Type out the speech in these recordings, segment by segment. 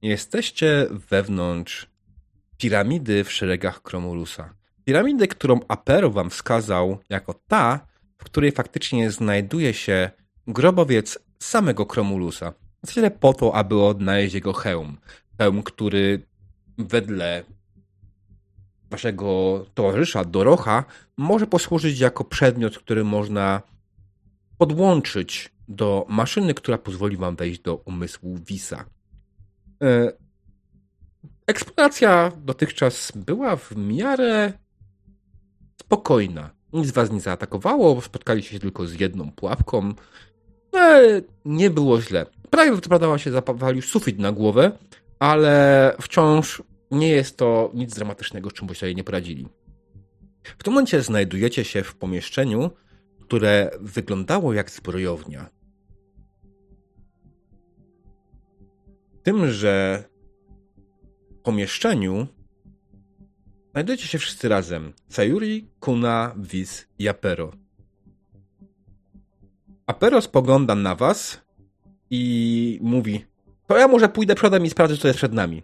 Jesteście wewnątrz piramidy w szeregach Kromulusa. Piramidy, którą Apero wam wskazał jako ta, w której faktycznie znajduje się grobowiec samego Kromulusa. W zasadzie po to, aby odnaleźć jego hełm. Hełm, który wedle waszego towarzysza Dorocha może posłużyć jako przedmiot, który można podłączyć do maszyny, która pozwoli wam wejść do umysłu Visa. Eksploracja dotychczas była w miarę spokojna. Nic was nie zaatakowało, spotkaliście się tylko z jedną pułapką, ale nie było źle. Prawie co się zapalił sufit na głowę, ale wciąż nie jest to nic dramatycznego, z czym byście sobie nie poradzili. W tym momencie znajdujecie się w pomieszczeniu, które wyglądało jak zbrojownia. W tymże pomieszczeniu znajdujecie się wszyscy razem. Sayuri, Kuna, Viz i Apero. Apero spogląda na was i mówi: to ja może pójdę przodem i sprawdzę, co jest przed nami.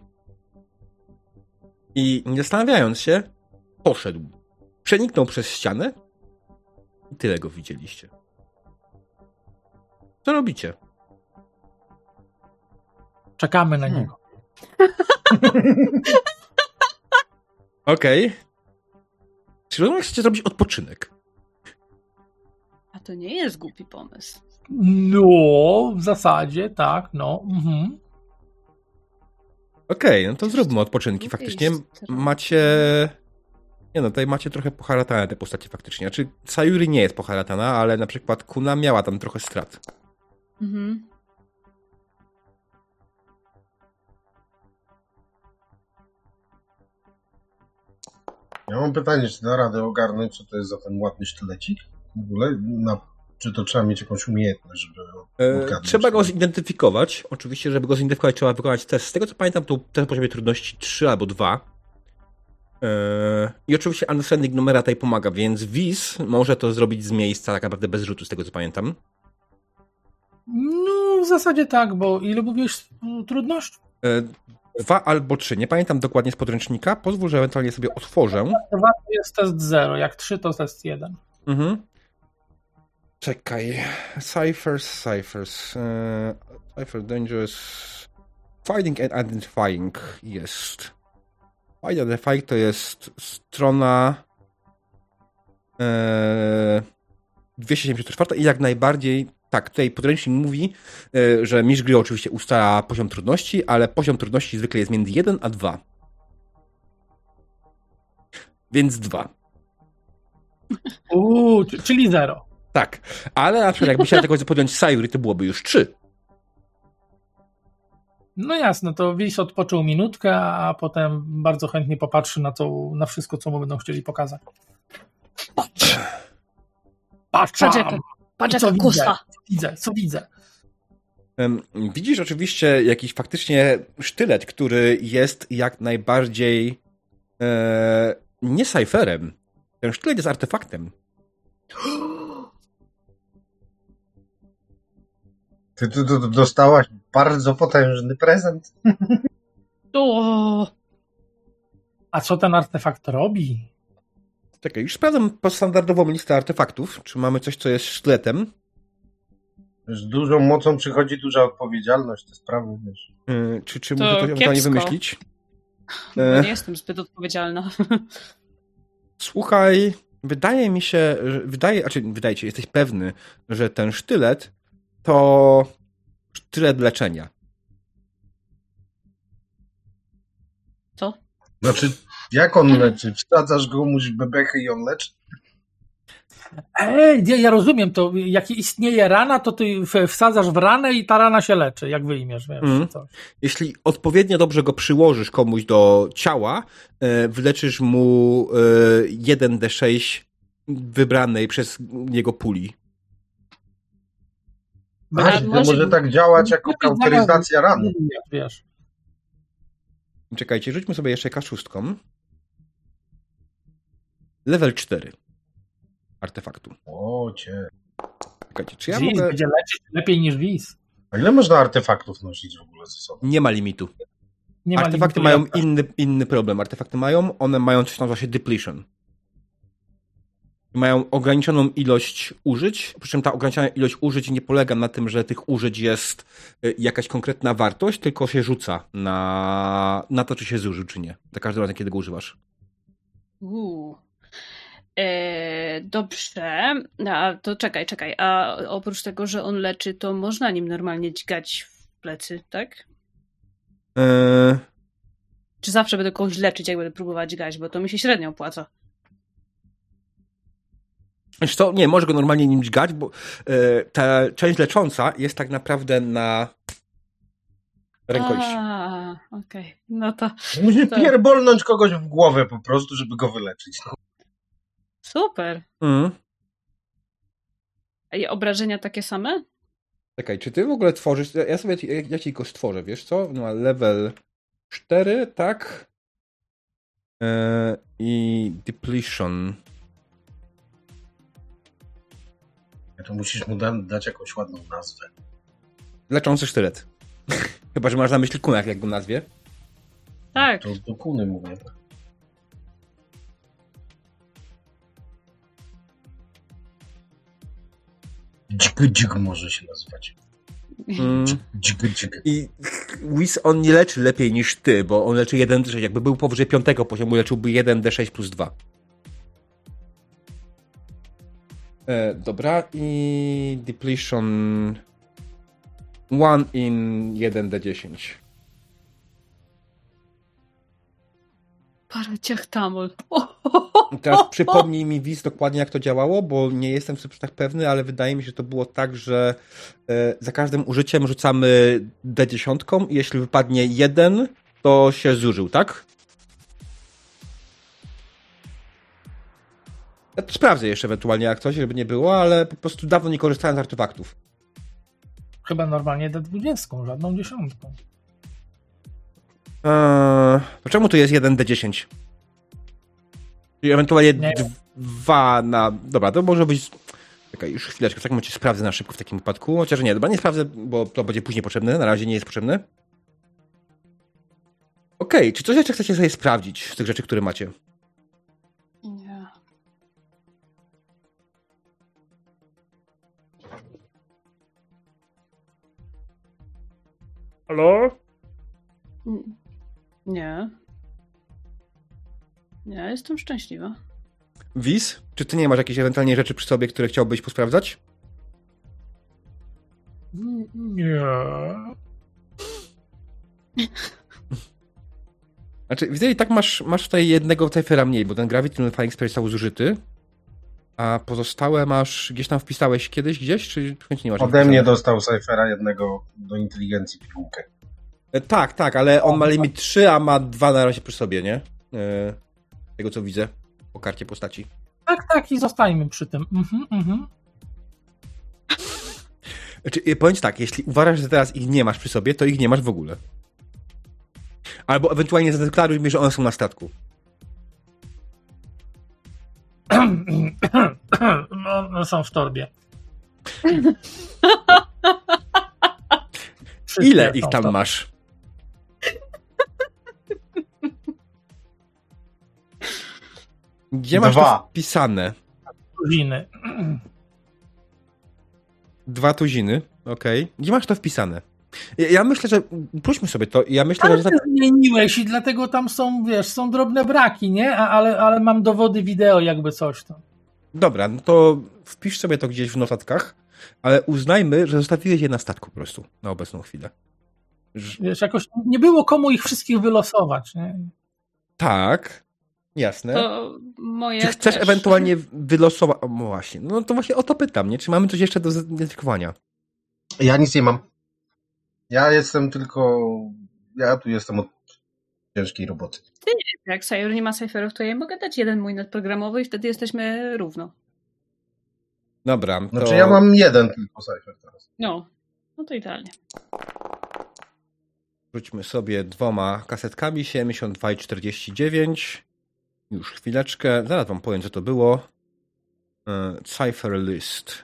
I nie zastanawiając się, poszedł. Przeniknął przez ścianę i tyle go widzieliście. Co robicie? Czekamy na niego. Okej. Czy rozumiem, chcecie zrobić odpoczynek? A to nie jest głupi pomysł. No, w zasadzie tak, no. Mhm. Okej, no to zróbmy odpoczynki. Faktycznie macie... Nie no, tutaj macie trochę poharatane te postacie faktycznie. Znaczy, Sayuri nie jest poharatana, ale na przykład Kuna miała tam trochę strat. Mhm. Ja mam pytanie, czy da radę ogarnąć, co to jest za ten ładny sztylecik? W ogóle, czy to trzeba mieć jakąś umiejętność, żeby odgadnąć? Trzeba go zidentyfikować. Oczywiście, żeby go zidentyfikować, trzeba wykonać test. Z tego, co pamiętam, to ten poziomie trudności 3 albo 2. I oczywiście understanding numera tutaj pomaga, więc Viz może to zrobić z miejsca tak naprawdę bez rzutu, z tego, co pamiętam. No, w zasadzie tak, bo ile mówisz trudność? 2 albo 3. Nie pamiętam dokładnie z podręcznika. Pozwól, że ewentualnie sobie otworzę. 2 to jest test 0, jak 3 to test 1. Mhm. Czekaj. Ciphers. Cipher Dangerous. Finding and Identifying jest. Find and Identifying to jest strona 274 i jak najbardziej tak, tutaj podręcznik mówi, że mistrz gry oczywiście ustala poziom trudności, ale poziom trudności zwykle jest między 1 a 2. Więc 2. Czyli 0. Tak, ale na przykład jakby chciał tego podjąć Sayuri, to byłoby już 3. No jasne, to Wies odpoczął minutkę, a potem bardzo chętnie popatrzy na wszystko, co mu będą chcieli pokazać. Patrz jaka kusa. Co widzę? Widzisz oczywiście jakiś faktycznie sztylet, który jest jak najbardziej nie cyferem. Ten sztylet jest artefaktem. Ty dostałaś bardzo potężny prezent. A co ten artefakt robi? Czekaj, już sprawdzam standardową listę artefaktów. Czy mamy coś, co jest sztyletem? Z dużą mocą przychodzi duża odpowiedzialność, te sprawy, wiesz. Czy muszę to ewentualnie wymyślić? Nie jestem zbyt odpowiedzialna. Słuchaj, wydaje mi się, wydaje ci, jesteś pewny, że ten sztylet to sztylet leczenia. Co? Znaczy, jak on leczy? Wsadzasz go, musisz bebechy i on leczy? Ja rozumiem, to jak istnieje rana, to ty wsadzasz w ranę i ta rana się leczy, jak wyjmiesz, wiesz, coś. Jeśli odpowiednio dobrze go przyłożysz komuś do ciała, wyleczysz mu 1d6 wybranej przez niego puli. Może tak działać jako kauteryzacja rany. Wiesz. Czekajcie, rzućmy sobie jeszcze K6. Level 4 artefaktu. O cię. Czekajcie, czy ja Wiz mogę... będzie leczyć lepiej niż Wiz. A ile można artefaktów nosić w ogóle ze sobą? Nie ma limitu. Nie ma Artefakty limitu mają inny problem. Artefakty one mają coś, co nazywa się depletion. Mają ograniczoną ilość użyć, przy czym ta ograniczona ilość użyć nie polega na tym, że tych użyć jest jakaś konkretna wartość, tylko się rzuca na to, czy się zużył, czy nie. Za każdym razem, kiedy go używasz. Dobrze. A to czekaj. A oprócz tego, że on leczy, to można nim normalnie dźgać w plecy, tak? Czy zawsze będę kogoś leczyć, jak będę próbować dźgać, bo to mi się średnio opłaca. Wiesz co? Nie, może go normalnie nim dźgać, bo ta część lecząca jest tak naprawdę na rękojeści. Okej. No to... Musisz pierbolnąć kogoś w głowę po prostu, żeby go wyleczyć. No. Super. Mhm. I obrażenia takie same? Czekaj, czy ty w ogóle tworzysz... Ja ci go stworzę, wiesz co? No, level 4, tak? I depletion. To musisz mu dać jakąś ładną nazwę. Leczący sztylet. Chyba, że masz na myśli kunak, jak go nazwie. Tak. To do kuny mówię. Dźg może się nazywać. Dźg. I Whis, on nie leczy lepiej niż ty, bo on leczy 1D6. Jakby był powyżej 5 poziomu, leczyłby 1D6 plus 2. Dobra, i depletion 1 in 1D10. Paracetamol. Teraz przypomnij mi, Wiz, dokładnie jak to działało, bo nie jestem sobie tak pewny, ale wydaje mi się, że to było tak, że za każdym użyciem rzucamy D10 i jeśli wypadnie 1, to się zużył, tak? Ja to sprawdzę jeszcze ewentualnie jak coś, żeby nie było, ale po prostu dawno nie korzystałem z artefaktów. Chyba normalnie D20, żadną 10. To czemu tu jest 1D10? Czyli ewentualnie 2 na... Dobra, to może być... Czekaj, już chwileczkę, w takim momencie sprawdzę na szybko w takim wypadku. Chociaż nie, dobra, nie sprawdzę, bo to będzie później potrzebne. Na razie nie jest potrzebne. Okej, czy coś jeszcze chcecie sobie sprawdzić z tych rzeczy, które macie? Nie. Halo? Nie. Ja jestem szczęśliwa. Wiz, czy ty nie masz jakiejś ewentualnie rzeczy przy sobie, które chciałbyś posprawdzać? Nie. Znaczy, widzę, i tak masz tutaj jednego cyfera mniej, bo ten Gravity Nullifying Spell został zużyty, a pozostałe masz, gdzieś tam wpisałeś kiedyś, gdzieś, czy chętnie nie masz? Ode mnie dostał cyfera jednego do inteligencji pigułkę. Tak, ale on ma limit 3, a ma 2 na razie przy sobie, nie? Tego co widzę po karcie postaci. Tak, i zostańmy przy tym. Znaczy, powiem ci tak, jeśli uważasz, że teraz ich nie masz przy sobie, to ich nie masz w ogóle. Albo ewentualnie zadeklaruj mi, że one są na statku. No, są w torbie. Ile ich tam masz? Gdzie masz to wpisane? Tuziny. 2 tuziny, okej. Gdzie masz to wpisane? Ja myślę, że... Próśmy sobie to. Ja myślę, Ale że... ty zmieniłeś i dlatego tam są, wiesz, są drobne braki, nie? Ale mam dowody wideo, jakby coś tam. Dobra, no to wpisz sobie to gdzieś w notatkach, ale uznajmy, że zostawiłeś je na statku po prostu, na obecną chwilę. Wiesz, jakoś nie było komu ich wszystkich wylosować, nie? Tak, jasne. To moje Czy chcesz też. ewentualnie wylosować... O, właśnie, no to właśnie o to pytam, nie? Czy mamy coś jeszcze do zidentyfikowania? Ja nic nie mam. Ja tu jestem od ciężkiej roboty. Jak Sayur nie ma cyferów, to ja mogę dać jeden mój nadprogramowy i wtedy jesteśmy równo. Dobra, to... Znaczy ja mam jeden tylko cyfer teraz. No to idealnie. Rzućmy sobie 2 kasetkami, 72 i 49. Już chwileczkę, zaraz wam powiem, co to było. Cypher list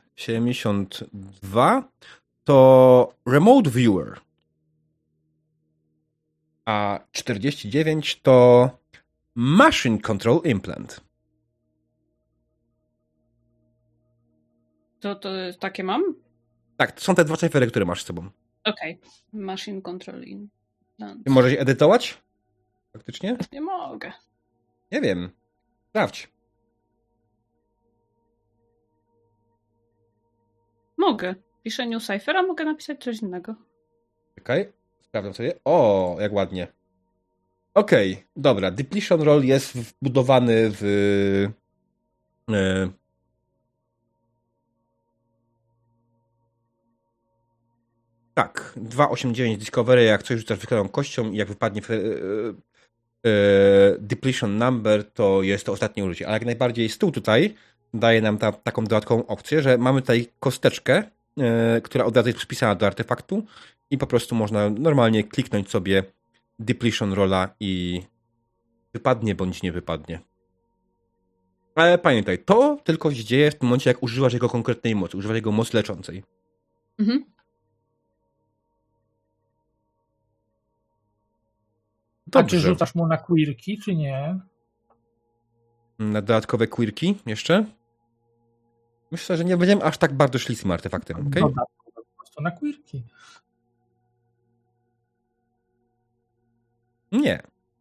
72 to Remote Viewer. A 49 to Machine Control Implant. To takie mam? Tak, to są te 2 cyfery, które masz z sobą. Okej. Machine Control Implant. Ty możesz je edytować? Faktycznie? Nie mogę. Nie wiem. Sprawdź. Mogę. Piszę New Cipher, a mogę napisać coś innego. Czekaj. Sprawdzam sobie. O, jak ładnie. Okej, dobra. Depletion Roll jest wbudowany w... Tak, 289 Discovery, jak coś rzucasz wykładną kością i jak wypadnie Depletion Number, to jest to ostatnie użycie. Ale jak najbardziej stół tutaj daje nam taką dodatkową opcję, że mamy tutaj kosteczkę, która od razu jest przypisana do artefaktu i po prostu można normalnie kliknąć sobie Depletion Rolla i wypadnie bądź nie wypadnie. Ale pamiętaj, to tylko się dzieje w tym momencie, jak używasz jego konkretnej mocy, używasz jego mocy leczącej. Mhm. A czy rzucasz mu na quirki, czy nie? Na dodatkowe quirki jeszcze? Myślę, że nie będziemy aż tak bardzo szli z tym artefaktem, okej? Dodatkowo po prostu na quirki. Nie.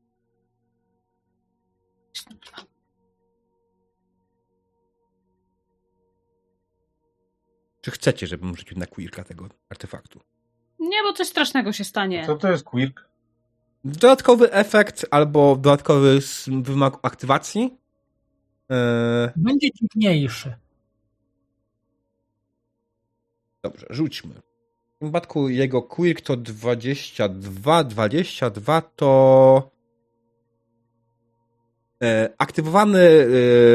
Czy chcecie, żebym rzucił na quirka tego artefaktu? Nie, bo coś strasznego się stanie. Co to jest quirk? Dodatkowy efekt albo dodatkowy wymag aktywacji? Będzie dziwniejszy. Dobrze, rzućmy. W tym przypadku jego quirk to 22. 22 to aktywowany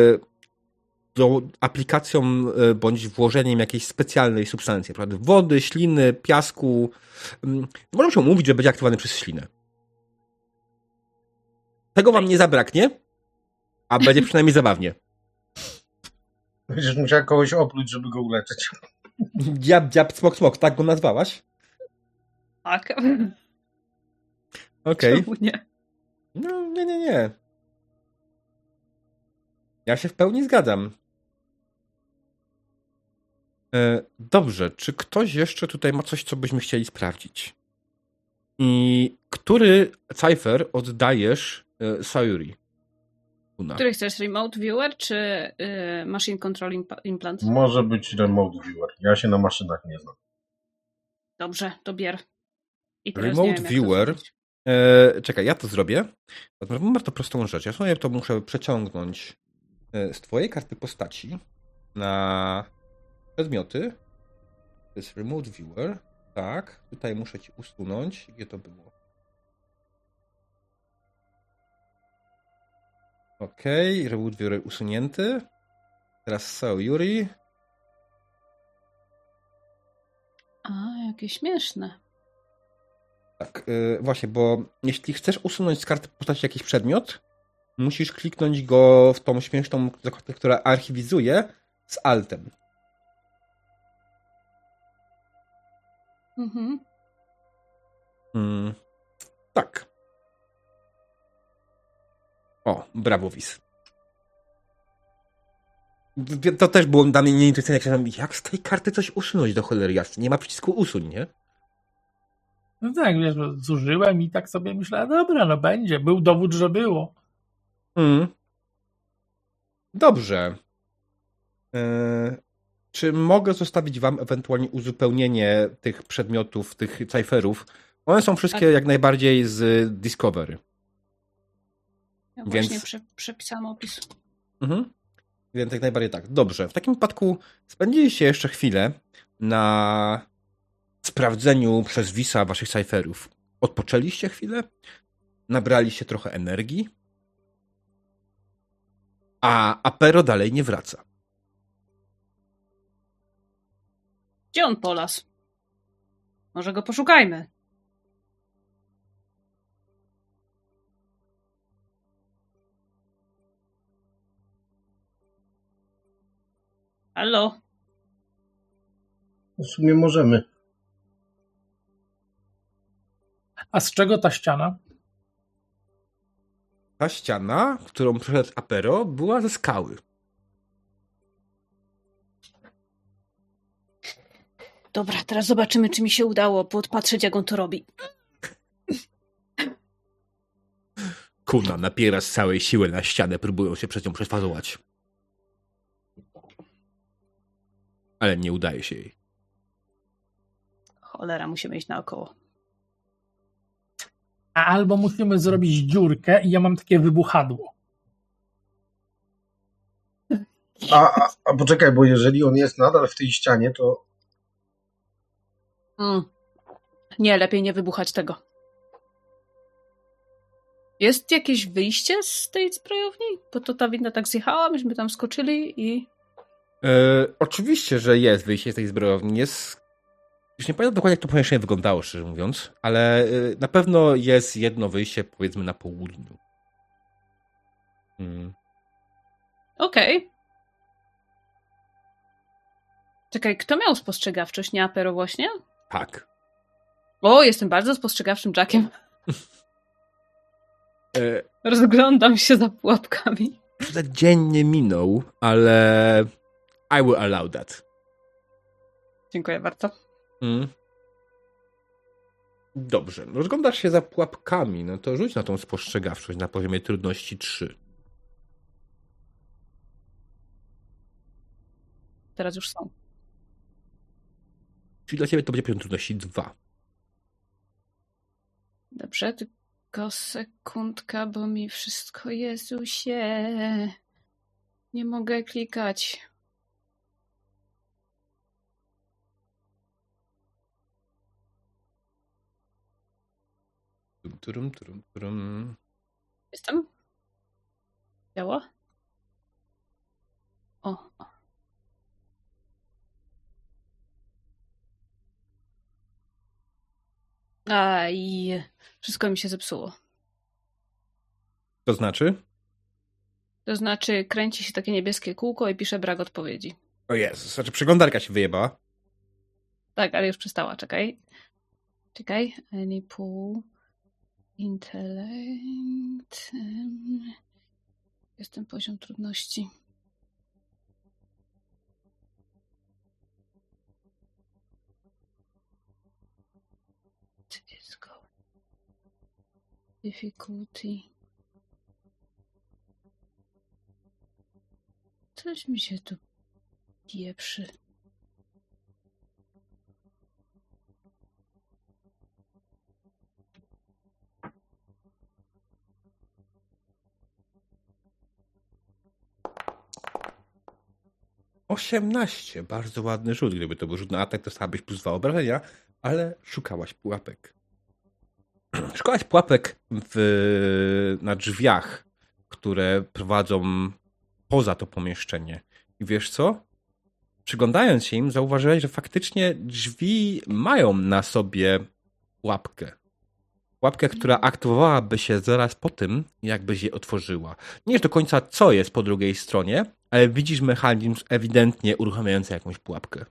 aplikacją bądź włożeniem jakiejś specjalnej substancji, np. wody, śliny, piasku. Można się umówić, że będzie aktywowany przez ślinę. Tego wam nie zabraknie, a będzie przynajmniej zabawnie. Będziesz musiał kogoś opluć, żeby go uleczyć. Dziab, dziab, smok, smok, tak go nazwałaś? Tak. Okej. Czemu nie? No, nie. Ja się w pełni zgadzam. Dobrze, czy ktoś jeszcze tutaj ma coś, co byśmy chcieli sprawdzić? I który cyfer oddajesz Sayuri? Który chcesz? Remote Viewer czy Machine Control Implant? Może być remote viewer. Ja się na maszynach nie znam. Dobrze, to bier. I teraz Remote nie wiem, jak to Viewer. zrobić. Czekaj, ja to zrobię. Mam bardzo prostą rzecz. Ja sobie to muszę przeciągnąć z twojej karty postaci na przedmioty. To jest Remote Viewer. Tak. Tutaj muszę ci usunąć. Gdzie to było? Okej. Remote Viewer usunięty. Teraz Sayuri. A, jakie śmieszne. Tak, właśnie, bo jeśli chcesz usunąć z karty postaci jakiś przedmiot, musisz kliknąć go w tą śmieszną zakładkę, która archiwizuje z altem. Mhm. Tak. O, brawo, Wis. To też było dla mnie nieintuicyjne, jak z tej karty coś usunąć do cholery jasnej. Nie ma przycisku usuń, nie? No tak, wiesz, zużyłem i tak sobie myślę, dobra, no będzie. Był dowód, że było. Dobrze. Czy mogę zostawić wam ewentualnie uzupełnienie tych przedmiotów, tych cyferów? One są wszystkie jak najbardziej z Discovery. Ja Więc... właśnie przepisałam opis. Więc jak najbardziej tak. Dobrze. W takim wypadku spędziliście jeszcze chwilę na sprawdzeniu przez Wisa waszych cyferów. Odpoczęliście chwilę? Nabraliście trochę energii? A Apero dalej nie wraca. Gdzie on polas? Może go poszukajmy. Halo? W sumie możemy. A z czego ta ściana? ta ściana, którą przeszedł Apero, była ze skały. Dobra, teraz zobaczymy, czy mi się udało podpatrzeć, jak on to robi. Kuna napiera z całej siły na ścianę, próbują się przez nią przefazować. Ale nie udaje się jej. Cholera, musimy iść naokoło. Albo musimy zrobić dziurkę i ja mam takie wybuchadło. A poczekaj, bo jeżeli on jest nadal w tej ścianie, to Nie, lepiej nie wybuchać tego. Jest jakieś wyjście z tej zbrojowni? Bo to ta winda tak zjechała, myśmy tam skoczyli i... Oczywiście, że jest wyjście z tej zbrojowni. Jest... Już nie pamiętam dokładnie, jak to pomieszczenie wyglądało, szczerze mówiąc, ale na pewno jest jedno wyjście, powiedzmy, na południu. Okej. Czekaj, kto miał spostrzegawczość? Nie Apero właśnie? Tak. O, jestem bardzo spostrzegawczym Jackiem. Rozglądam się za pułapkami. Dzień nie minął, ale I will allow that. Dziękuję bardzo. Dobrze. Rozglądasz się za pułapkami, no to rzuć na tą spostrzegawczość na poziomie trudności 3. Teraz już są. Czyli dla ciebie to będzie poziom trudności 2. Dobrze, tylko sekundka, bo mi wszystko Jezusie. Nie mogę klikać. Jestem? Działa? O. Aj, wszystko mi się zepsuło. To znaczy? To znaczy, kręci się takie niebieskie kółko i pisze brak odpowiedzi. O Jezu, znaczy przeglądarka się wyjebała. Tak, ale już przestała, czekaj. Czekaj, any pool, intellect, jest ten poziom trudności. Difficulty. Coś mi się tu pieprzy. +18. Bardzo ładny rzut. Gdyby to był rzut na atak, dostałabyś +2 obrażenia, ale szukałaś pułapek. Szukałaś pułapek na drzwiach, które prowadzą poza to pomieszczenie. I wiesz co? Przyglądając się im, zauważyłeś, że faktycznie drzwi mają na sobie pułapkę. Pułapkę, która aktywowałaby się zaraz po tym, jakbyś je otworzyła. Nie wiesz do końca, co jest po drugiej stronie, ale widzisz mechanizm ewidentnie uruchamiający jakąś pułapkę.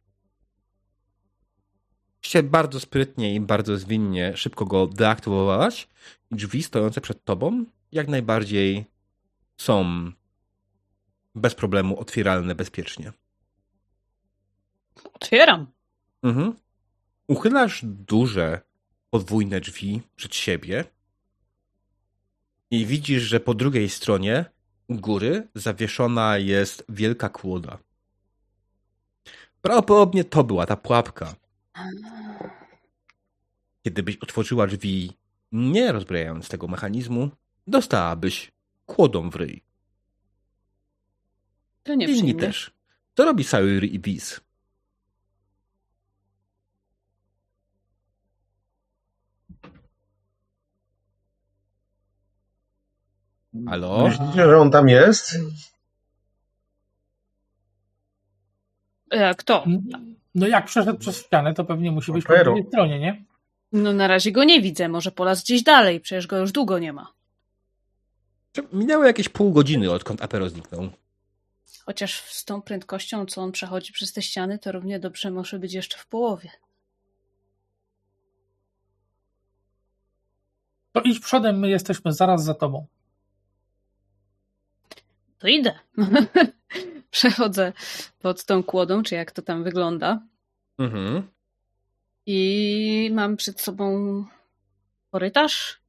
Bardzo sprytnie i bardzo zwinnie szybko go deaktywowałaś i drzwi stojące przed tobą jak najbardziej są bez problemu otwieralne bezpiecznie. Otwieram. Uchylasz duże, podwójne drzwi przed siebie i widzisz, że po drugiej stronie u góry zawieszona jest wielka kłoda. Prawdopodobnie to była ta pułapka. Kiedybyś otworzyła drzwi, nie rozbrajając tego mechanizmu, dostałabyś kłodą w ryj. To nie Inni przyjmę. też. Co robi Sayuri i Wiz? Halo? Myślicie, że on tam jest? Kto? No jak przeszedł przez ścianę, to pewnie musi być po Apero. drugiej stronie, nie? No na razie go nie widzę. Może polas gdzieś dalej. Przecież go już długo nie ma. Minęło jakieś pół godziny, odkąd Apero zniknął. Chociaż z tą prędkością, co on przechodzi przez te ściany, to równie dobrze może być jeszcze w połowie. To idź przodem, my jesteśmy zaraz za tobą. to idę. Przechodzę pod tą kłodą, czy jak to tam wygląda. Mhm. I mam przed sobą korytarz.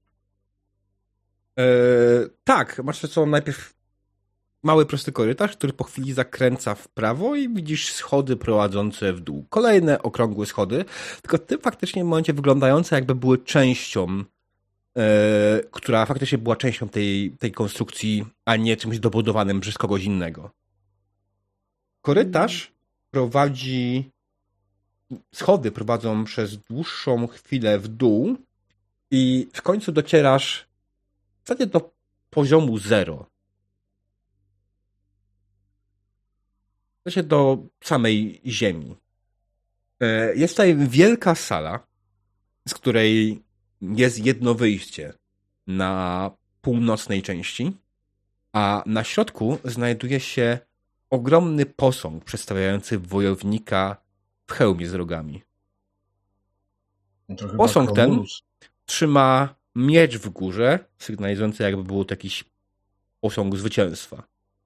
Tak, masz przed sobą najpierw mały, prosty korytarz, który po chwili zakręca w prawo i widzisz schody prowadzące w dół. Kolejne okrągłe schody, tylko ty faktycznie w momencie wyglądające jakby były częścią, która faktycznie była częścią tej konstrukcji, a nie czymś dobudowanym przez kogoś innego. Korytarz prowadzi... Schody prowadzą przez dłuższą chwilę w dół i w końcu docierasz w zasadzie do poziomu 0. W sensie do samej ziemi. Jest tutaj wielka sala, z której jest jedno wyjście na północnej części, a na środku znajduje się ogromny posąg przedstawiający wojownika w hełmie z rogami. Posąg ten trzyma miecz w górze, sygnalizujący jakby był to jakiś posąg zwycięstwa.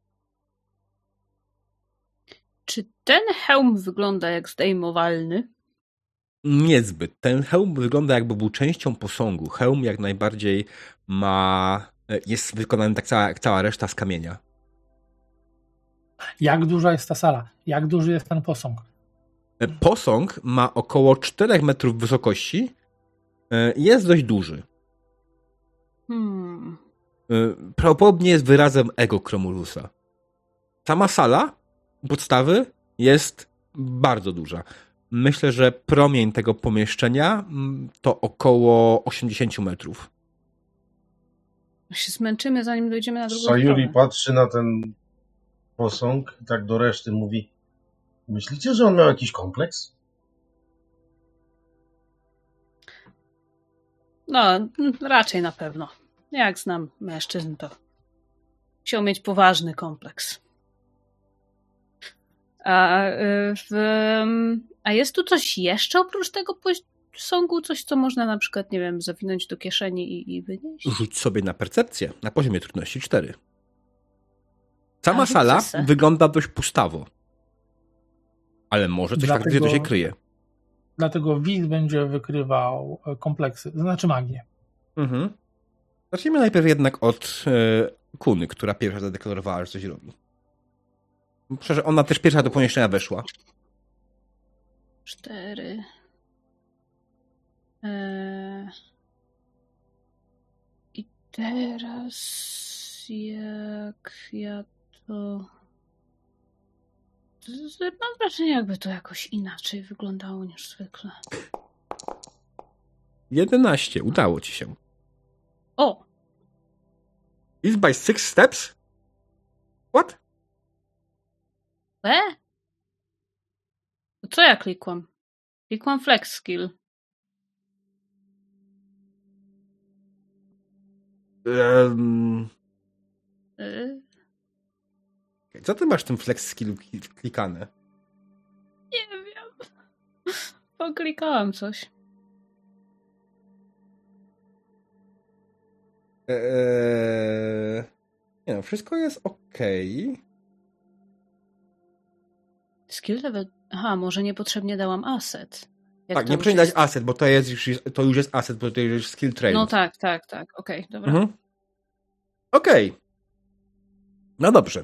Czy ten hełm wygląda jak zdejmowalny? Niezbyt. Ten hełm wygląda jakby był częścią posągu. Hełm jak najbardziej jest wykonany tak jak cała reszta z kamienia. Jak duża jest ta sala? Jak duży jest ten posąg? Posąg ma około 4 metrów wysokości i jest dość duży. Prawdopodobnie jest wyrazem ego Chromulusa. Sama sala podstawy jest bardzo duża. Myślę, że promień tego pomieszczenia to około 80 metrów. Się zmęczymy, zanim dojdziemy na drugą Sayuri stronę. patrzy na ten posąg i tak do reszty mówi: myślicie, że on miał jakiś kompleks? No, raczej na pewno. Jak znam mężczyzn, to chciał mieć poważny kompleks. A jest tu coś jeszcze oprócz tego posągu? Coś, co można na przykład, nie wiem, zawinąć do kieszeni i wynieść? Rzuć sobie na percepcję na poziomie trudności 4. Sama sala wygląda dość pustawo. Ale może coś faktycznie tu się kryje. Dlatego Wiz będzie wykrywał kompleksy, to znaczy magię. Mhm. Zacznijmy najpierw jednak od Kuny, która pierwsza zadeklarowała, że coś robi. Myślę, że ona też pierwsza do pomieszczenia weszła. 4. I teraz jak ja to... Mam wrażenie, jakby to jakoś inaczej wyglądało niż zwykle. 11. Udało ci się. O! Is by 6 steps? What? Co ja klikłam? Klikłam flex skill. Co ty masz w tym flex skillu klikane? Nie wiem. Poklikałam coś. Nie no, wszystko jest okej. Skill level... Aha, może niepotrzebnie dałam asset. Jak Tak, to niepotrzebnie dać asset, bo to już jest asset, bo to już jest skill trade. No tak. Okej, dobra. Okej. No dobrze.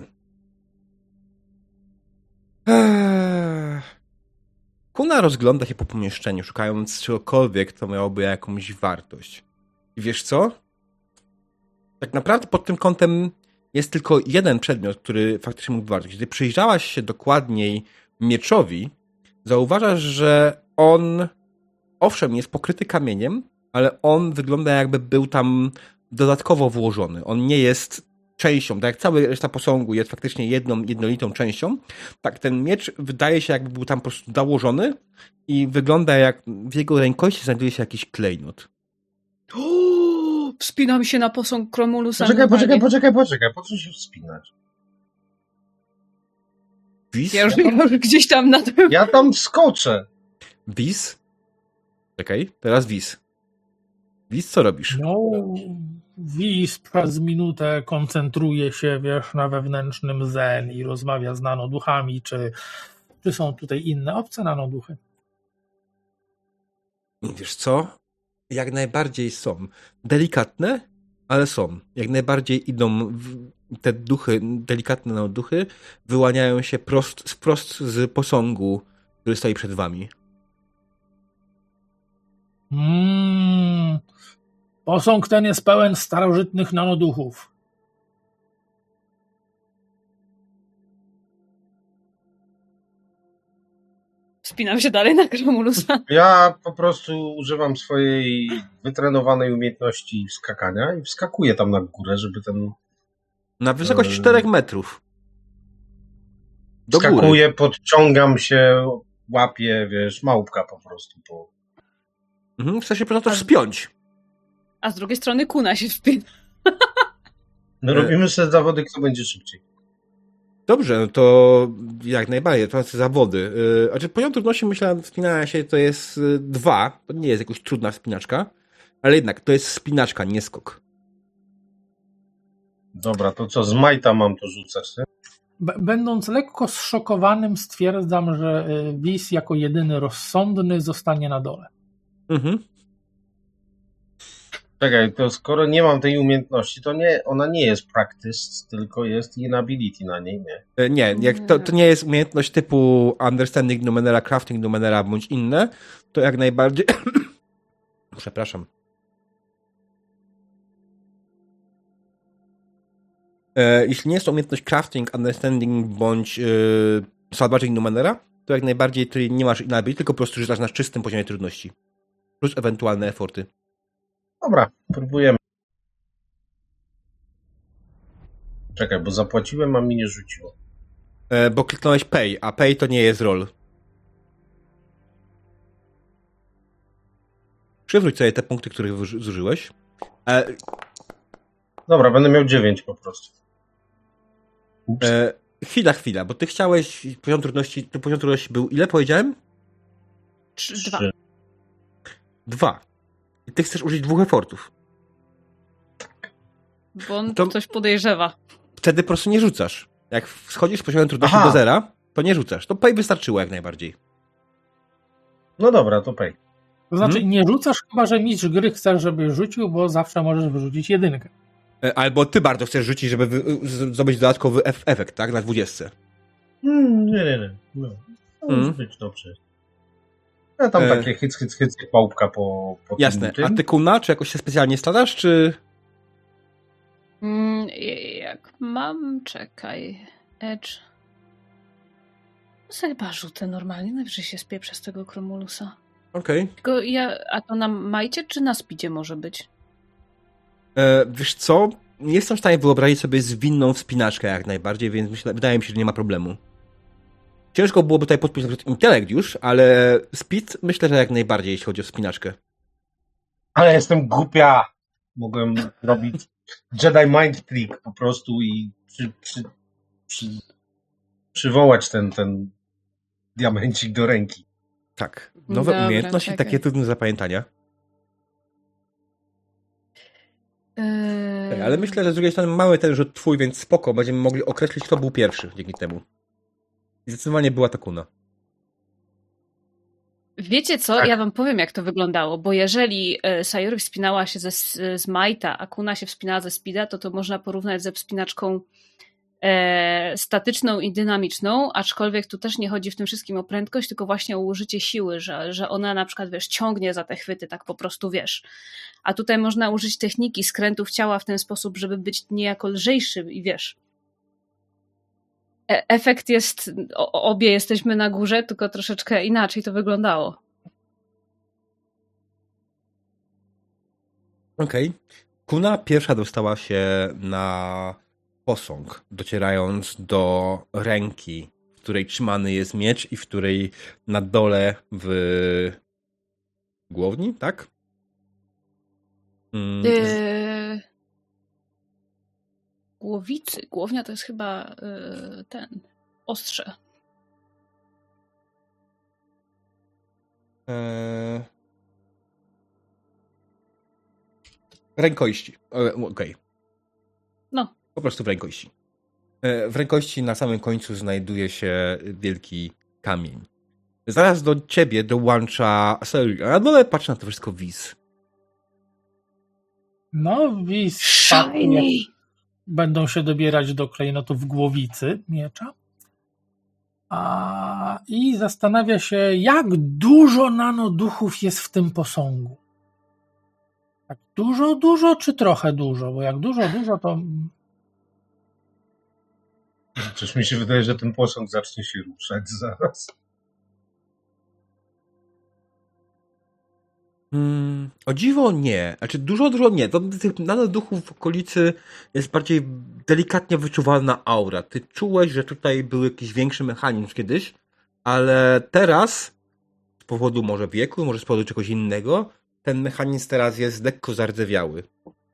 Kuna rozgląda się po pomieszczeniu, szukając czegokolwiek, co miałoby jakąś wartość. I wiesz co? Tak naprawdę pod tym kątem jest tylko jeden przedmiot, który faktycznie mógł wartość. Gdy przyjrzałaś się dokładniej mieczowi, zauważasz, że on owszem jest pokryty kamieniem, ale on wygląda jakby był tam dodatkowo włożony. On nie jest częścią, tak jak cała reszta posągu jest faktycznie jednolitą częścią, tak ten miecz wydaje się jakby był tam po prostu założony i wygląda jak w jego rękojeści znajduje się jakiś klejnot. Wspinam się na posąg Chromulusa. Poczekaj, po co się wspinać? Wiz? Ja już gdzieś tam na tym... Ja tam skoczę. Wiz? Czekaj, teraz Wiz. Wiz, co robisz? No, Wiz przez minutę koncentruje się, wiesz, na wewnętrznym zen i rozmawia z nanoduchami, czy są tutaj inne obce nanoduchy? Wiesz co? Jak najbardziej są. Delikatne, ale są. Jak najbardziej idą te duchy, delikatne nanoduchy, wyłaniają się wprost z posągu, który stoi przed wami. Posąg ten jest pełen starożytnych nanoduchów. Wspinam się dalej na Kromulusa. Ja po prostu używam swojej wytrenowanej umiejętności skakania i wskakuję tam na górę, żeby ten... Na wysokość 4 metrów. Do góry. Wskakuję, podciągam się, łapię, wiesz, małpka po prostu. Chcę się po to wspiąć. A z drugiej strony Kuna się wspina. No robimy sobie zawody, kto będzie szybciej. Dobrze, no to jak najbardziej, to są zawody. Znaczy poziom trudności, myślałem, wspinania się to jest 2. To nie jest jakaś trudna wspinaczka, ale jednak to jest wspinaczka, nie skok. Dobra, to co, z Majta mam to rzucać, nie? Będąc lekko zszokowanym, stwierdzam, że Wiz jako jedyny rozsądny zostanie na dole. Czekaj, to skoro nie mam tej umiejętności, to nie, ona nie jest practice, tylko jest inability na niej, nie? Nie, jak to nie jest umiejętność typu understanding numenera, crafting numenera bądź inne, to jak najbardziej... Przepraszam. Jeśli nie jest to umiejętność crafting, understanding bądź salvaging numenera, to jak najbardziej ty nie masz inability, tylko po prostu rzucasz na czystym poziomie trudności. Plus ewentualne eforty. Dobra, próbujemy. Czekaj, bo zapłaciłem, a mi nie rzuciło. Bo kliknąłeś pay, a pay to nie jest roll. Przywróć sobie te punkty, których zużyłeś. Dobra, będę miał 9 po prostu. Chwila, bo ty chciałeś poziom trudności był ile powiedziałem? 2. 2. I ty chcesz użyć 2 efortów. Bo on to coś podejrzewa. Wtedy po prostu nie rzucasz. Jak schodzisz z poziomem trudności do 0, to nie rzucasz. To pay wystarczyło jak najbardziej. No dobra, to pay. To znaczy nie rzucasz, chyba że mistrz gry chcesz, żeby rzucił, bo zawsze możesz wyrzucić 1. Albo ty bardzo chcesz rzucić, żeby zdobyć dodatkowy efekt, tak? Na 20. Nie. No. Może być dobrze. Ja tam takie hyc, pałpka po jasne. tym. A ty Kuna, czy jakoś się specjalnie starasz, czy... Jak mam, czekaj, Edge. No sobie chyba rzucę normalnie, najwyżej się spieprzę z tego Kromulusa. Okej. Tylko a to na Majcie czy na Speedzie może być? Wiesz co? Nie jestem w stanie wyobrazić sobie zwinną wspinaczkę jak najbardziej, więc wydaje mi się, że nie ma problemu. Ciężko byłoby tutaj podpiąć na przykład intelekt już, ale speed myślę, że jak najbardziej, jeśli chodzi o wspinaczkę. Ale jestem głupia. Mogłem robić Jedi Mind Trick po prostu i przywołać ten diamencik do ręki. Tak. Nowe Dobra, umiejętności, czekaj. takie trudne do zapamiętania. Ale myślę, że z drugiej strony mały ten rzut twój, więc spoko. Będziemy mogli określić, kto był pierwszy dzięki temu. I zdecydowanie była to Kuna. Wiecie co? Tak. Ja wam powiem, jak to wyglądało, bo jeżeli Sayuri wspinała się z Majta, a Kuna się wspinała ze Speeda, to można porównać ze wspinaczką statyczną i dynamiczną, aczkolwiek tu też nie chodzi w tym wszystkim o prędkość, tylko właśnie o użycie siły, że ona na przykład, wiesz, ciągnie za te chwyty, tak po prostu, wiesz. A tutaj można użyć techniki skrętów ciała w ten sposób, żeby być niejako lżejszym i wiesz. Efekt jest, obie jesteśmy na górze, tylko troszeczkę inaczej to wyglądało. Okej. Kuna pierwsza dostała się na posąg, docierając do ręki, w której trzymany jest miecz i w której na dole w głowni, tak? Głowicy. Głownia to jest chyba ostrze. rękojeści. Okej. No. Po prostu w rękojeści. W rękojeści na samym końcu znajduje się wielki kamień. Zaraz do ciebie dołącza Sayuri, a dole patrz na to wszystko Wiz. No, Wiz Shiny! będą się dobierać do klejnotów głowicy miecza. I zastanawia się, jak dużo nanoduchów jest w tym posągu. Tak dużo, czy trochę dużo? Bo jak dużo, to... Coś mi się wydaje, że ten posąg zacznie się ruszać zaraz. O dziwo nie. Znaczy dużo nie. To tych nanoduchów w okolicy jest bardziej delikatnie wyczuwalna aura. Ty czułeś, że tutaj był jakiś większy mechanizm kiedyś, ale teraz z powodu może wieku, może z powodu czegoś innego, ten mechanizm teraz jest lekko zardzewiały.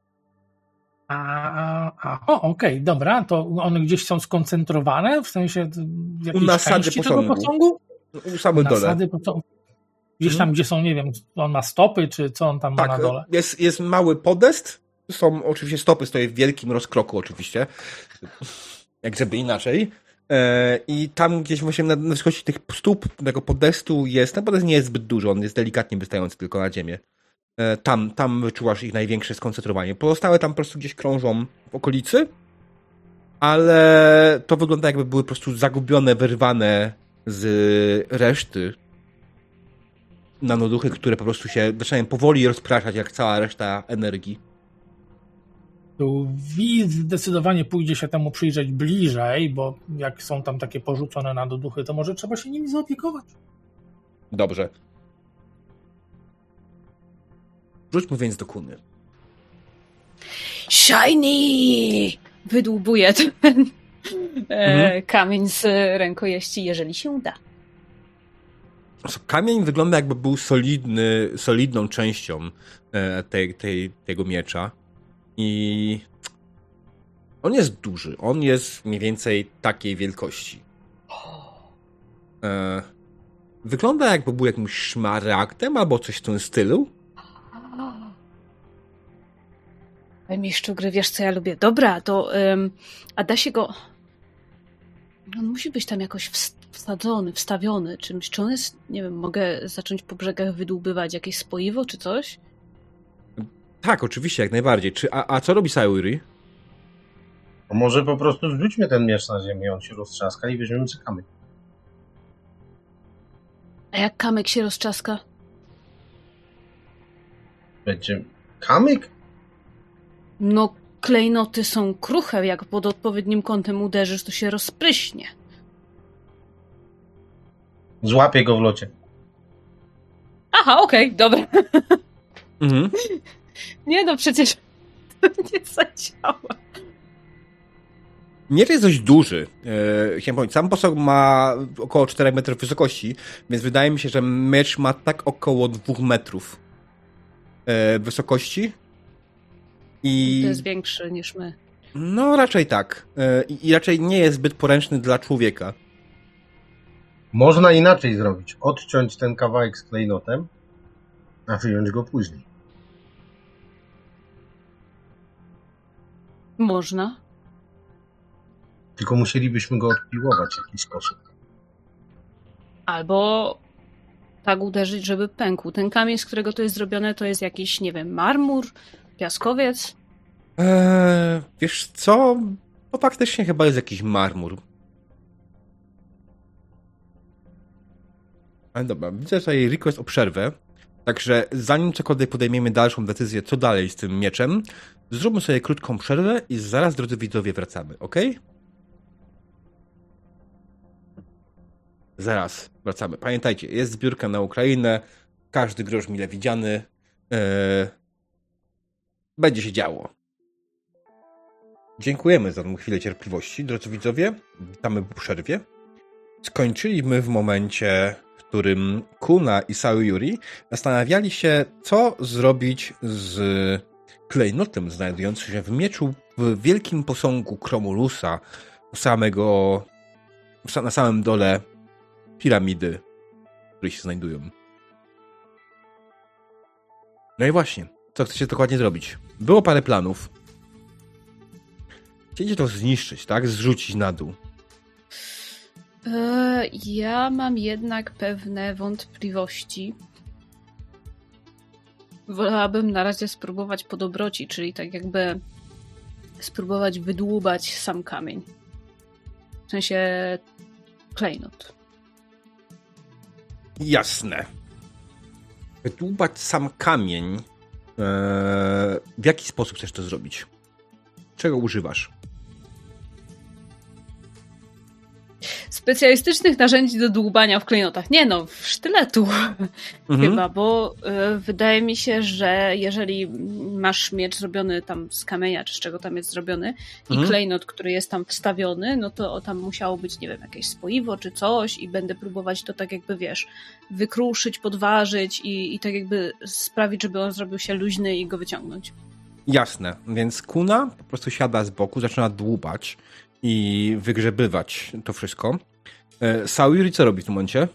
Okej, dobra, to one gdzieś są skoncentrowane, w sensie jakiejś nasady części tego posągu? U samym dole. Nasady posągu. Gdzieś tam, gdzie są, nie wiem, on ma stopy, czy co on tam ma na dole? Jest mały podest, są oczywiście stopy, stoją w wielkim rozkroku oczywiście, jak żeby inaczej. I tam gdzieś właśnie na wysokości tych stóp tego podestu jest, ten podest nie jest zbyt duży, on jest delikatnie wystający tylko na ziemię. Tam wyczuwasz ich największe skoncentrowanie. Pozostałe tam po prostu gdzieś krążą w okolicy, ale to wygląda jakby były po prostu zagubione, wyrwane z reszty nanoduchy, które po prostu się zaczynają powoli rozpraszać jak cała reszta energii. Tu Wiz zdecydowanie pójdzie się temu przyjrzeć bliżej, bo jak są tam takie porzucone nanoduchy, to może trzeba się nimi zaopiekować. Dobrze. Wróćmy więc do Kuny. Shiny! Wydłubuje ten kamień z rękojeści, jeżeli się uda. Kamień wygląda jakby był solidną częścią tego miecza i on jest duży. On jest mniej więcej takiej wielkości. Wygląda jakby był jakimś szmaragdem albo coś w tym stylu. Mistrzu gry, wiesz co ja lubię? Dobra, to a da się go... On musi być tam jakoś wstawiony czymś. Czy on jest, nie wiem, mogę zacząć po brzegach wydłubywać jakieś spoiwo czy coś? Tak, oczywiście, jak najbardziej. A co robi Sayuri? A może po prostu zrzućmy ten miecz na ziemię, on się roztrzaska i weźmiemy czekamy. A jak kamyk się roztrzaska? Będzie kamyk? No, klejnoty są kruche, jak pod odpowiednim kątem uderzysz, to się rozpryśnie. Złapię go w locie. Aha, okej, dobra. Mhm. Nie no, przecież to nie zadziała. Miecz jest dość duży. Chciałem powiedzieć, sam posąg ma około 4 metrów wysokości, więc wydaje mi się, że miecz ma tak około 2 metrów wysokości. I To jest większy niż my. no raczej tak. I raczej nie jest zbyt poręczny dla człowieka. Można inaczej zrobić. Odciąć ten kawałek z klejnotem, a wyjąć go później. Można. Tylko musielibyśmy go odpiłować w jakiś sposób. Albo tak uderzyć, żeby pękł. Ten kamień, z którego to jest zrobione, to jest jakiś, nie wiem, marmur, piaskowiec? Wiesz co? To faktycznie chyba jest jakiś marmur. Ale dobra, widzę tutaj request o przerwę. Także zanim cokolwiek podejmiemy dalszą decyzję, co dalej z tym mieczem, zróbmy sobie krótką przerwę i zaraz, drodzy widzowie, wracamy, ok? Zaraz wracamy. Pamiętajcie, jest zbiórka na Ukrainę. Każdy grosz mile widziany. Będzie się działo. Dziękujemy za tą chwilę cierpliwości, drodzy widzowie. Witamy po przerwie. Skończyliśmy w momencie, w którym Kuna i Sayuri zastanawiali się, co zrobić z klejnotem znajdującym się w mieczu w wielkim posągu Kromulusa na samym dole piramidy, w której się znajdują. No i właśnie, Co chcecie dokładnie zrobić? Było parę planów. Chcecie to zniszczyć, tak? Zrzucić na dół. Ja mam jednak pewne wątpliwości. Wolałabym na razie spróbować po dobroci, czyli tak jakby spróbować wydłubać sam kamień. W sensie klejnot. Jasne. Wydłubać sam kamień. W jaki sposób chcesz to zrobić? Czego używasz? Specjalistycznych narzędzi do dłubania w klejnotach. Nie no, sztyletu chyba, bo wydaje mi się, że jeżeli masz miecz zrobiony tam z kamienia, czy z czego tam jest zrobiony i klejnot, który jest tam wstawiony, no to tam musiało być, nie wiem, jakieś spoiwo czy coś i będę próbować to tak jakby, wiesz, wykruszyć, podważyć i tak jakby sprawić, żeby on zrobił się luźny i go wyciągnąć. Jasne, więc Kuna po prostu siada z boku, zaczyna dłubać i wygrzebywać to wszystko. Saori co robi w tym momencie?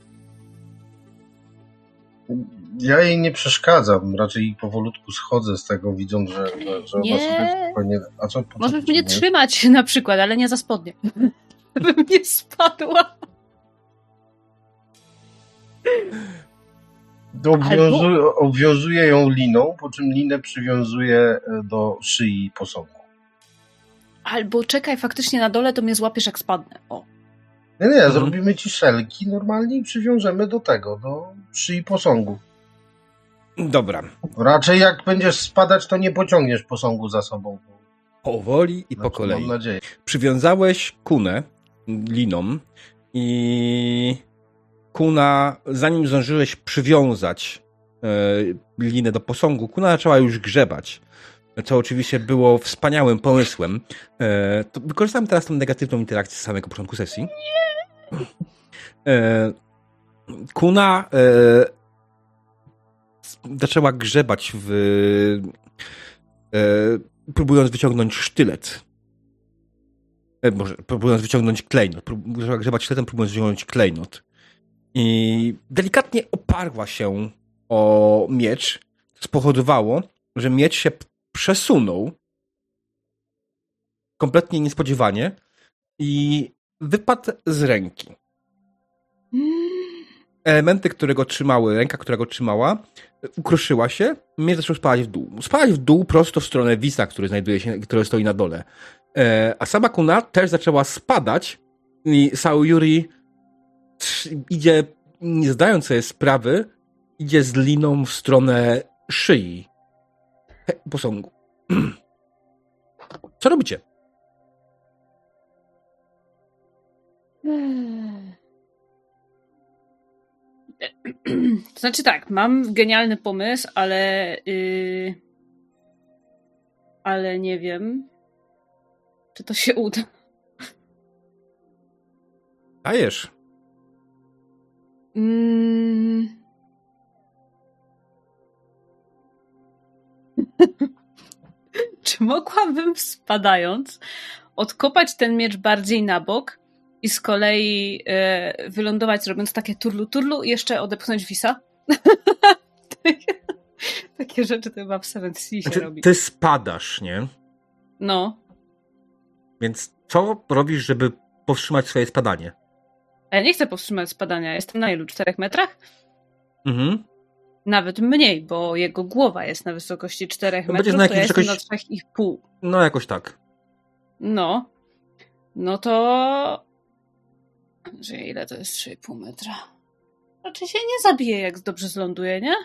Ja jej nie przeszkadzam, raczej powolutku schodzę z tego, widząc, że Nie. ona sobie spokojnie... A co, Możesz mnie trzymać na przykład, ale nie za spodnie. Żebym nie spadła. Obwiązuję ją liną, po czym linę przywiązuję do szyi posągu. Albo czekaj, faktycznie na dole to mnie złapiesz jak spadnę. O. Nie, zrobimy ci szelki normalnie i przywiążemy do szyi posągu. Dobra. Raczej jak będziesz spadać, to nie pociągniesz posągu za sobą. Powoli i po kolei. Mam nadzieję. Przywiązałeś Kunę liną i Kuna, zanim zdążyłeś przywiązać linę do posągu, Kuna zaczęła już grzebać, co oczywiście było wspaniałym pomysłem. To wykorzystam teraz tą negatywną interakcję z samego początku sesji. Kuna zaczęła grzebać próbując wyciągnąć sztylet. Próbując wyciągnąć klejnot. Zaczęła grzebać sztyletem, próbując wyciągnąć klejnot. I delikatnie oparła się o miecz, co spowodowało, że miecz się przesunął kompletnie niespodziewanie i wypadł z ręki. Elementy, ręka, która go trzymała, ukruszyła się, miecz zaczął spadać w dół. Spadać w dół prosto w stronę Wisa, który stoi na dole. A sama Kuna też zaczęła spadać i Saori idzie, nie zdając sobie sprawy, idzie z liną w stronę szyi posągu. Co robicie? To znaczy tak, mam genialny pomysł, ale nie wiem, czy to się uda. Dajesz. Czy mogłabym, spadając, odkopać ten miecz bardziej na bok i z kolei wylądować, robiąc takie turlu i jeszcze odepchnąć Wisa? Takie rzeczy to chyba w Seventh Sea się robi. Ty spadasz, nie? No. Więc co robisz, żeby powstrzymać swoje spadanie? A ja nie chcę powstrzymać spadania. Jestem na ilu? 4 metrach? Mhm. Nawet mniej, bo jego głowa jest na wysokości 4 metrów, na to ja jestem na wysokości... 3,5. No jakoś tak. No to... Że ile to jest 3,5 metra? Raczej się nie zabije, jak dobrze zląduje, nie?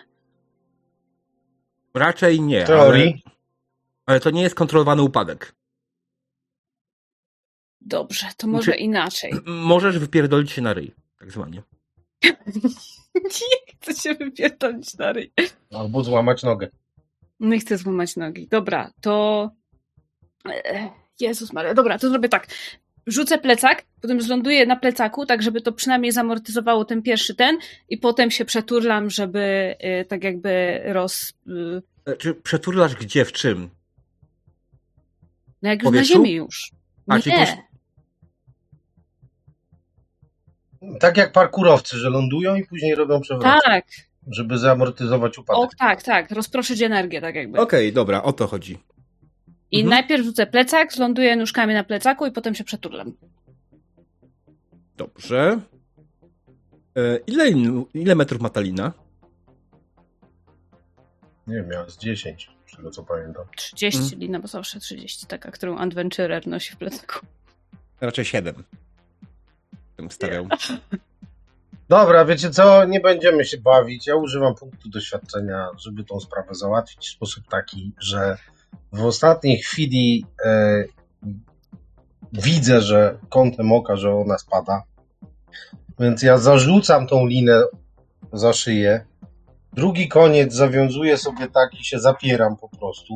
Raczej nie. W teorii. Ale to nie jest kontrolowany upadek. Dobrze, to może inaczej. Możesz wypierdolić się na ryj, tak zwanie. Nie chcę się wypierdolić na ryj. Albo złamać nogę. Nie chcę złamać nogi. Dobra, to... Jezus Maria. Dobra, to zrobię tak. Rzucę plecak, potem zląduję na plecaku, tak żeby to przynajmniej zamortyzowało ten pierwszy i potem się przeturlam, żeby tak jakby Czy przeturlasz gdzie, w czym? No jak już na ziemi już. Nie. Tak jak parkurowcy, że lądują i później robią przewrotki. Tak, żeby zamortyzować upadek. O, tak, rozproszyć energię, tak jakby. Okej, dobra, o to chodzi. I najpierw rzucę plecak, zląduję nóżkami na plecaku i potem się przeturlam. Dobrze. Ile metrów ma ta lina? Nie wiem, miałem z 10, z tego co pamiętam. 30, lina, bo zawsze 30, taka, którą Adventurer nosi w plecaku. Raczej 7. Bym stawiał. Dobra, wiecie co? Nie będziemy się bawić. Ja używam punktu doświadczenia, żeby tą sprawę załatwić w sposób taki, że w ostatniej chwili widzę, że kątem oka, że ona spada. Więc ja zarzucam tą linę za szyję. Drugi koniec zawiązuję sobie tak i się zapieram po prostu.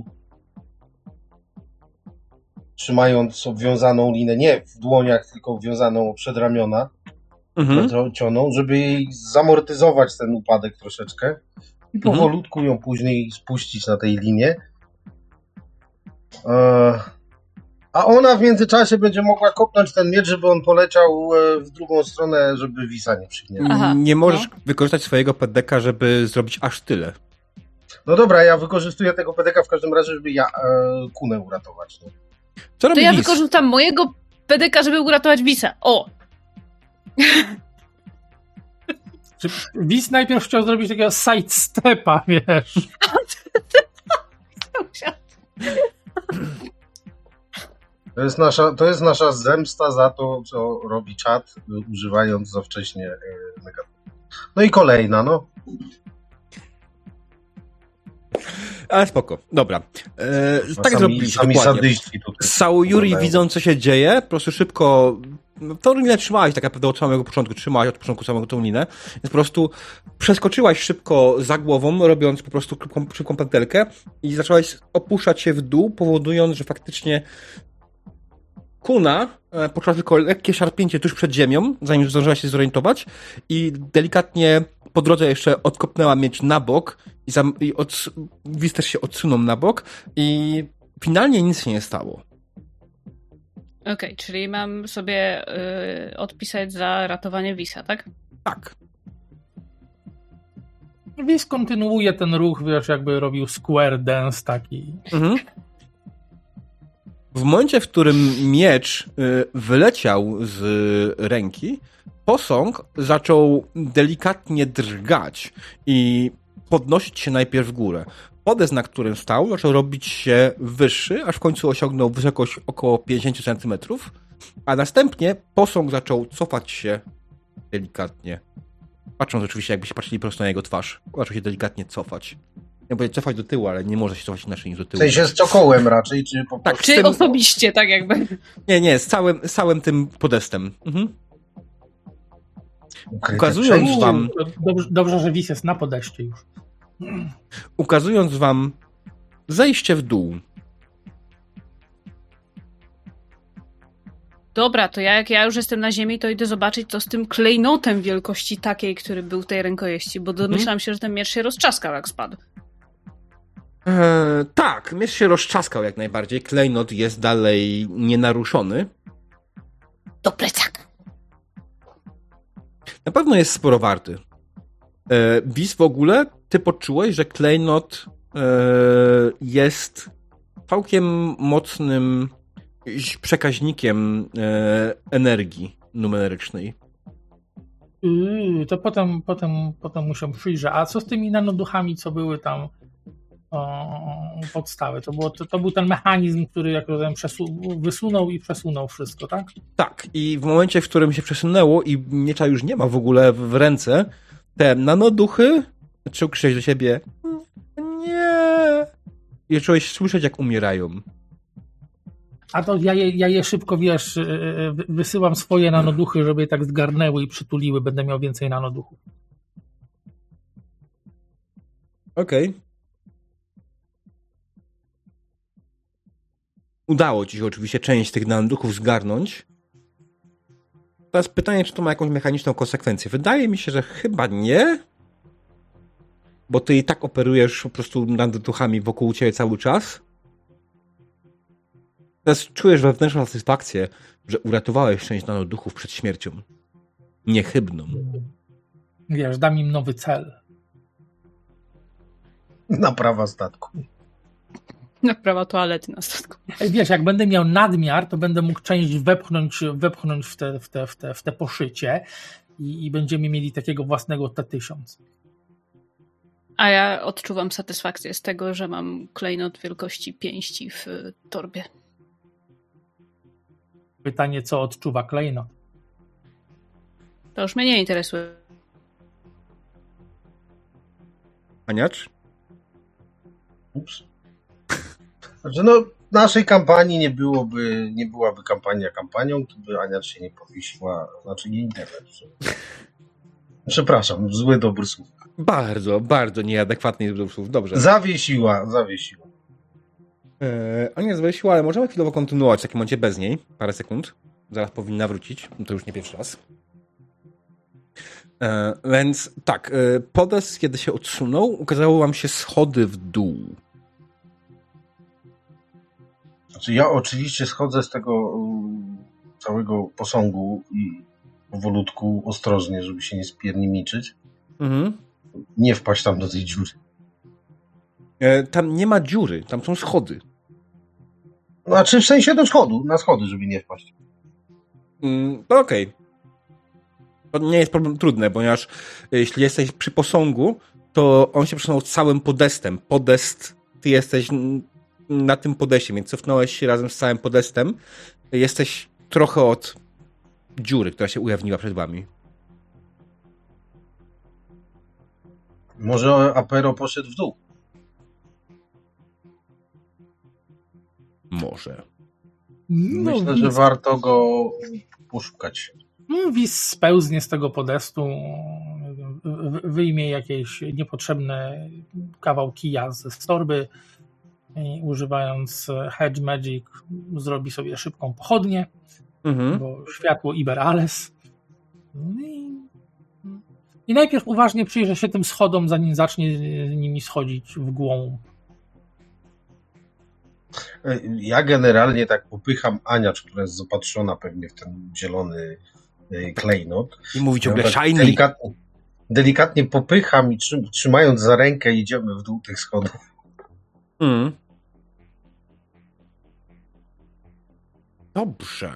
Trzymając obwiązaną linę, nie w dłoniach, tylko obwiązaną przed ramiona. Żeby jej zamortyzować ten upadek troszeczkę i powolutku ją później spuścić na tej linie. A ona w międzyczasie będzie mogła kopnąć ten miecz, żeby on poleciał w drugą stronę, żeby Wisa nie przygnęła. Nie możesz wykorzystać swojego pedeka, żeby zrobić aż tyle. No dobra, ja wykorzystuję tego pedeka w każdym razie, żeby Kunę uratować. No. Co robi To ja Vis? wykorzystam mojego pedeka, żeby uratować Wisa. O! Wis najpierw chciał zrobić takiego sidestepa, wiesz. To jest nasza zemsta za to, co robi czat, używając za wcześnie negatywnie. No i kolejna, no. Ale spoko, dobra. Tak zrobiliście sami dokładnie. sadyści tutaj. Sauyuri, widząc co się dzieje, po prostu szybko tą linę trzymałeś tak naprawdę od samego początku, trzymałaś od początku samego tą linę, więc po prostu przeskoczyłaś szybko za głową, robiąc po prostu szybką pętelkę i zaczęłaś opuszczać się w dół, powodując, że faktycznie Kuna poczuła tylko lekkie szarpnięcie tuż przed ziemią, zanim zdążyła się zorientować i delikatnie po drodze jeszcze odkopnęła miecz na bok Wis też się odsunął na bok i finalnie nic się nie stało. Okej, czyli mam sobie odpisać za ratowanie Wisa, tak? Tak. Wis kontynuuje ten ruch, wiesz, jakby robił square dance taki. Mhm. W momencie, w którym miecz wyleciał z ręki, posąg zaczął delikatnie drgać i podnosić się najpierw w górę. Podest, na którym stał, zaczął robić się wyższy, aż w końcu osiągnął wysokość około 50 cm, a następnie posąg zaczął cofać się delikatnie. Patrząc oczywiście, jakbyście patrzyli prosto na jego twarz. Zaczął się delikatnie cofać. Ja mówię cofać do tyłu, ale nie może się cofać inaczej niż do tyłu. W sensie z czokołem raczej, czy po prostu... Czy osobiście, tak jakby? Nie, z całym tym podestem. Mhm. Ukazując wam... Dobrze, że Wis jest na podejście już. Ukazując wam zejście w dół. Dobra, to jak ja już jestem na ziemi, to idę zobaczyć, co z tym klejnotem wielkości takiej, który był w tej rękojeści, bo domyślam się, że ten miecz się roztrzaskał, jak spadł. Tak, miecz się roztrzaskał jak najbardziej. Klejnot jest dalej nienaruszony. Do plecaka. Na pewno jest sporo warty. Wis, w ogóle ty poczułeś, że klejnot jest całkiem mocnym przekaźnikiem energii numerycznej. To potem muszę przyjrzeć. A co z tymi nanoduchami, co były tam podstawy? To był ten mechanizm, który, jak rozumiem, wysunął i przesunął wszystko, tak? Tak. I w momencie, w którym się przesunęło i miecza już nie ma w ogóle w ręce, te nanoduchy zaczęły krzyczeć do siebie nie. I zacząłeś słyszeć, jak umierają. A to ja je szybko, wiesz, wysyłam swoje nanoduchy, żeby je tak zgarnęły i przytuliły. Będę miał więcej nanoduchów. Okej. Udało ci się oczywiście część tych nanoduchów zgarnąć. Teraz pytanie, czy to ma jakąś mechaniczną konsekwencję. Wydaje mi się, że chyba nie. Bo ty i tak operujesz po prostu nanoduchami wokół ciebie cały czas. Teraz czujesz wewnętrzną satysfakcję, że uratowałeś część nanoduchów przed śmiercią. Niechybną. Wiesz, dam im nowy cel. Naprawa statku. Naprawa toalety na statku. Wiesz, jak będę miał nadmiar, to będę mógł część wepchnąć w te poszycie i będziemy mieli takiego własnego T-1000. A ja odczuwam satysfakcję z tego, że mam klejnot wielkości pięści w torbie. Pytanie, co odczuwa klejnot? To już mnie nie interesuje. Aniacz? Ups. Znaczy, no, w naszej kampanii nie byłaby kampania kampanią, to by Ania się nie powiesiła, znaczy nie internet. Przepraszam, zły dobry słów. Bardzo, bardzo nieadekwatny dobry słów. Dobrze. Zawiesiła. Ania zawiesiła, ale możemy chwilowo kontynuować w takim momencie bez niej. Parę sekund. Zaraz powinna wrócić. To już nie pierwszy raz. Więc tak, podest, kiedy się odsunął, ukazało wam się schody w dół. Znaczy ja oczywiście schodzę z tego całego posągu i powolutku, ostrożnie, żeby się nie spierniczyć. Mhm. Nie wpaść tam do tej dziury. Tam nie ma dziury, tam są schody. Znaczy w sensie na schody, żeby nie wpaść. To okej. To nie jest problem trudne, ponieważ jeśli jesteś przy posągu, to on się przesunął całym podestem. Podest, ty jesteś na tym podeście, więc cofnąłeś się razem z całym podestem. Jesteś trochę od dziury, która się ujawniła przed wami. Może Apero poszedł w dół. Może. Myślę, że warto go poszukać. Wiz spełznie z tego podestu, wyjmie jakieś niepotrzebne kawał kija z torby i używając Hedge Magic zrobi sobie szybką pochodnię, bo światło Iberales. I najpierw uważnie przyjrzę się tym schodom, zanim zacznie nimi schodzić w głąb. Ja generalnie tak popycham Aniacz, która jest zapatrzona pewnie w ten zielony klejnot. I mówi ciągle tak shiny. Delikatnie popycham i trzymając za rękę idziemy w dół tych schodów. Dobrze.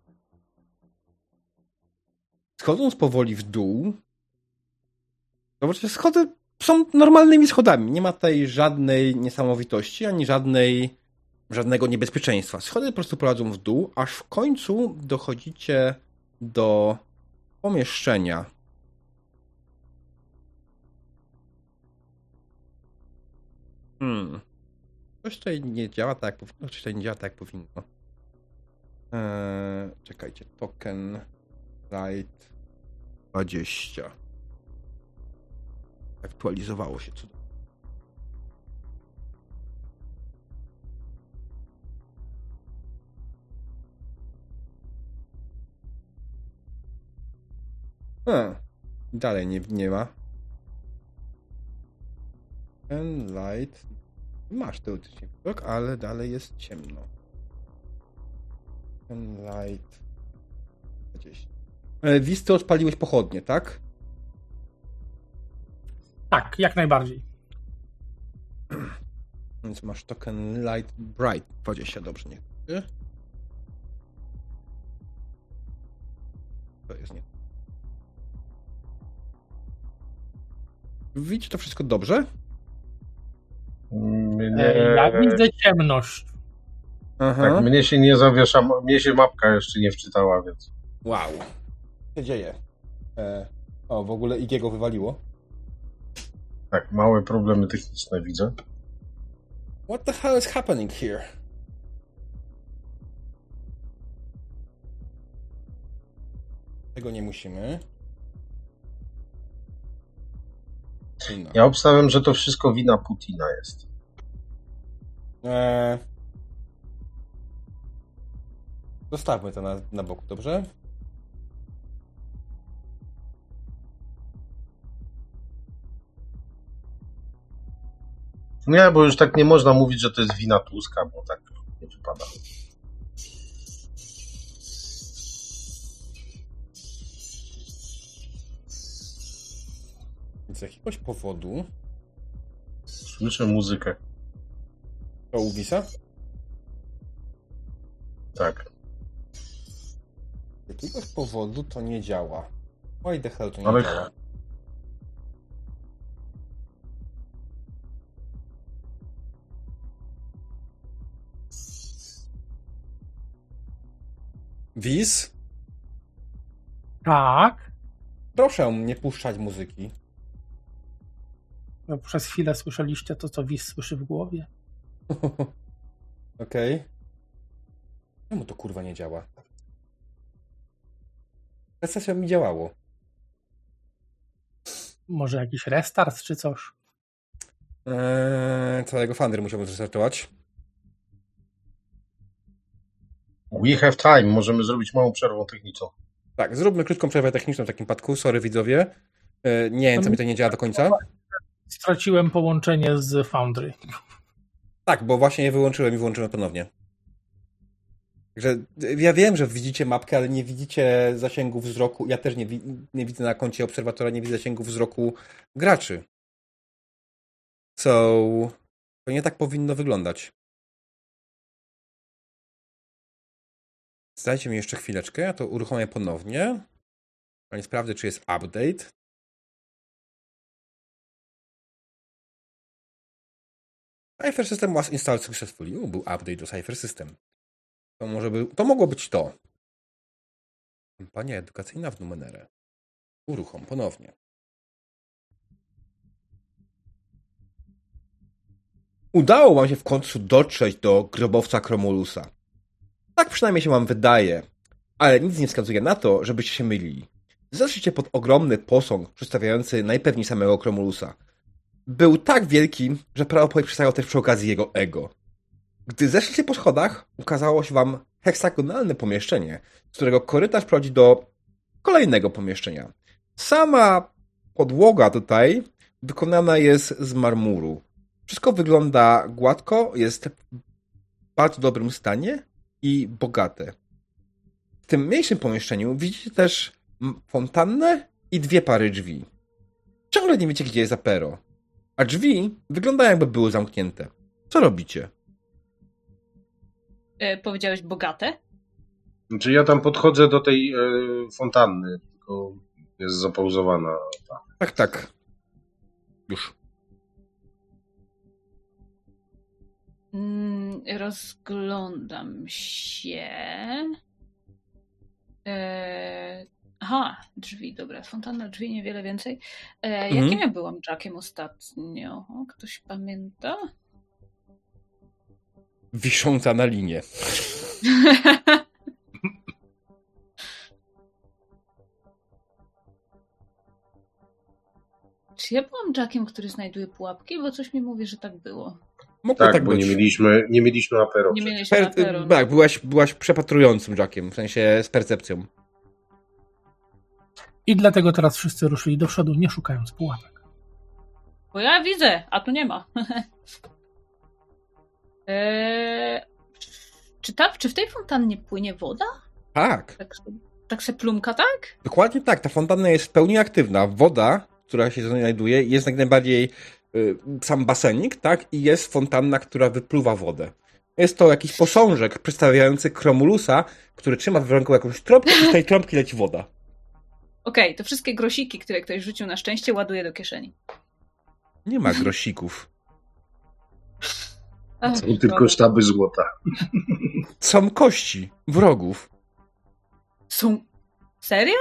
Schodząc powoli w dół, zobaczcie, schody są normalnymi schodami. Nie ma tutaj żadnej niesamowitości, ani żadnego niebezpieczeństwa. Schody po prostu prowadzą w dół, aż w końcu dochodzicie do pomieszczenia. Coś tutaj nie działa tak, jak powinno. Coś tutaj nie działa tak, jak powinno. Czekajcie. Token Light 20. Aktualizowało się cudownie. Dalej nie ma. Ten light. Masz teoretycznie widok, ale dalej jest ciemno. Ten light 20. Wiz, ty odpaliłeś pochodnie, tak? Tak, jak najbardziej. Więc masz token light bright 20, dobrze, nie? To jest nie. Widzicie to wszystko dobrze? Ja widzę ciemność. Aha. Tak, mnie się nie zawiesza, mnie się mapka jeszcze nie wczytała, więc... Wow. Co się dzieje? W ogóle Igiego wywaliło. Tak, małe problemy techniczne widzę. What the hell is happening here? Tego nie musimy. No. Ja obstawiam, że to wszystko wina Putina jest. Zostawmy to na boku, dobrze? Nie, bo już tak nie można mówić, że to jest wina Tuska, bo tak nie wypada. Z jakiegoś powodu Słyszę muzykę. To u Wisa? Tak. Z jakiegoś powodu to nie działa. Why the hell to nie Ale... działa? Wis? Tak. Proszę nie puszczać muzyki. Bo przez chwilę słyszeliście to, co Wis słyszy w głowie. Okej. Czemu to kurwa nie działa? Sesja mi działało. Może jakiś restart czy coś? Całego Thunder musiałbym zrestartować. We have time. Możemy zrobić małą przerwę techniczną. Tak, zróbmy krótką przerwę techniczną w takim przypadku. Sorry widzowie. Nie wiem, co mi to nie działa do końca. Straciłem połączenie z Foundry. Tak, bo właśnie je wyłączyłem i włączyłem ponownie. Także ja wiem, że widzicie mapkę, ale nie widzicie zasięgu wzroku. Ja też nie widzę na koncie obserwatora, nie widzę zasięgu wzroku graczy. To nie tak powinno wyglądać. Dajcie mi jeszcze chwileczkę, ja to uruchomię ponownie. Ale sprawdzę, czy jest update. Cypher System was installed successfully. Był update do Cypher System. To mogło być to. Kampania edukacyjna w Numenera. Uruchom ponownie. Udało wam się w końcu dotrzeć do grobowca Kromulusa. Tak przynajmniej się wam wydaje. Ale nic nie wskazuje na to, żebyście się mylili. Zeszliście pod ogromny posąg przedstawiający najpewniej samego Kromulusa. Był tak wielki, że prawdopodobnie przedstawiał też przy okazji jego ego. Gdy zeszliście po schodach, ukazało się wam heksagonalne pomieszczenie, z którego korytarz prowadzi do kolejnego pomieszczenia. Sama podłoga tutaj wykonana jest z marmuru. Wszystko wygląda gładko, jest w bardzo dobrym stanie i bogate. W tym mniejszym pomieszczeniu widzicie też fontannę i 2 pary drzwi. Ciągle nie wiecie, gdzie jest Apero. A drzwi wyglądają, jakby były zamknięte. Co robicie? Powiedziałeś bogate? Znaczy ja tam podchodzę do tej fontanny, tylko jest zapauzowana. Tak. Już. Rozglądam się. Aha, drzwi, dobra. Fontanna, drzwi, niewiele więcej. Jakim ja byłam Jackiem ostatnio? Ktoś pamięta? Wisząca na linie. Czy ja byłam Jackiem, który znajduje pułapki? Bo coś mi mówi, że tak było. Mogło tak bo być. nie mieliśmy Apero. Nie mieliśmy Apero. Tak, byłaś przepatrującym Jackiem, w sensie z percepcją. I dlatego teraz wszyscy ruszyli do przodu, nie szukając pułapek. Bo ja widzę, a tu nie ma. Czy w tej fontannie płynie woda? Tak. Tak se plumka, tak? Dokładnie tak. Ta fontanna jest w pełni aktywna. Woda, która się znajduje, jest jak najbardziej sam basenik, tak? I jest fontanna, która wypluwa wodę. Jest to jakiś posążek przedstawiający Kromulusa, który trzyma w ręku jakąś trąbkę i z tej trąbki leci woda. Okej, to wszystkie grosiki, które ktoś rzucił na szczęście, ładuje do kieszeni. Nie ma grosików. Są tylko sztaby złota. Są kości wrogów. Są... Serio?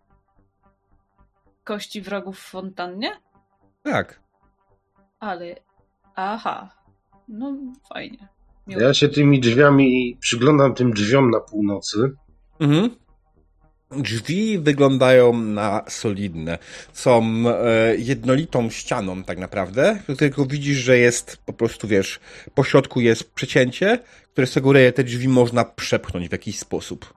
Kości wrogów w fontannie? Tak. Ale... Aha. No, fajnie. Miło. Ja się tymi drzwiami przyglądam tym drzwiom na północy. Mhm. Drzwi wyglądają na solidne. Są jednolitą ścianą tak naprawdę, tylko widzisz, że jest po prostu, wiesz, po środku jest przecięcie, które sugeruje, te drzwi można przepchnąć w jakiś sposób.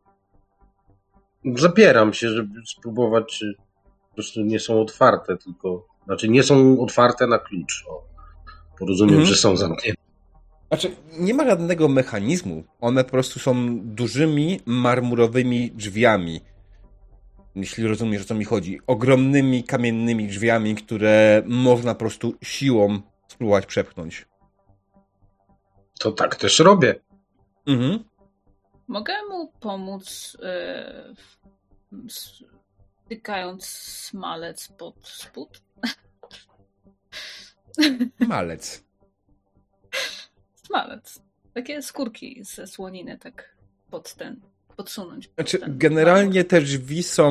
Zapieram się, żeby spróbować, czy po prostu nie są otwarte, znaczy nie są otwarte na klucz. Porozumiem, że są zamknięte. Znaczy, nie ma żadnego mechanizmu. One po prostu są dużymi, marmurowymi drzwiami. Jeśli rozumiesz, o co mi chodzi. Ogromnymi, kamiennymi drzwiami, które można po prostu siłą spróbować przepchnąć. To tak też robię. Mhm. Mogę mu pomóc stykając smalec pod spód? Malec. Smalec. Takie skórki ze słoniny tak podsunąć. Znaczy, generalnie te drzwi są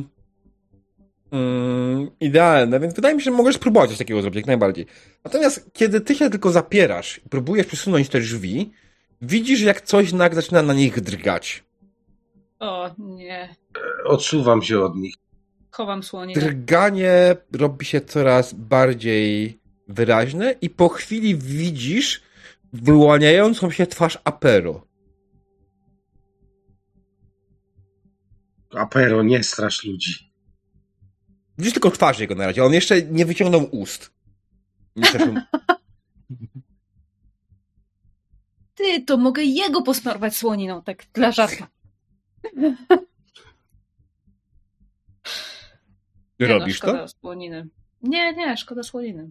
idealne, więc wydaje mi się, że możesz spróbować coś takiego zrobić, jak najbardziej. Natomiast kiedy ty się tylko zapierasz i próbujesz przesunąć te drzwi, widzisz, jak coś nagle zaczyna na nich drgać. O nie. Odsuwam się od nich. Chowam słoninę. Drganie robi się coraz bardziej wyraźne i po chwili widzisz wyłaniającą się twarz Apero. Apero, nie strasz ludzi. Widzisz tylko twarz jego na razie. On jeszcze nie wyciągnął ust. Nie przeszł... Ty, to mogę jego posmarować słoniną, tak dla żartu. Robisz szkoda to? Słoniny. Nie, szkoda słoniny.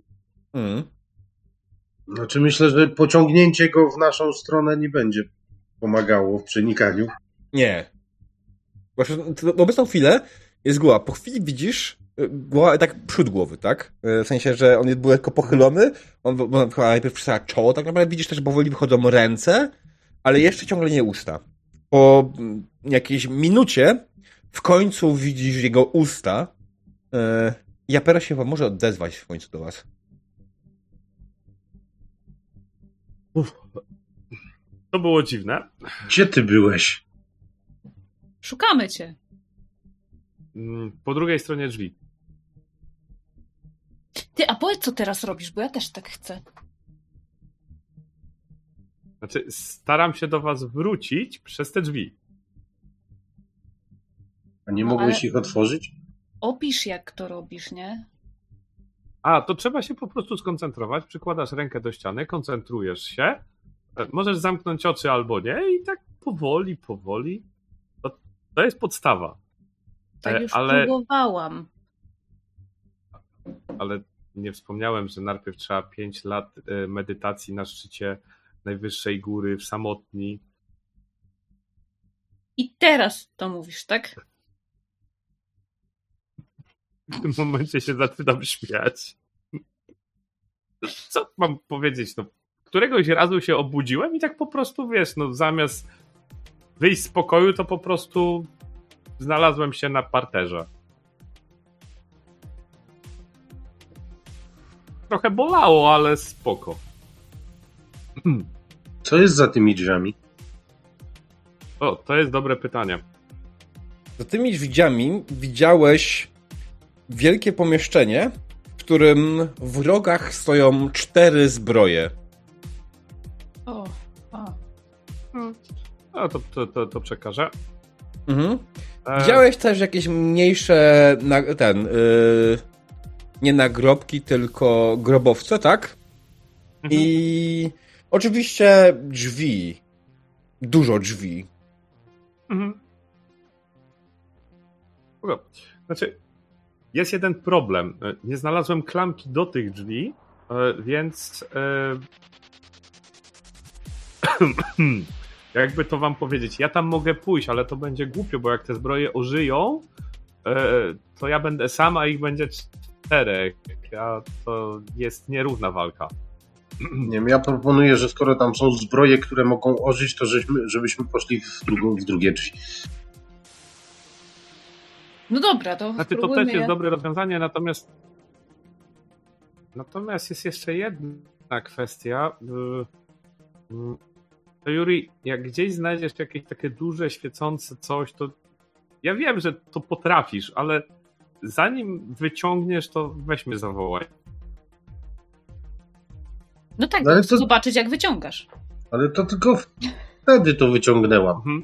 Znaczy myślę, że pociągnięcie go w naszą stronę nie będzie pomagało w przenikaniu. Nie. Właśnie na obecną chwilę jest głowa. Po chwili widzisz głowa, tak przód głowy, tak? W sensie, że on był lekko pochylony. On chyba najpierw przystała czoło, tak naprawdę widzisz też, że powoli wychodzą ręce, ale jeszcze ciągle nie usta. Po jakiejś minucie w końcu widzisz jego usta. Japera się chyba może odezwać w końcu do was. To było dziwne. Gdzie ty byłeś? Szukamy cię. Po drugiej stronie drzwi. Ty, a powiedz, co teraz robisz, bo ja też tak chcę. Znaczy, staram się do was wrócić przez te drzwi. A nie No, mogłeś ale- ich otworzyć? Opisz, jak to robisz, nie? A, to trzeba się po prostu skoncentrować. Przykładasz rękę do ściany, koncentrujesz się. Możesz zamknąć oczy albo nie i tak powoli. To jest podstawa. Tak już ale- próbowałam. Ale nie wspomniałem, że najpierw trzeba 5 lat medytacji na szczycie najwyższej góry w samotni. I teraz to mówisz, tak? W tym momencie się zaczynam śmiać. Co mam powiedzieć? No, któregoś razu się obudziłem i tak po prostu, wiesz, no zamiast wyjść z pokoju, to po prostu znalazłem się na parterze. Trochę bolało, ale spoko. Co jest za tymi drzwiami? O, to jest dobre pytanie. Za tymi drzwiami widziałeś wielkie pomieszczenie, w którym w rogach stoją 4 zbroje. O. No to przekażę. Mhm. Widziałeś też jakieś mniejsze nie nagrobki, tylko grobowce, tak? I oczywiście drzwi. Dużo drzwi. Znaczy, jest jeden problem. Nie znalazłem klamki do tych drzwi, więc jakby to wam powiedzieć, ja tam mogę pójść, ale to będzie głupio, bo jak te zbroje ożyją, to ja będę sam, a ich będzie 4. To jest nierówna walka. Nie wiem, ja proponuję, że skoro tam są zbroje, które mogą ożyć, to żebyśmy poszli w drugie drzwi. No dobra, to Znaczy, to spróbujmy też jest je. dobre rozwiązanie, natomiast jest jeszcze jedna kwestia. To Yuri, jak gdzieś znajdziesz jakieś takie duże, świecące coś, to ja wiem, że to potrafisz, ale zanim wyciągniesz, to weź mnie zawołaj. No tak, No ale chcę to- zobaczyć, jak wyciągasz. Ale to tylko wtedy to wyciągnęłam. Mhm.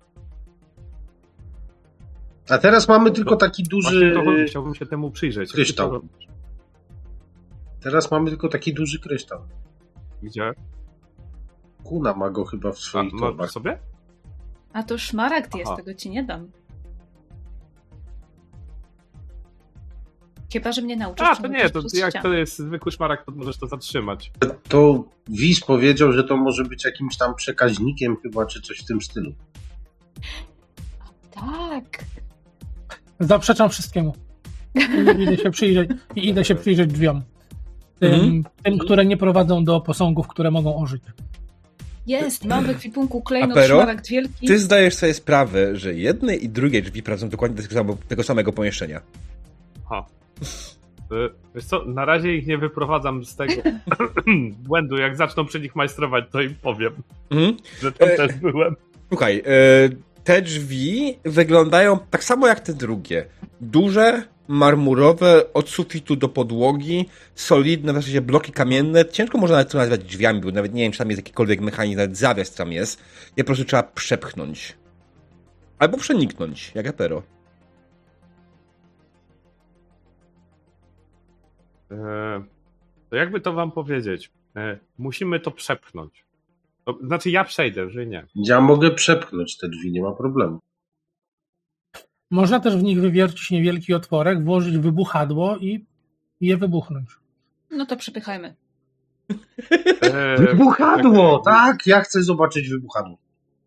A teraz mamy tylko taki Właśnie duży... to chodzi, chciałbym się temu przyjrzeć. kryształ. Jak ty to robisz? Teraz mamy tylko taki duży kryształ. Gdzie? Kuna ma go chyba w A, swoich masz torbach. sobie? A to szmaragd jest, Aha. tego ci nie dam. Chyba, że mnie nauczysz. A, to nie, to jak to jest zwykły szmarak, to możesz to zatrzymać. To Wiz powiedział, że to może być jakimś tam przekaźnikiem chyba, czy coś w tym stylu. Tak. Zaprzeczam wszystkiemu. Idę się przyjrzeć drzwiom. Tym, które nie prowadzą do posągów, które mogą ożyć. Jest, mamy w ekwipunku klejnot, Apero, szmaragd wielki. Ty zdajesz sobie sprawę, że jedne i drugie drzwi prowadzą dokładnie do tego samego pomieszczenia. Aha. Wiesz co, na razie ich nie wyprowadzam z tego błędu. Jak zaczną przy nich majstrować, to im powiem, że tam też byłem. Słuchaj, te drzwi wyglądają tak samo jak te drugie. Duże, marmurowe, od sufitu do podłogi, solidne, w zasadzie bloki kamienne. Ciężko można nawet to nazwać drzwiami, bo nawet nie wiem, czy tam jest jakikolwiek mechanizm, nawet zawias tam jest. Je po prostu trzeba przepchnąć. Albo przeniknąć, jak Apero. To jakby to wam powiedzieć? Musimy to przepchnąć. To znaczy ja przejdę, że nie. Ja mogę przepchnąć te drzwi, nie ma problemu. Można też w nich wywiercić niewielki otworek, włożyć wybuchadło i je wybuchnąć. No to przepychajmy. Wybuchadło, tak? Ja chcę zobaczyć wybuchadło.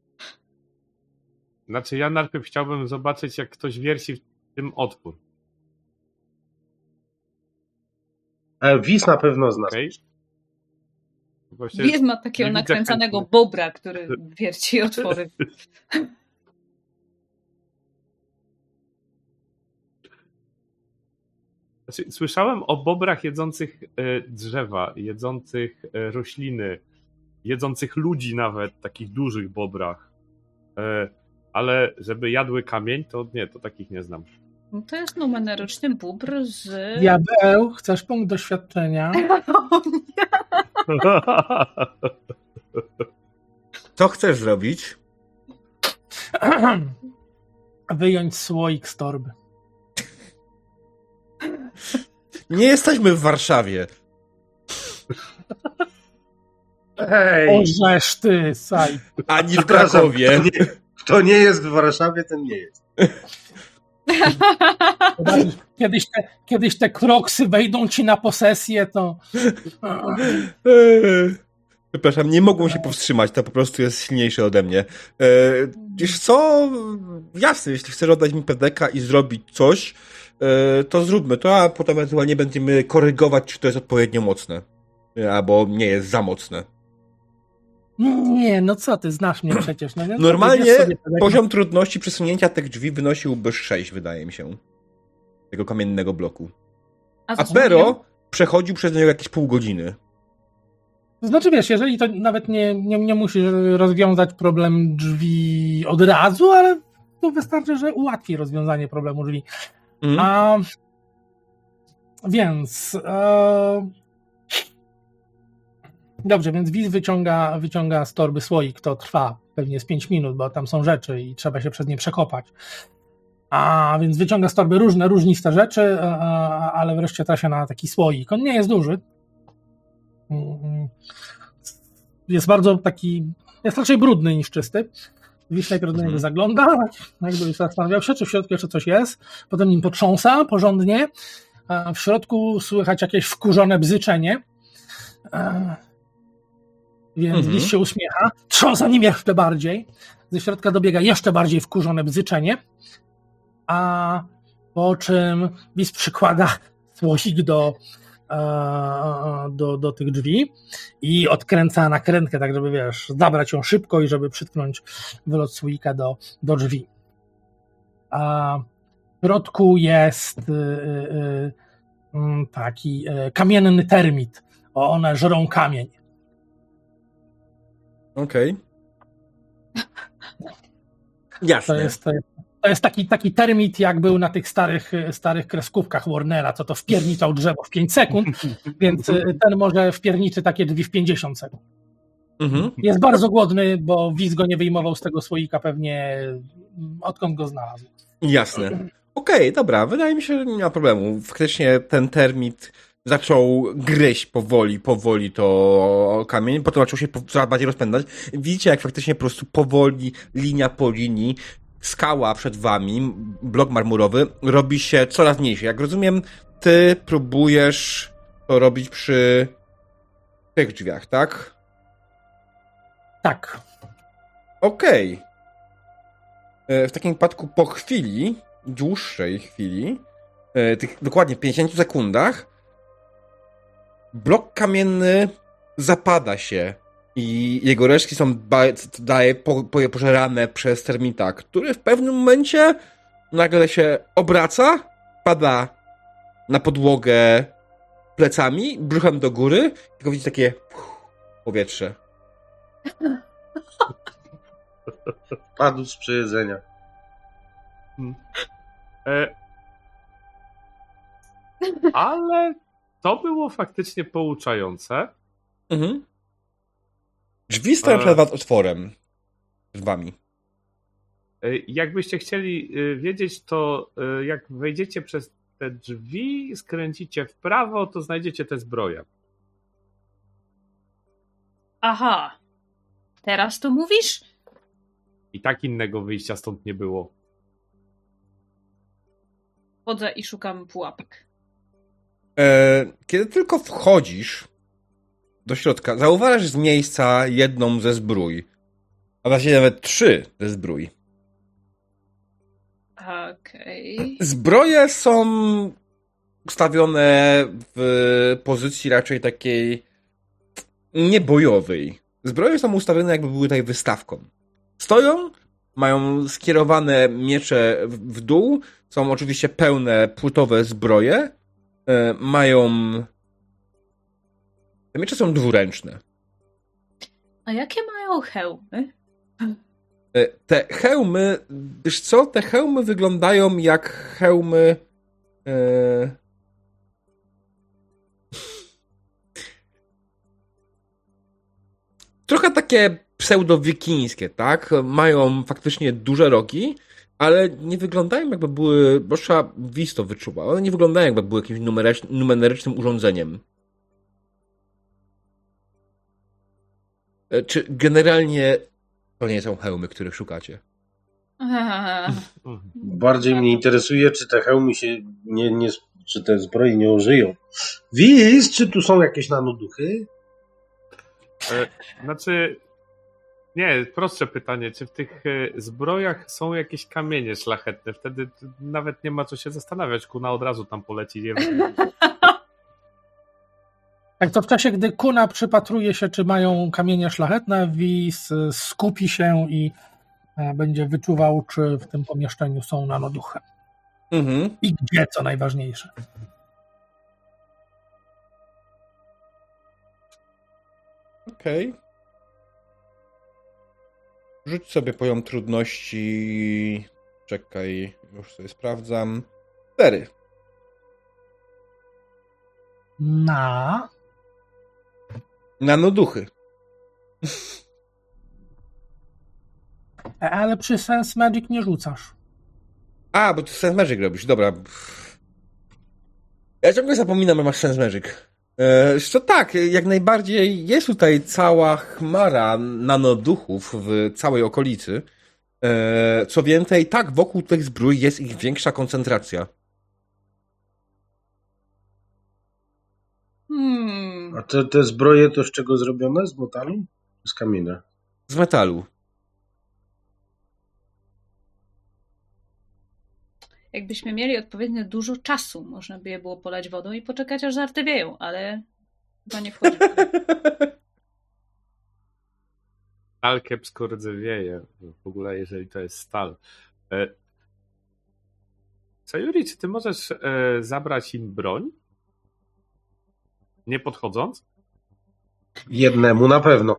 Znaczy ja najpierw chciałbym zobaczyć, jak ktoś wierci w tym otwór. Wiz na pewno z nas. Okay. Wiz ma takiego nakręcanego bobra, który wierci otwory. Znaczy, słyszałem o bobrach jedzących drzewa, jedzących rośliny, jedzących ludzi nawet, takich dużych bobrach. Ale żeby jadły kamień, to nie, to takich nie znam. No to jest numeryczny bóbr z... Diabeł, chcesz punkt doświadczenia? Co chcesz zrobić? Wyjąć słoik z torby. Nie jesteśmy w Warszawie. Hej! Orzesz ty, saj. Ani w Krakowie. Kto nie jest w Warszawie, ten nie jest. Kiedyś te kroksy wejdą ci na posesję, to... Przepraszam, nie mogą się powstrzymać, to po prostu jest silniejsze ode mnie. Wiesz co? Jasne, jeśli chcesz oddać mi PDK i zrobić coś, to zróbmy to, a potem ewentualnie będziemy korygować, czy to jest odpowiednio mocne. Albo nie jest za mocne. Nie, no co ty, znasz mnie przecież. No, normalnie poziom trudności przesunięcia tych drzwi wynosiłby 6, wydaje mi się. Tego kamiennego bloku. A Pero przechodził przez niego jakieś pół godziny. Znaczy wiesz, jeżeli to nawet nie musisz rozwiązać problem drzwi od razu, ale to wystarczy, że ułatwi rozwiązanie problemu drzwi. Więc... Dobrze, więc Wiz wyciąga z torby słoik, to trwa pewnie z 5 minut, bo tam są rzeczy i trzeba się przez nie przekopać. A więc wyciąga z torby różniste rzeczy, ale wreszcie trafia na taki słoik. On nie jest duży. Jest bardzo taki, jest raczej brudny niż czysty. Wiz najpierw do niego zagląda, jakby zastanawiał się, czy w środku jeszcze coś jest. Potem nim potrząsa porządnie. W środku słychać jakieś wkurzone bzyczenie. Więc Wiz się uśmiecha, trząsa nim jeszcze bardziej. Ze środka dobiega jeszcze bardziej wkurzone bzyczenie. A po czym Wiz przykłada słoik do tych drzwi i odkręca nakrętkę, tak żeby, wiesz, zabrać ją szybko i żeby przytknąć wylot słoika do drzwi. A w środku jest taki kamienny termit. One żrą kamień. Okej. Jasne. To jest taki termit, jak był na tych starych kreskówkach Warnera, co to wpierniczał drzewo w 5 sekund, więc ten może wpierniczy takie drzwi w 50 sekund. Jest bardzo głodny, bo Wiz go nie wyjmował z tego słoika pewnie odkąd go znalazł. Jasne. Okej, dobra, wydaje mi się, że nie ma problemu. Faktycznie ten termit zaczął gryźć powoli to kamień, potem zaczął się coraz bardziej rozpędzać. Widzicie, jak faktycznie po prostu powoli, linia po linii, skała przed wami, blok marmurowy, robi się coraz mniejszy. Jak rozumiem, ty próbujesz to robić przy tych drzwiach, tak? Tak. Okej. W takim wypadku po chwili, dłuższej chwili, tych dokładnie 50 sekundach, blok kamienny zapada się i jego resztki są pożerane przez termita, który w pewnym momencie nagle się obraca, pada na podłogę plecami, brzuchem do góry, tylko widzisz takie powietrze. Padł z przejedzenia. Ale to było faktycznie pouczające. Mhm. Drzwi stoją przed was otworem. Drzwiami. Jakbyście chcieli wiedzieć, to jak wejdziecie przez te drzwi, skręcicie w prawo, to znajdziecie te zbroje. Aha. Teraz to mówisz? I tak innego wyjścia stąd nie było. Chodzę i szukam pułapek. Kiedy tylko wchodzisz do środka, zauważasz z miejsca jedną ze zbrój. A właściwie nawet 3 ze zbrój. Okej. Zbroje są ustawione w pozycji raczej takiej niebojowej. Zbroje są ustawione, jakby były tutaj wystawką. Stoją, mają skierowane miecze w dół, są oczywiście pełne płytowe zbroje, mają... Te miecze są dwuręczne. A jakie mają hełmy? Te hełmy, wiesz co? Te hełmy wyglądają jak hełmy... Trochę takie pseudo-wikińskie, tak? Mają faktycznie duże rogi, ale nie wyglądają jakby były... Boższa Wiz to wyczuła. One nie wyglądają jakby były jakimś numerycznym urządzeniem. Czy generalnie to nie są hełmy, których szukacie? Bardziej mnie interesuje, czy te hełmy się czy te zbroje nie użyją. Wiz, czy tu są jakieś nanoduchy? Znaczy, nie, prostsze pytanie, czy w tych zbrojach są jakieś kamienie szlachetne? Wtedy nawet nie ma co się zastanawiać, Kuna od razu tam poleci. Tak, to w czasie, gdy Kuna przypatruje się, czy mają kamienie szlachetne, Wiz skupi się i będzie wyczuwał, czy w tym pomieszczeniu są nanoduchy. Mhm. I gdzie, co najważniejsze. Okej. Rzuć sobie poziom trudności. Czekaj, już sobie sprawdzam. 4. Nanoduchy. Ale przy Sense Magic nie rzucasz. A, bo ty Sense Magic robisz, dobra. Ja ciągle zapominam, że masz Sense Magic. To tak, jak najbardziej jest tutaj cała chmara nanoduchów w całej okolicy. Co więcej, tak, wokół tych zbrój jest ich większa koncentracja. A te zbroje to z czego zrobione? Z metalu? Z kamienia? Z metalu. Jakbyśmy mieli odpowiednio dużo czasu, można by je było polać wodą i poczekać, aż zardewieją, ale chyba nie wchodzi. Stal kiepsko rdzewieje. W ogóle, jeżeli to jest stal. Sayuri, czy ty możesz zabrać im broń? Nie podchodząc? Jednemu na pewno.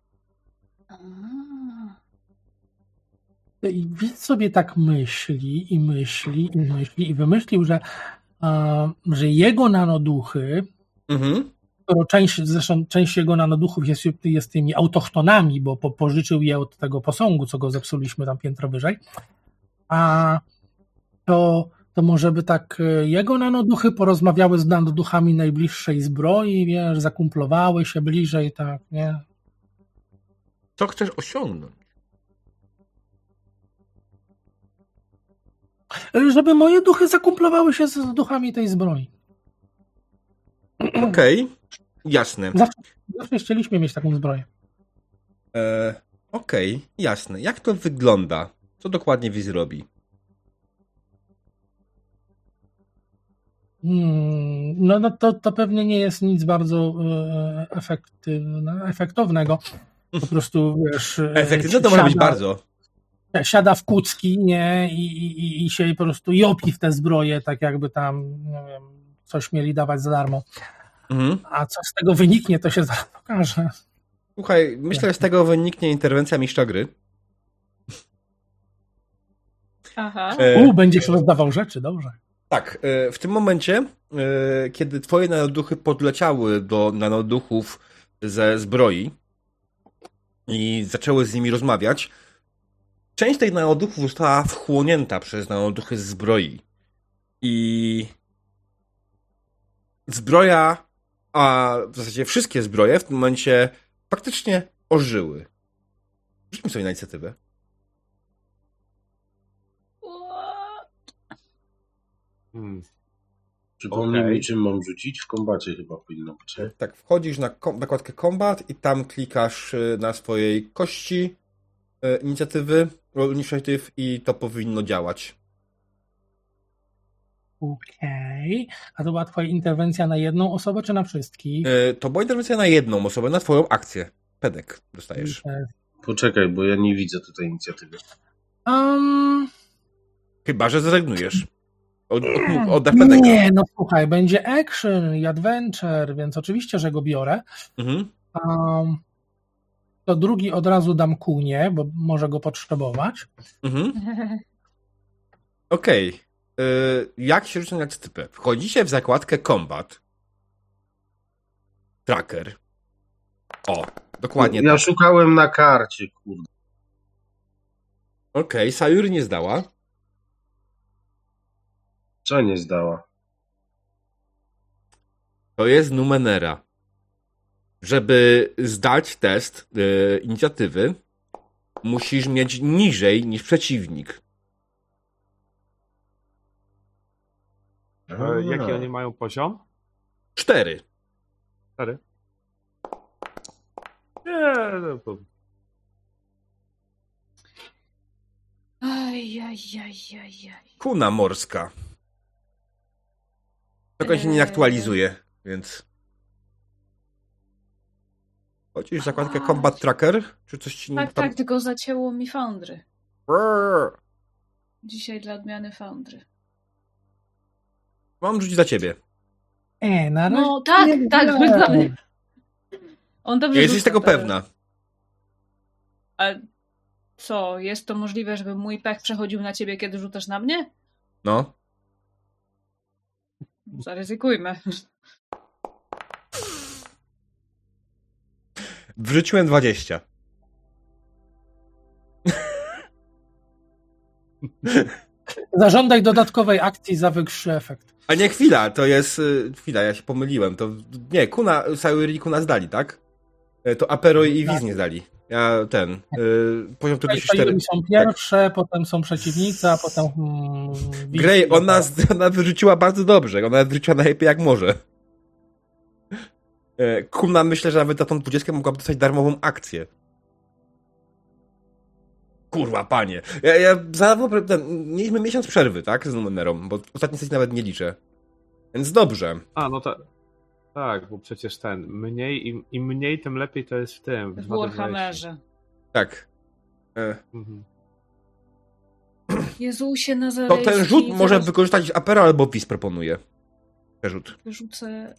I Wiz sobie tak myśli i wymyślił, że jego nanoduchy, skoro część jego nanoduchów jest tymi autochtonami, bo pożyczył je od tego posągu, co go zepsuliśmy tam piętro wyżej, a to może by tak jego nanoduchy porozmawiały z nanoduchami najbliższej zbroi, wiesz, zakumplowały się bliżej, tak, nie? Co chcesz osiągnąć? Żeby moje duchy zakumplowały się z duchami tej zbroi. Okej, jasne. Zawsze chcieliśmy mieć taką zbroję. Okej, jasne. Jak to wygląda? Co dokładnie Wiz robi? No to pewnie nie jest nic bardzo efektownego. Po prostu, wiesz... Efektywne to może być bardzo. Siada w kucki, nie? I się po prostu jopi w te zbroje, tak jakby tam, nie wiem, coś mieli dawać za darmo. A co z tego wyniknie, to się zaraz pokaże. Słuchaj, myślę, że z tego wyniknie interwencja mistrza gry. Aha. Będziesz rozdawał rzeczy, dobrze. Tak, w tym momencie, kiedy twoje nanoduchy podleciały do nanoduchów ze zbroi i zaczęły z nimi rozmawiać, część tych nanoduchów została wchłonięta przez nanoduchy z zbroi. I zbroja, a w zasadzie wszystkie zbroje w tym momencie faktycznie ożyły. Rzućmy sobie na inicjatywę. Przypomnij mi, czym mam rzucić? W kombacie chyba powinno być. Tak, wchodzisz na nakładkę Combat i tam klikasz na swojej kości inicjatywy, Roll Initiative i to powinno działać. Okej. A to była twoja interwencja na jedną osobę, czy na wszystkich? To była interwencja na jedną osobę, na twoją akcję. Pedek dostajesz. Poczekaj, bo ja nie widzę tutaj inicjatywy. Chyba że zrezygnujesz. Oddech pedeka. Nie, no słuchaj, będzie action i adventure, więc oczywiście, że go biorę. To drugi od razu dam Kunie, bo może go potrzebować. Okej. Jak się rzuca na inicjatywę? Wchodzicie w zakładkę Combat. Tracker. O, dokładnie Ja tak. szukałem na karcie, kurde. Okej, Sayuri nie zdała. Co nie zdała? To jest Numenera. Żeby zdać test inicjatywy, musisz mieć niżej niż przeciwnik. Jaki oni mają poziom? 4. 4? Nie, no to... Kuna morska. Tylko się nie aktualizuje, więc... Chodzisz w zakładkę Combat Tracker? Czy coś ci nie... Tak, tylko zacięło mi Foundry. Dzisiaj dla odmiany Foundry. Mam rzucić za ciebie. Na razie no tak, wygląda. On dobrze Jesteś rzuca, tego pewna. A co, jest to możliwe, żeby mój pech przechodził na ciebie, kiedy rzucasz na mnie? No. Zaryzykujmy. Wrzuciłem 20. Zażądaj dodatkowej akcji za wyższy efekt. A nie, chwila, to jest... Chwila, ja się pomyliłem. To nie, Sayuri i Kuna zdali, tak? To Apero i Wiz nie zdali. Ja poziom trudności 4. Są pierwsze, tak. Potem są przeciwnicy, a potem... Grey, ona wyrzuciła bardzo dobrze. Ona wyrzuciła najlepiej jak może. Kuna myślę, że nawet za tą 20 mogłaby dostać darmową akcję. Kurwa, panie. Mieliśmy miesiąc przerwy, tak? Z Numenerą, bo ostatniej sesji nawet nie liczę. Więc dobrze. A, no to... Tak, bo przecież im mniej, tym lepiej to jest w tym. W Warhammerze. Tak. Jezusie Nazarejski. To ten rzut może wykorzystać Apero albo Wiz proponuje. Przerzut. Wyrzucę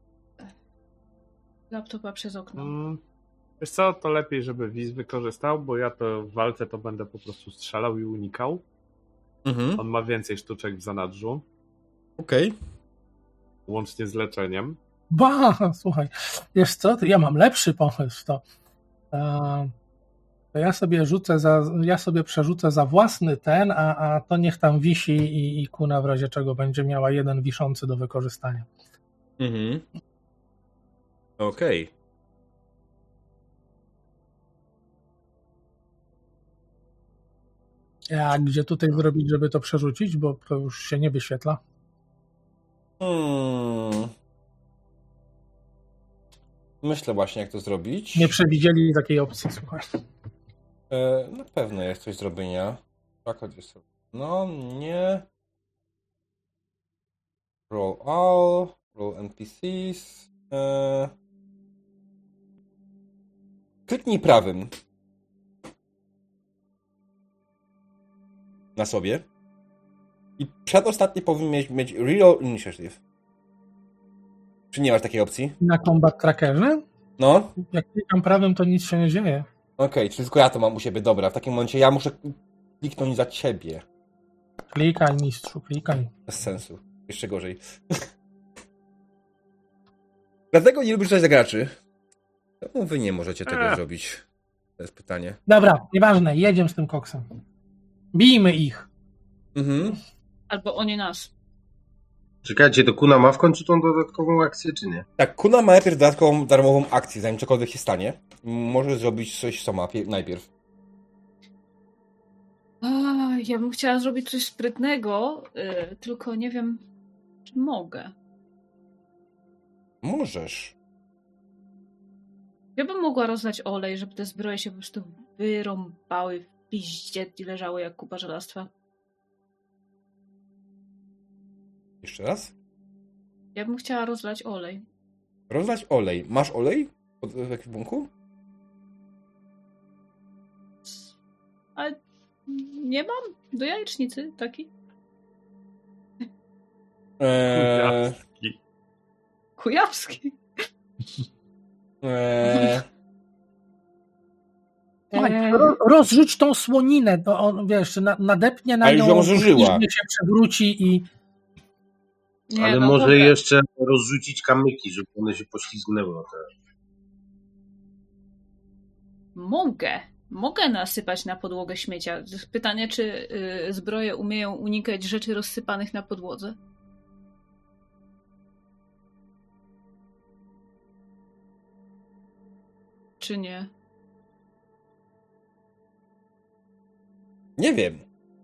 laptopa przez okno. Wiesz co, to lepiej, żeby Wiz wykorzystał, bo ja to w walce to będę po prostu strzelał i unikał. On ma więcej sztuczek w zanadrzu. Okej. Łącznie z leczeniem. Słuchaj, wiesz co, ja mam lepszy pomysł. To ja sobie przerzucę za własny a to niech tam wisi i Kuna w razie czego będzie miała jeden wiszący do wykorzystania. Okej. A gdzie tutaj zrobić, żeby to przerzucić, bo to już się nie wyświetla? Myślę właśnie, jak to zrobić. Nie przewidzieli takiej opcji, słuchaj. Na pewno jest coś do zrobienia. No, nie. Roll all, roll NPCs. Kliknij prawym. Na sobie. I przedostatni powinien mieć Real Initiative. Czy nie masz takiej opcji? Na Combat Trackerze? No. Jak klikam prawym, to nic się nie dzieje. Okej, czyli tylko ja to mam u siebie. Dobra, w takim momencie ja muszę kliknąć za ciebie. Klikaj, mistrzu, klikaj. Bez sensu. Jeszcze gorzej. Dlatego nie lubię czytać za graczy. Czemu wy nie możecie tego zrobić? To jest pytanie. Dobra, nieważne, jedziemy z tym koksem. Bijmy ich. Albo oni nas. Czekajcie, to Kuna ma w końcu tą dodatkową akcję, czy nie? Tak, Kuna ma najpierw dodatkową darmową akcję, zanim cokolwiek się stanie. Może zrobić coś sama najpierw. Ja bym chciała zrobić coś sprytnego, tylko nie wiem, czy mogę. Możesz. Ja bym mogła rozlać olej, żeby te zbroje się po prostu wyrąbały w piździe i leżały jak kupa żelastwa. Jeszcze raz? Ja bym chciała rozlać olej. Rozlać olej. Masz olej w ekwipunku? Ale nie mam. Do jajecznicy taki. Kujawski. Rozrzuć tą słoninę, to on, wiesz, nadepnie na nią, się przewróci i... Nie, ale no może jeszcze rozrzucić kamyki, żeby one się poślizgnęły. Mogę nasypać na podłogę śmiecia. Pytanie, czy zbroje umieją unikać rzeczy rozsypanych na podłodze? Czy nie? Nie wiem.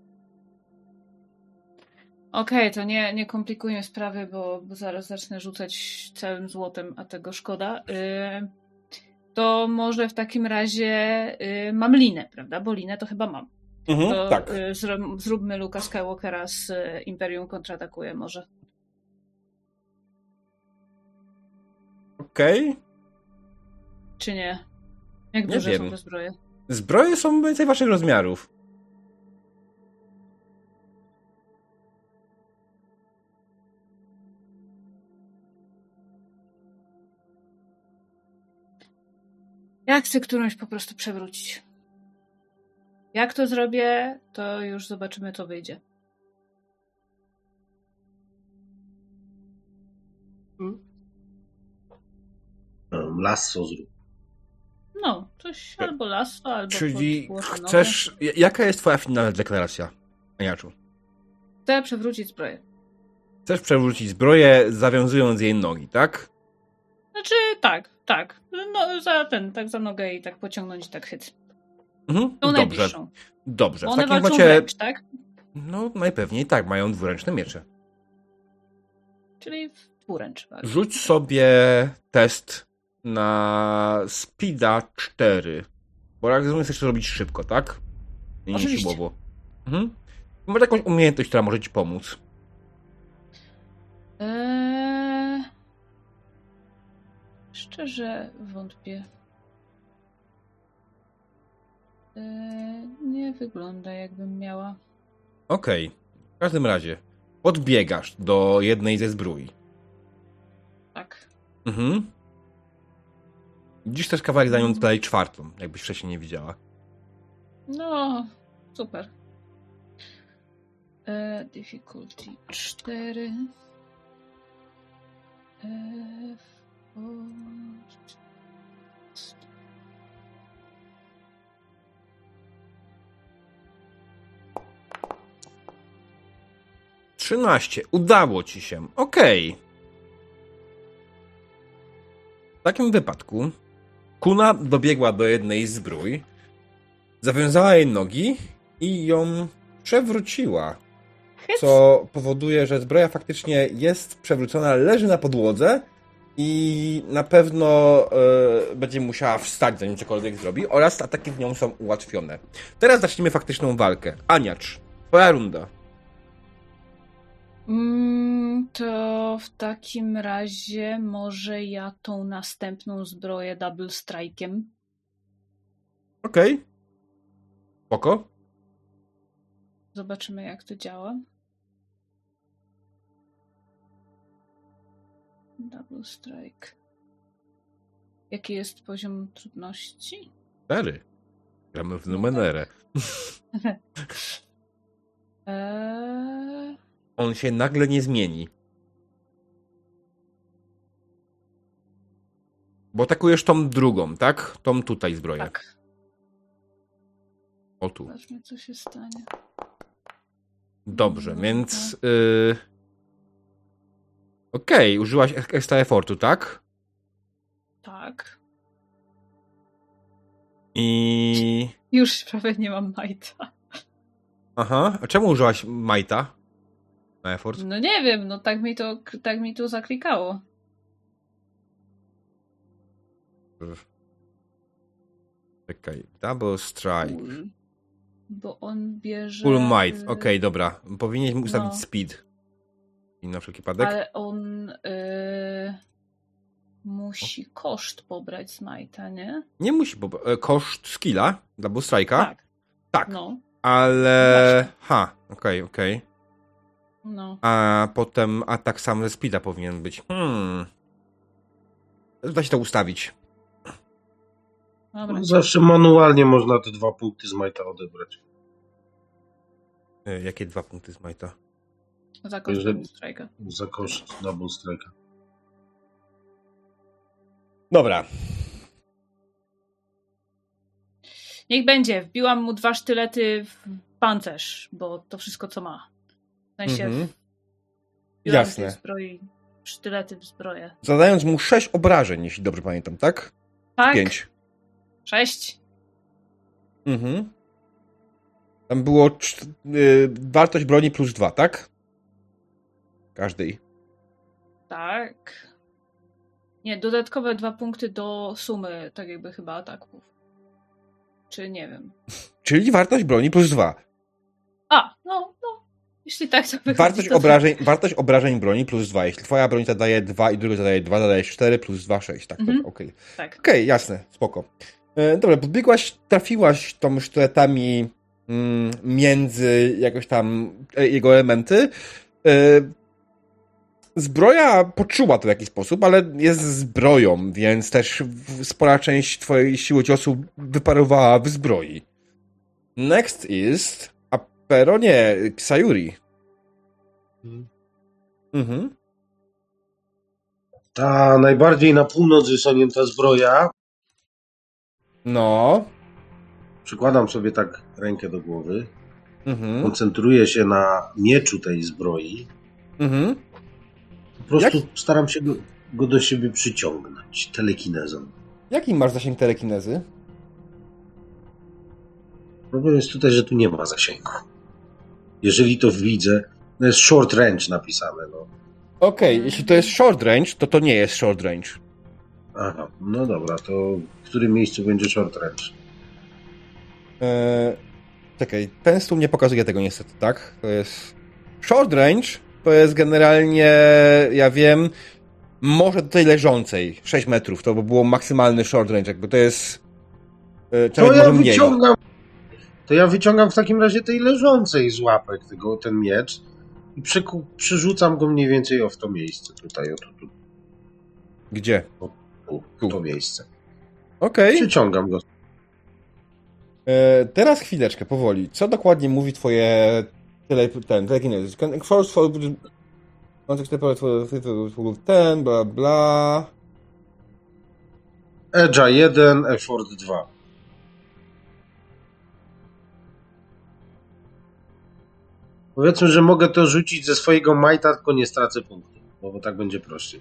Okej, to nie komplikujmy sprawy, bo zaraz zacznę rzucać całym złotem, a tego szkoda. To może w takim razie mam linę, prawda? Bo linę to chyba mam. To tak. Zróbmy Luka Skywalkera z Imperium kontratakuje może. Okej. Czy nie? Jak duże są te zbroje? Zbroje są mniej więcej waszych rozmiarów. Ja chcę którąś po prostu przewrócić. Jak to zrobię, to już zobaczymy, co wyjdzie. Lasso zrób. No, coś albo lasso, albo... Czyli chcesz... Jaka jest twoja finalna deklaracja, Aniaczu? Chcę przewrócić zbroję. Chcesz przewrócić zbroję, zawiązując jej nogi, tak? Znaczy, tak. No, za nogę i tak pociągnąć i tak chyt. Tą najbliższą. Dobrze. Bo one walczą wręcz, tak? No, najpewniej tak, mają dwuręczne miecze. Czyli dwuręcz. Rzuć sobie test na Speeda 4. Bo jak rozumiem, chcesz to robić szybko, tak? I nie siłowo. Może jakąś umiejętność, która może ci pomóc. Szczerze wątpię. Nie wygląda, jakbym miała. Okej. W każdym razie podbiegasz do jednej ze zbrój. Tak. Widzisz też kawałek za nią dalej czwartą, jakbyś wcześniej nie widziała. No, super. Difficulty 4. 13. Udało ci się. Okej. W takim wypadku Kuna dobiegła do jednej z zbrój, zawiązała jej nogi i ją przewróciła. Co powoduje, że zbroja faktycznie jest przewrócona, leży na podłodze i na pewno będzie musiała wstać, zanim cokolwiek zrobi, oraz ataki w nią są ułatwione. Teraz zacznijmy faktyczną walkę. Aniacz, twoja runda. To w takim razie może ja tą następną zbroję Double Strike'iem. Okej. Spoko. Zobaczymy, jak to działa. Double Strike. Jaki jest poziom trudności? 4. Gramy w Numenerę. On się nagle nie zmieni. Bo atakujesz tą drugą, tak? Tą tutaj zbroję. Tak. O tu. Zobaczmy, co się stanie. Dobrze, więc... Okej, użyłaś extra effortu, tak? Tak. I... Już prawie nie mam majta. Aha, a czemu użyłaś majta na effort? No nie wiem, no tak mi to zaklikało. Czekaj, double strike. Bo on bierze... Full might, okej, dobra. Powinieneś ustawić speed. I na wszelki wypadek. Ale on musi koszt pobrać z majta, nie? Nie musi, bo koszt skilla, double strike'a. Tak. No. Ale... Okej. No. A potem atak sam ze speeda powinien być. Da się to ustawić. Dobra. Zawsze manualnie można te 2 punkty z majta odebrać. Jakie 2 punkty z majta? Za koszt double strike'a. Za koszt double strike'a. Dobra. Niech będzie. Wbiłam mu 2 sztylety w pancerz, bo to wszystko, co ma. W sensie wbiłam w tej zbroi sztylety w zbroję. Zadając mu 6 obrażeń, jeśli dobrze pamiętam, tak? Tak. 5. 6. Tam było wartość broni plus 2, tak? Każdej. Tak. Nie, dodatkowe 2 punkty do sumy, tak jakby chyba ataków. Czy nie wiem. Czyli wartość broni plus 2. No. Jeśli tak, to wychodzi. Wartość obrażeń broni plus 2. Jeśli twoja broń zadaje 2 i druga zadaje 2, zadajesz 4 plus 2, 6. Tak, okej. Tak. Okej, jasne, spoko. Dobra, podbiegłaś, trafiłaś tą sztyletami między jakoś tam jego elementy. Zbroja poczuła to w jakiś sposób, ale jest zbroją, więc też spora część twojej siły ciosu wyparowała w zbroi. Next is Aperonie Sayuri. Ta najbardziej na północ wysunięta zbroja. No. Przykładam sobie tak rękę do głowy. Koncentruję się na mieczu tej zbroi. Po prostu staram się go do siebie przyciągnąć telekinezą. Jaki masz zasięg telekinezy? Problem jest tutaj, że tu nie ma zasięgu. Jeżeli to widzę, no jest short range napisane. No. Okej, jeśli to jest short range, to nie jest short range. Aha, no dobra, to w którym miejscu będzie short range? Czekaj, ten stół nie pokazuje tego niestety, tak? To jest... Short range to jest generalnie, ja wiem, może do tej leżącej, 6 metrów, to by było maksymalny short range, jakby to jest... To ja wyciągam w takim razie tej leżącej z łapek ten miecz i przerzucam go mniej więcej w to miejsce tutaj. Tu. Gdzie? Tu. To miejsce. Okej. Przyciągam go. Teraz chwileczkę, powoli. Co dokładnie mówi twoje telekinezis? Ten, bla bla. Edge'a 1, effort 2. Powiedzmy, że mogę to rzucić ze swojego majta, tylko nie stracę punktu, bo tak będzie prościej.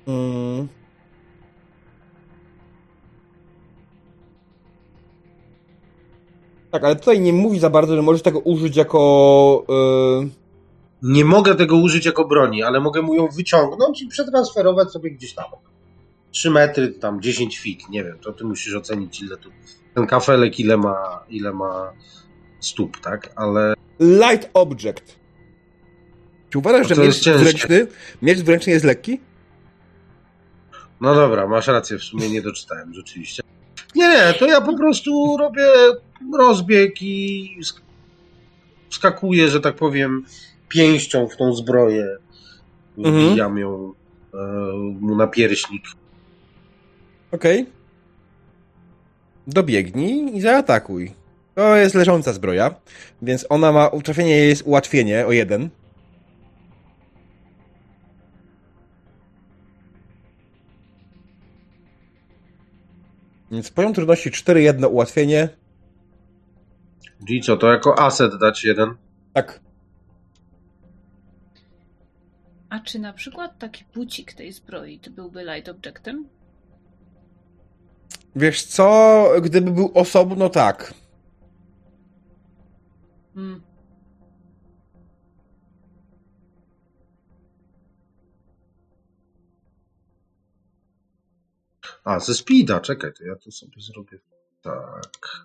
Tak, ale tutaj nie mówi za bardzo, że możesz tego użyć jako... Nie mogę tego użyć jako broni, ale mogę mu ją wyciągnąć i przetransferować sobie gdzieś tam. 3 metry, tam 10 feet, nie wiem, to ty musisz ocenić, ile tu ten kafelek, ile ma stóp, tak? Ale... Light object. Czy uważasz, że miecz dwuręczny jest lekki? No dobra, masz rację, w sumie nie doczytałem, rzeczywiście. Nie, to ja po prostu robię rozbieg i wskakuję, że tak powiem, pięścią w tą zbroję. Wbijam ją mu na pierśnik. Okej. Dobiegnij i zaatakuj. To jest leżąca zbroja, więc ona ma, trafienie jest ułatwienie o 1. Więc poziom trudności 4, 1 ułatwienie. Czyli co, to jako aset dać 1? Tak. A czy na przykład taki bucik tej zbroi to byłby light objectem? Wiesz co, gdyby był osobno, tak. A, ze speeda, czekaj, to ja to sobie zrobię tak.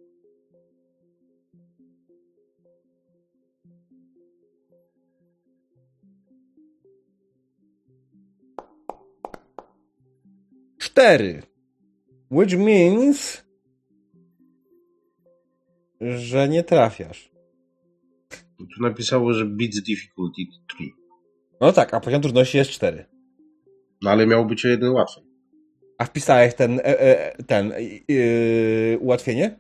Cztery. Which means, że nie trafiasz. Tu napisało, że beats difficulty 3. No tak, a poziom trudności jest 4. No ale miało być o 1 łatwiej. A wpisałeś ułatwienie?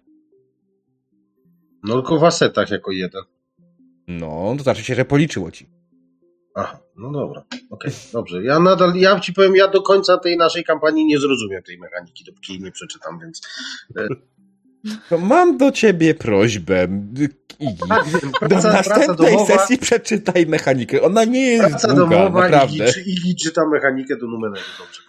No tylko w asetach jako 1. No, to znaczy się, że policzyło ci. Aha, no dobra, okej, dobrze. Ja ci powiem, ja do końca tej naszej kampanii nie zrozumiem tej mechaniki, dopóki jej nie przeczytam, więc... To mam do ciebie prośbę, Iggy. Do następnej sesji przeczytaj mechanikę. Ona nie jest praca długa, domowa, naprawdę. Iggy czyta mechanikę do numeru, dobrze.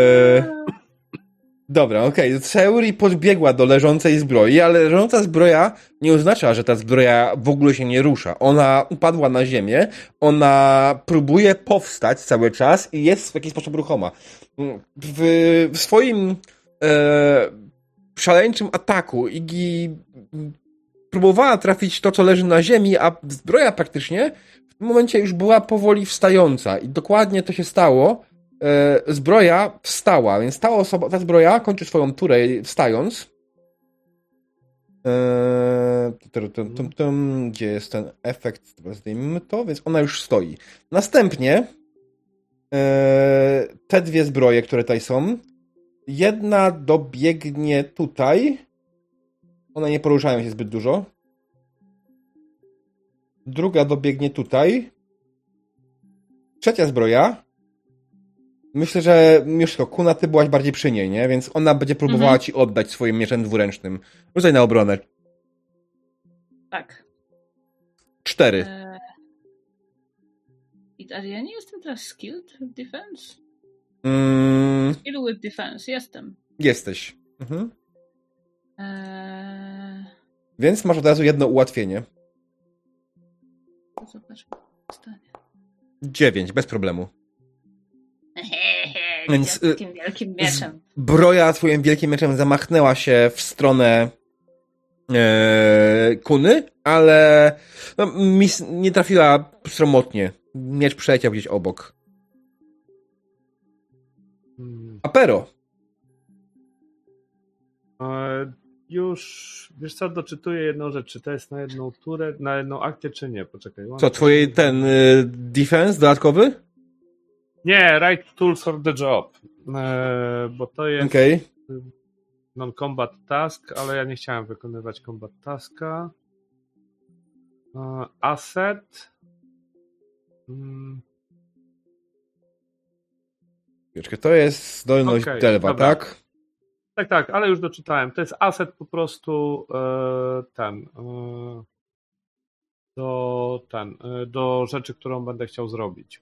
Dobra, okej. Seuri podbiegła do leżącej zbroi, ale leżąca zbroja nie oznacza, że ta zbroja w ogóle się nie rusza. Ona upadła na ziemię, ona próbuje powstać cały czas i jest w jakiś sposób ruchoma. W swoim szaleńczym ataku Iggy próbowała trafić to, co leży na ziemi, a zbroja praktycznie w tym momencie już była powoli wstająca i dokładnie to się stało. Zbroja wstała, więc ta zbroja kończy swoją turę wstając. Gdzie jest ten efekt? Zdejmijmy to, więc ona już stoi. Następnie te dwie zbroje, które tutaj są, jedna dobiegnie tutaj. One nie poruszają się zbyt dużo. Druga dobiegnie tutaj. Trzecia zbroja. Myślę, że Mieszko, Kuna, ty byłaś bardziej przy niej, nie? Więc ona będzie próbowała ci oddać swoim mieczem dwuręcznym. Rzucaj na obronę. Tak. 4. A ja nie jestem teraz skilled with defense? Skilled with defense, jestem. Jesteś. Więc masz od razu jedno ułatwienie. Zobaczmy, co stanie. 9, bez problemu. Więc takim wielkim mieczem. Zbroja swoim wielkim mieczem zamachnęła się w stronę Kuny, ale nie trafiła sromotnie. Miecz przeleciał gdzieś obok. Apero. Już, wiesz co, doczytuję jedną rzecz. Czy to jest na jedną turę, na jedną akcję, czy nie? Poczekaj. Co, twój defense dodatkowy? Nie, right tool for the job. Bo to jest non-combat task, ale ja nie chciałem wykonywać combat taska. Asset. Wieczkę, to jest zdolność Delva, dobra. tak? Tak, ale już doczytałem. To jest asset po prostu do rzeczy, którą będę chciał zrobić.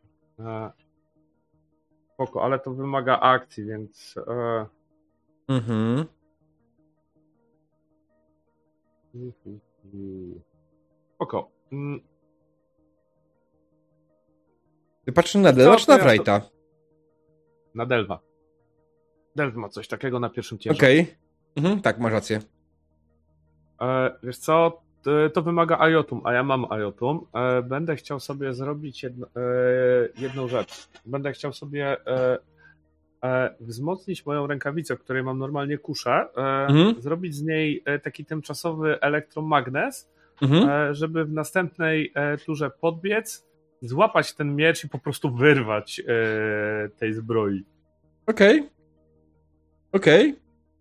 Spoko, ale to wymaga akcji, więc... Spoko. Ty patrzysz na Delva czy na Wrighta? Na Delva. Delv ma coś takiego na pierwszym tierze. Okej. Tak, masz rację. Wiesz co, to wymaga IOTum, a ja mam IOTum. Będę chciał sobie zrobić jedną rzecz. Będę chciał sobie wzmocnić moją rękawicę, w której mam normalnie kuszę, zrobić z niej taki tymczasowy elektromagnes, żeby w następnej turze podbiec, złapać ten miecz i po prostu wyrwać tej zbroi. Okej.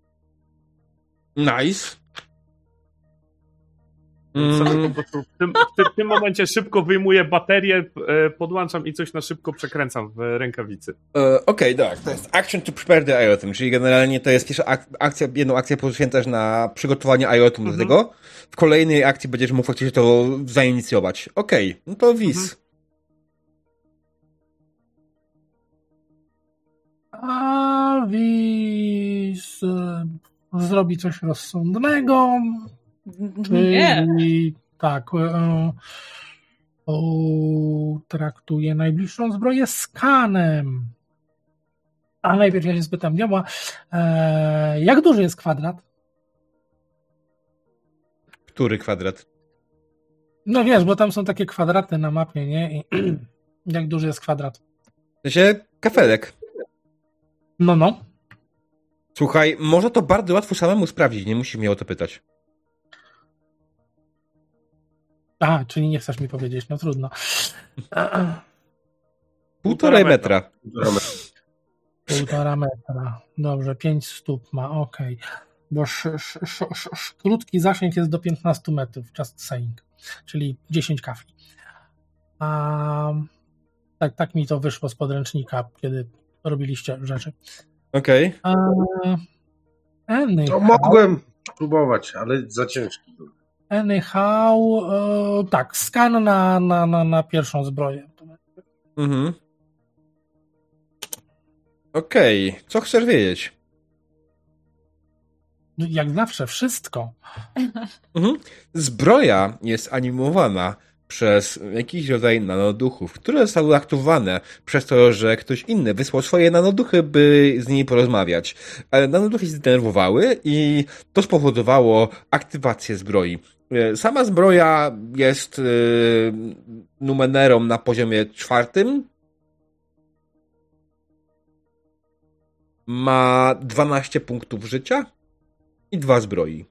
Nice. Sobie po prostu w tym momencie szybko wyjmuję baterię, podłączam i coś na szybko przekręcam w rękawicy. Okej, tak. To jest action to prepare the IOTum, czyli generalnie to jest pierwsza akcja, jedną akcję poświęcasz na przygotowanie IOTum do tego. W kolejnej akcji będziesz mógł faktycznie to zainicjować. Okej, no to Wiz. A Wiz zrobi coś rozsądnego. Nie. Czyli tak, traktuje najbliższą zbroję skanem. A najpierw ja się spytam diabła, jak duży jest kwadrat? Który kwadrat? No wiesz, bo tam są takie kwadraty na mapie, nie? I jak duży jest kwadrat? W sensie kafelek. No. Słuchaj, może to bardzo łatwo samemu sprawdzić, nie musisz mnie o to pytać. Aha, czyli nie chcesz mi powiedzieć, no trudno. 1,5 metra. 1,5 metra. Dobrze, 5 stóp ma, okej. Bo krótki zasięg jest do 15 metrów, just saying. Czyli 10 kafli. Tak mi to wyszło z podręcznika, kiedy robiliście rzeczy. Okej. To mogłem próbować, ale za ciężki był. Anyhow, tak, skan na pierwszą zbroję. Okej. Co chcesz wiedzieć? Jak zawsze, wszystko. Zbroja jest animowana przez jakiś rodzaj nanoduchów, które zostały aktywowane przez to, że ktoś inny wysłał swoje nanoduchy, by z nimi porozmawiać. Ale nanoduchy się zdenerwowały i to spowodowało aktywację zbroi. Sama zbroja jest numerą na poziomie 4. Ma 12 punktów życia i 2 zbroi.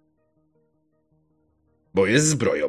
Bo jest zbroją.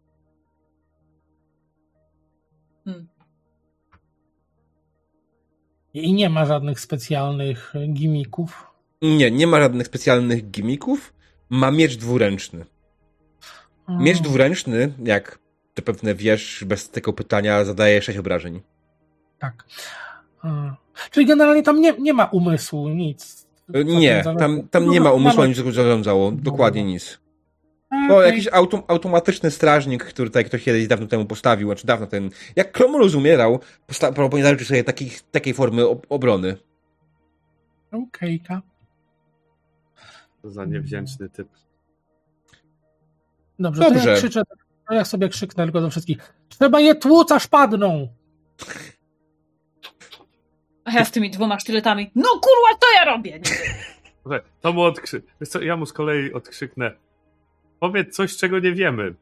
I nie ma żadnych specjalnych gimików. Nie ma żadnych specjalnych gimików. Ma miecz dwuręczny. Miecz dwuręczny, jak zapewne wiesz, bez tego pytania zadaje 6 obrażeń. Tak. Czyli generalnie tam nie ma umysłu, nic. Nie, tam nie ma umysłu, ani nic zarządzało. Dokładnie nic. Bo jakiś automatyczny strażnik, który tutaj ktoś kiedyś dawno temu postawił, znaczy dawno ten, jak Kromulus umierał, zaliczył sobie takiej formy obrony. Okejka. To za niewdzięczny typ. Dobrze. To ja krzyczę, ja sobie krzyknę tylko do wszystkich. Trzeba je tłuc, aż padną! A ja z tymi 2 sztyletami. No kurwa, to ja robię! To mu ja mu z kolei odkrzyknę. Powiedz coś, czego nie wiemy.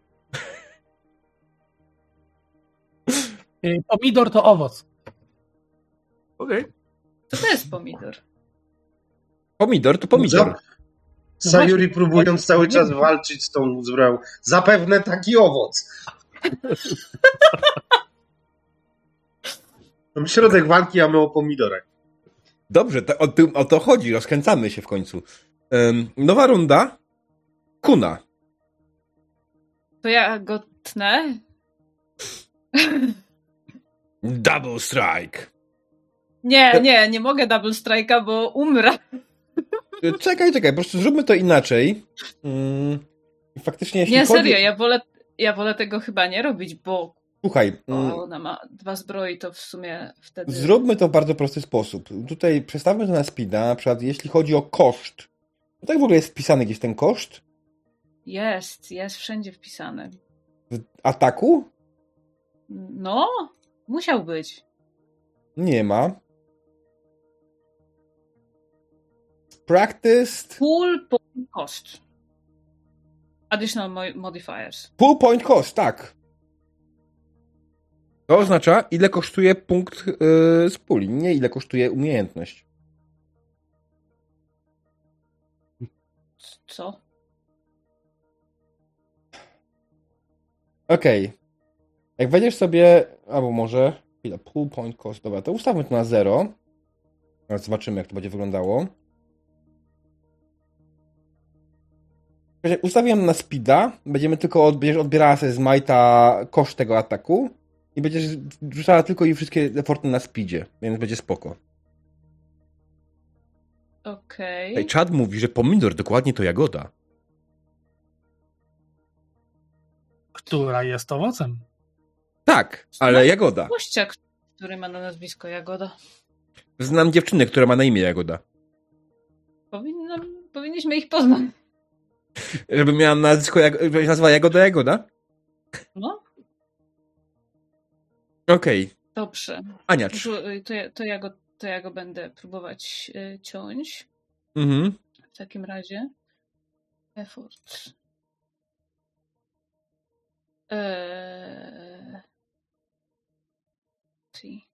Pomidor to owoc. Okej. Co to jest pomidor? Pomidor to pomidor. Sayuri próbując cały czas walczyć z tą zbroją. Zapewne taki owoc. Mam środek walki, a my o pomidorach. Dobrze, o to chodzi. Rozkręcamy się w końcu. Nowa runda. Kuna. To ja go tnę? Double strike. Nie mogę double strike'a, bo umrę. Czekaj, po prostu zróbmy to inaczej. Faktycznie, jeśli nie, serio, ja wolę tego chyba nie robić, bo słuchaj, ona ma 2 zbroi, to w sumie wtedy... Zróbmy to w bardzo prosty sposób. Tutaj przestawmy to na speeda, na przykład jeśli chodzi o koszt. To tak w ogóle jest wpisany gdzieś ten koszt? Jest wszędzie wpisany. W ataku? No, musiał być. Nie ma. practiced. Full point cost. Additional modifiers. Full point cost, tak. To oznacza, ile kosztuje punkt z puli, nie ile kosztuje umiejętność. Co? Okej. Jak wejdziesz sobie, albo może, chwila, full point cost, dobra, to ustawmy to na 0. Teraz zobaczymy, jak to będzie wyglądało. Ustawiam na speeda, będziesz odbierała sobie z Mighta koszt tego ataku i będziesz rzucała tylko i wszystkie eforty na speedzie, więc będzie spoko. Okej. Ej, Chad mówi, że pomidor dokładnie to jagoda. Która jest owocem. Tak, ale jagoda. Gościak, który ma na nazwisko Jagoda. Znam dziewczynę, która ma na imię Jagoda. Powinniśmy ich poznać. Żeby miała nazwisko, żeby się nazywała Jagoda? No. Okej. Dobrze. Aniacz. To ja go będę próbować ciąć. Mhm. W takim razie. Effort. See.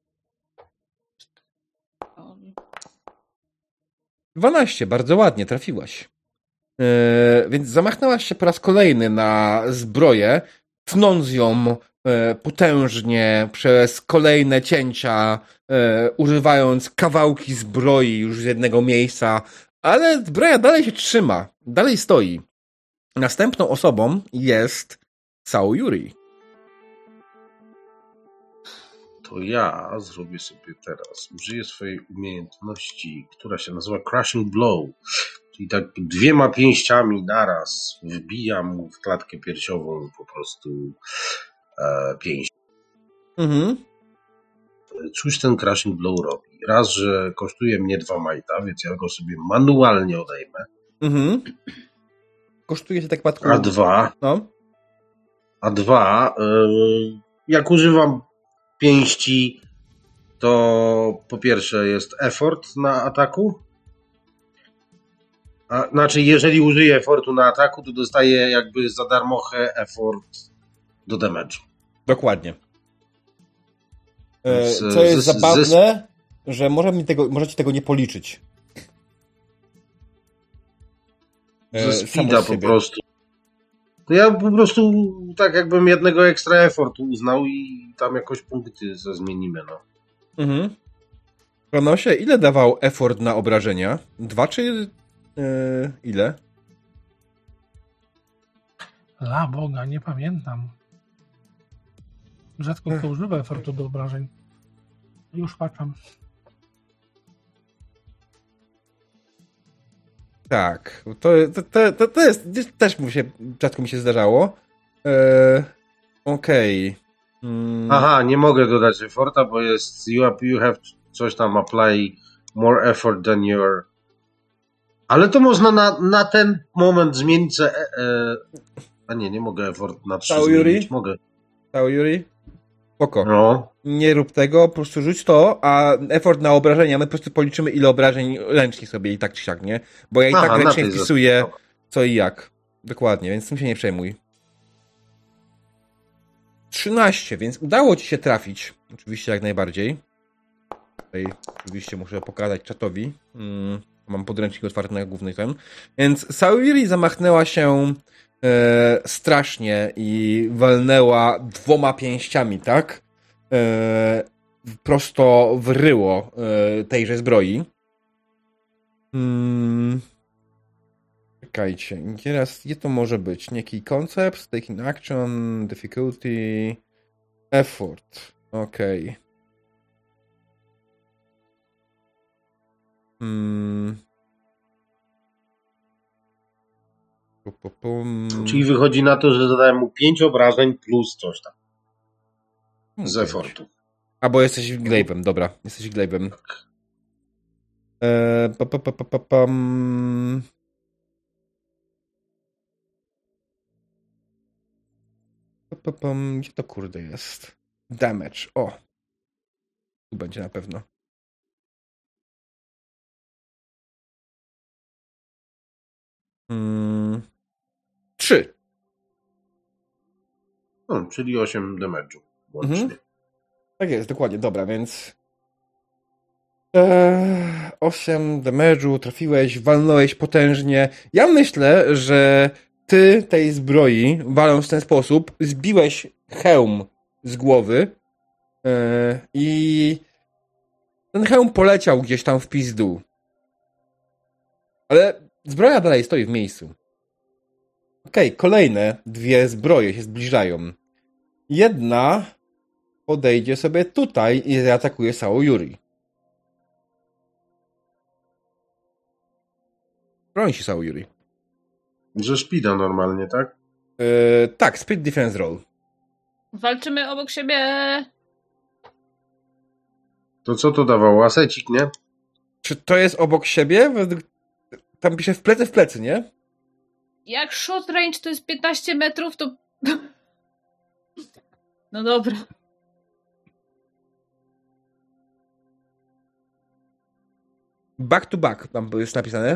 12, bardzo ładnie, trafiłaś. Więc zamachnęłaś się po raz kolejny na zbroję, tnąc ją potężnie przez kolejne cięcia, używając kawałki zbroi już z jednego miejsca, ale zbroja dalej się trzyma, dalej stoi. Następną osobą jest Saoyuri. To ja zrobię sobie teraz, użyję swojej umiejętności, która się nazywa Crushing Blow, czyli tak 2 pięściami naraz wbijam mu w klatkę piersiową po prostu pięść. Mhm. Cóż ten Crushing Blow robi? Raz, że kosztuje mnie 2 majta, więc ja go sobie manualnie odejmę. Mhm. Kosztuje się tak łatwo. A dwa, jak używam pięści, to po pierwsze jest effort na ataku. Znaczy, jeżeli użyję effortu na ataku, to dostaję jakby za darmochę effort do damage'u. Dokładnie. Co jest zabawne, że możecie tego nie policzyć. Ze speeda po prostu. To ja po prostu tak jakbym jednego ekstra effortu uznał i tam jakoś punkty zmienimy, no. Mhm. Kronosie, ile dawał effort na obrażenia? 2 czy ile? La Boga, nie pamiętam. Rzadko kto używa efortu do obrażeń. Już patrzam. Tak, to jest, też rzadko mi się zdarzało. Okej. Aha, nie mogę dodać efforta, bo jest you have coś tam apply more effort than your... Ale to można na ten moment zmienić... A nie mogę effort na 3 zmienić. Mogę. Saoyuri? Spoko. No. Nie rób tego, po prostu rzuć to, a effort na obrażenia, my po prostu policzymy ile obrażeń ręcznie sobie i tak czy siak, nie? Bo ja i tak ręcznie wpisuję co i jak. Dokładnie, więc tym się nie przejmuj. 13, więc udało ci się trafić. Oczywiście jak najbardziej. Tutaj oczywiście muszę pokazać czatowi. Mam podręcznik otwarty na główny ten. Więc Saoyuri zamachnęła się strasznie i walnęła 2 pięściami, tak? Prosto w ryło tejże zbroi. Czekajcie. Teraz, gdzie to może być? Jaki concept? Taking action, difficulty, effort. Okej. Czyli wychodzi na to, że zadałem mu 5 obrażeń plus coś tam. Z effortu. A, bo jesteś glaive'em, dobra. Jesteś glaive'em. Gdzie to kurde jest? Damage. O. Tu będzie na pewno. 3. Czyli 8 damage'u łącznie. Tak jest, dokładnie. Dobra, więc 8 damage'u, trafiłeś, walnąłeś potężnie. Ja myślę, że ty tej zbroi, waląc w ten sposób, zbiłeś hełm z głowy i ten hełm poleciał gdzieś tam w pizdu. Ale zbroja dalej stoi w miejscu. Okej, kolejne 2 zbroje się zbliżają. Jedna podejdzie sobie tutaj i zaatakuje Sao Yuri. Broń się Sao Yuri. Że szpida normalnie, tak? Tak, speed defense roll. Walczymy obok siebie. To co to dawało? Asecik, nie? Czy to jest obok siebie? Tam pisze w plecy, nie? Jak short range to jest 15 metrów, to... No dobra. Back to back tam jest napisane.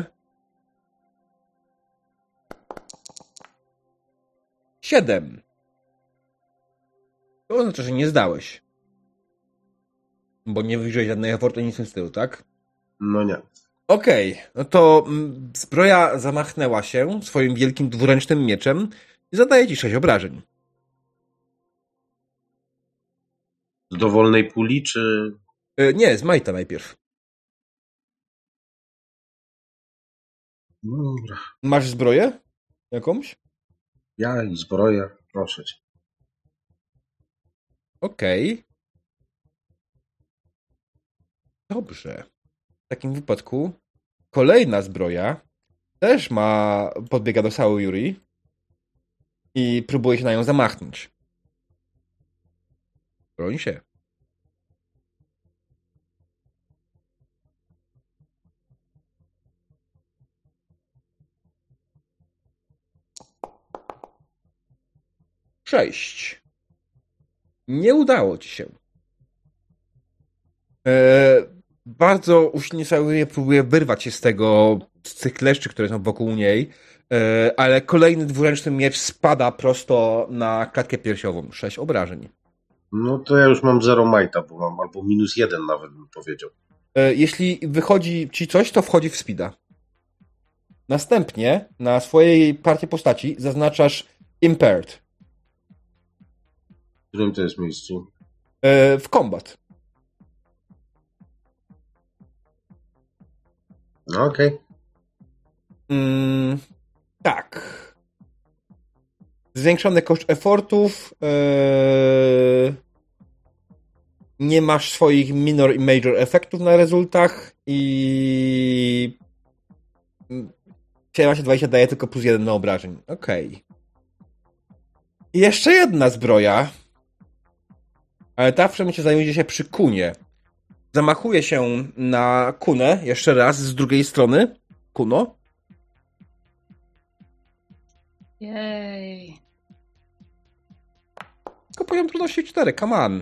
7. To oznacza, że nie zdałeś. Bo nie wyjrzałeś żadnej effortu nic w tym stylu, tak? No nie. Okej, no to zbroja zamachnęła się swoim wielkim dwuręcznym mieczem i zadaje ci 6 obrażeń. Z dowolnej puli, czy... Nie, z Majta najpierw. Dobra. Masz zbroję? Jakąś? Ja i zbroja, proszę cię. Okej. Dobrze. W takim wypadku kolejna zbroja też podbiega do Sao Yuri i próbuje się na nią zamachnąć. Broń się. Sześć. Nie udało ci się. Bardzo usilnie Sauria próbuje wyrwać się z tych kleszczy, które są wokół niej, ale kolejny dwuręczny miecz spada prosto na klatkę piersiową. 6 obrażeń. No to ja już mam 0 majta, bo mam albo -1 nawet bym powiedział. Jeśli wychodzi ci coś, to wchodzi w speeda. Następnie na swojej partii postaci zaznaczasz impaired. W którym to jest miejscu? W combat. No okej. Tak. Zwiększony koszt effortów. Nie masz swoich minor i major efektów na rezultach i 17-20 daje tylko +1 na obrażeń. Okej. I jeszcze jedna zbroja, ale ta w przemyśle zajmuje się przy kunie. Zamachuje się na kunę jeszcze raz z drugiej strony. Kuno. Jej. Tylko poziom trudności 4, come on.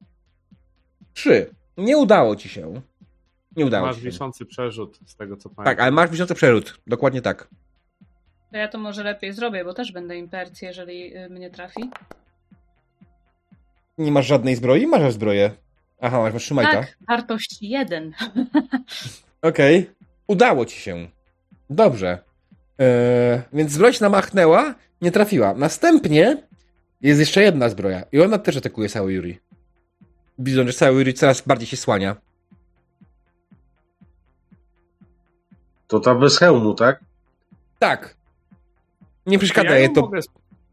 3. Nie udało ci się. Nie udało Masz ci się. wiszący przerzut z tego, co pamiętam. Tak, ale masz wiszący przerzut. Dokładnie tak. To ja to może lepiej zrobię, bo też będę impercji, jeżeli mnie trafi. Nie masz żadnej zbroi? Masz zbroję. Aha, masz trzymajta. Tak, wartość 1. Okej. Udało ci się. Dobrze. Więc zbroja się namachnęła, nie trafiła. Następnie jest jeszcze jedna zbroja i ona też atakuje Sao Yuri. Widząc, że Sao Yuri coraz bardziej się słania. To ta bez hełmu, tak? Tak. Nie przeszkadza Ja jej to. mogę...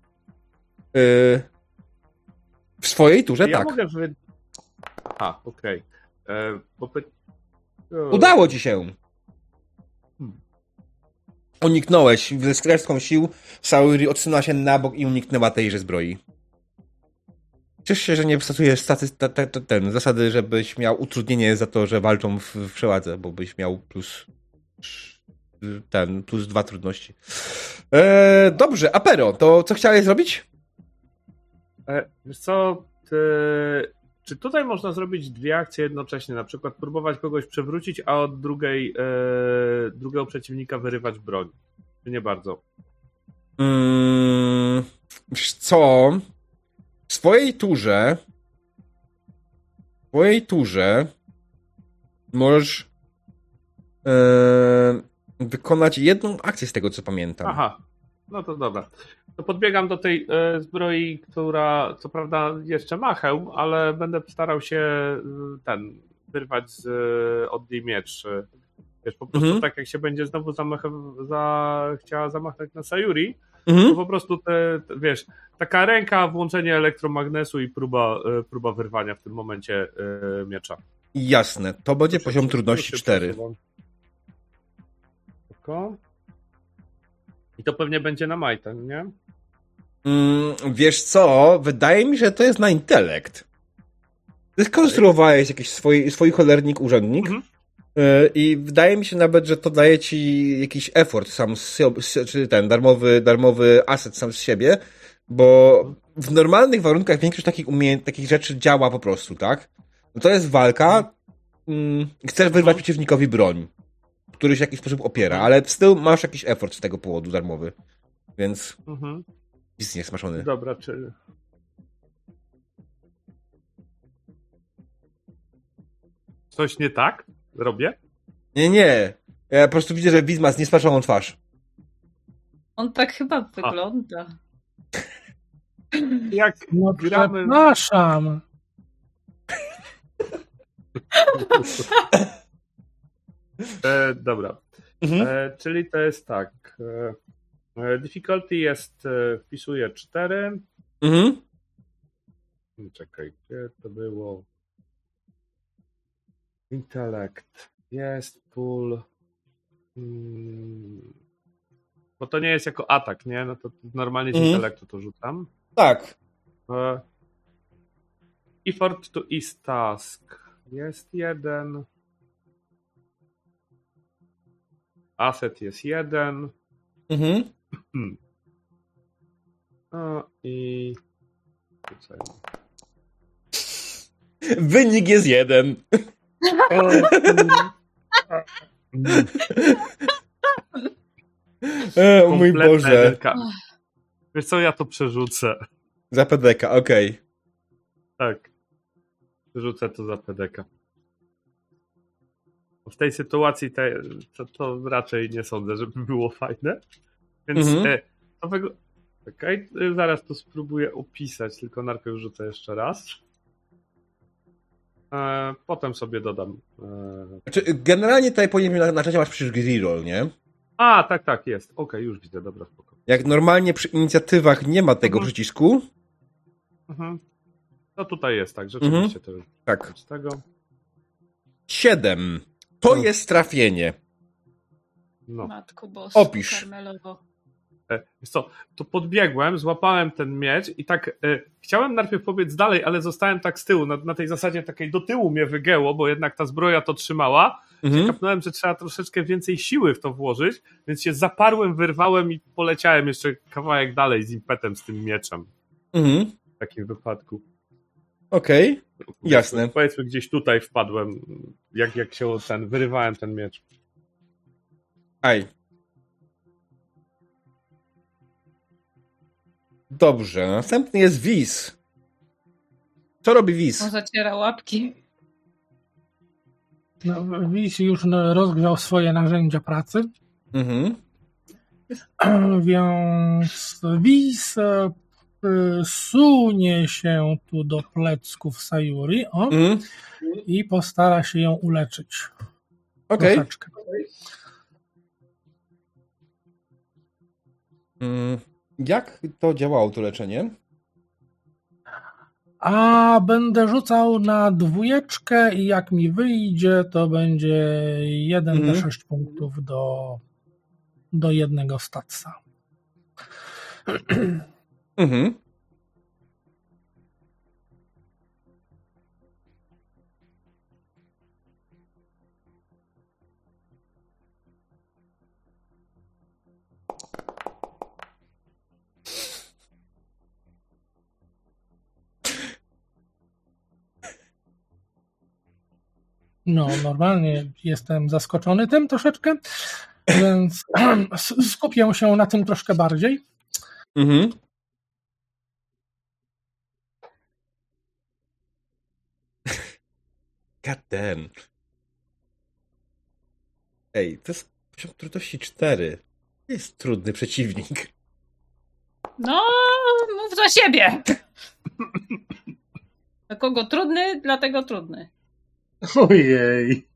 W swojej turze ja tak. mogę okej. Udało ci się. Uniknąłeś. Z resztką sił Sao Yuri odsunęła się na bok i uniknęła tejże zbroi. Ciesz się, że nie stosujesz zasady, żebyś miał utrudnienie za to, że walczą w przeładze, bo byś miał plus 2 trudności. Dobrze, Apero, to co chciałeś zrobić? Wiesz co, czy tutaj można zrobić 2 akcje jednocześnie? Na przykład próbować kogoś przewrócić, a od drugiego przeciwnika wyrywać broń. Czy nie bardzo? Wiesz co? W swojej turze możesz wykonać jedną akcję z tego, co pamiętam. Aha, no to dobra. To podbiegam do tej zbroi, która co prawda jeszcze ma hełm, ale będę starał się wyrwać od niej miecz. Wiesz, po prostu tak jak się będzie znowu chciała zamachnąć na Sayuri, to po prostu wiesz, taka ręka, włączenie elektromagnesu i próba wyrwania w tym momencie miecza. Jasne, to będzie poziom trudności 4. I to pewnie będzie na Majtę, nie? Wiesz co? Wydaje mi się, że to jest na intelekt. Ty skonstruowałeś jakiś swój cholernik, urządnik i wydaje mi się nawet, że to daje ci jakiś effort sam czy ten darmowy asset sam z siebie, bo w normalnych warunkach większość takich rzeczy działa po prostu, tak? No to jest walka, chcesz wyrwać przeciwnikowi broń, który się w jakiś sposób opiera, ale styl masz jakiś effort z tego powodu darmowy, więc jest niesmaczony. Dobra, czy... Coś nie tak robię? Nie. Ja po prostu widzę, że widz ma zniesmaczoną twarz. On tak chyba wygląda. Jak gramy... Przepraszam. Dobra. Czyli to jest tak. Difficulty wpisuję 4. Czekaj, gdzie to było? Intelekt. Jest pull. Bo to nie jest jako atak, nie? No to normalnie z intelektu to rzucam. Tak. Effort to is task. Jest 1. Asset jest 1. No i... Wynik jest 1. O mój Boże. NK. Wiesz co, ja to przerzucę. Za PDK, okej. Tak. Przerzucę to za PDK. W tej sytuacji to raczej nie sądzę, żeby było fajne. Więc Okej, zaraz to spróbuję opisać, tylko najpierw rzucę jeszcze raz. Potem sobie dodam. Znaczy, generalnie tutaj powinien na czacie masz przecież reroll, nie? A, tak, jest. Okej, już widzę, dobra, spoko. Jak normalnie przy inicjatywach nie ma tego przycisku. No tutaj jest, tak, rzeczywiście to już. Tak. Z tego. 7. To jest trafienie. No. Matko Bosko, Opisz. karmelowo. Wiesz co, to podbiegłem, złapałem ten miecz i tak chciałem najpierw pobiec dalej, ale zostałem tak z tyłu, na tej zasadzie takiej do tyłu mnie wygięło, bo jednak ta zbroja to trzymała. Kapnąłem, że trzeba troszeczkę więcej siły w to włożyć, więc się zaparłem, wyrwałem i poleciałem jeszcze kawałek dalej z impetem z tym mieczem. W takim wypadku. Okej, jasne. Powiedzmy gdzieś tutaj wpadłem, jak się wyrywałem ten miecz. Aj. Dobrze, następny jest Wiz. Co robi Wiz? On zaciera łapki. No, Wiz już rozgrzał swoje narzędzia pracy. Więc Wiz sunie się tu do plecków Sayuri i postara się ją uleczyć. Okej. Troszeczkę. Jak to działało, to leczenie? A będę rzucał na 2 i jak mi wyjdzie, to będzie 1d6 punktów do jednego statsa. No, normalnie jestem zaskoczony tym troszeczkę, Więc skupię się na tym troszkę bardziej. Mhm. God damn. Ej, to jest poziom trudności 4. Jest trudny przeciwnik. No, mów za siebie. Dla kogo trudny, dlatego trudny. Ojej.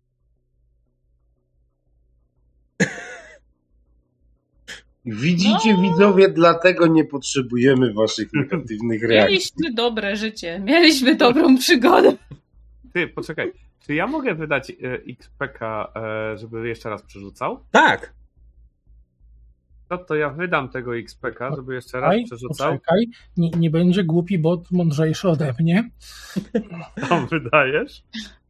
Widzicie, widzowie, dlatego nie potrzebujemy waszych negatywnych reakcji. Mieliśmy dobre życie, mieliśmy dobrą przygodę. Ty, poczekaj. Czy ja mogę wydać XPK, żeby jeszcze raz przerzucał? Tak. No to ja wydam tego XPK, żeby jeszcze raz przerzucał. Poczekaj, nie będzie głupi bot mądrzejszy ode mnie. Tam wydajesz?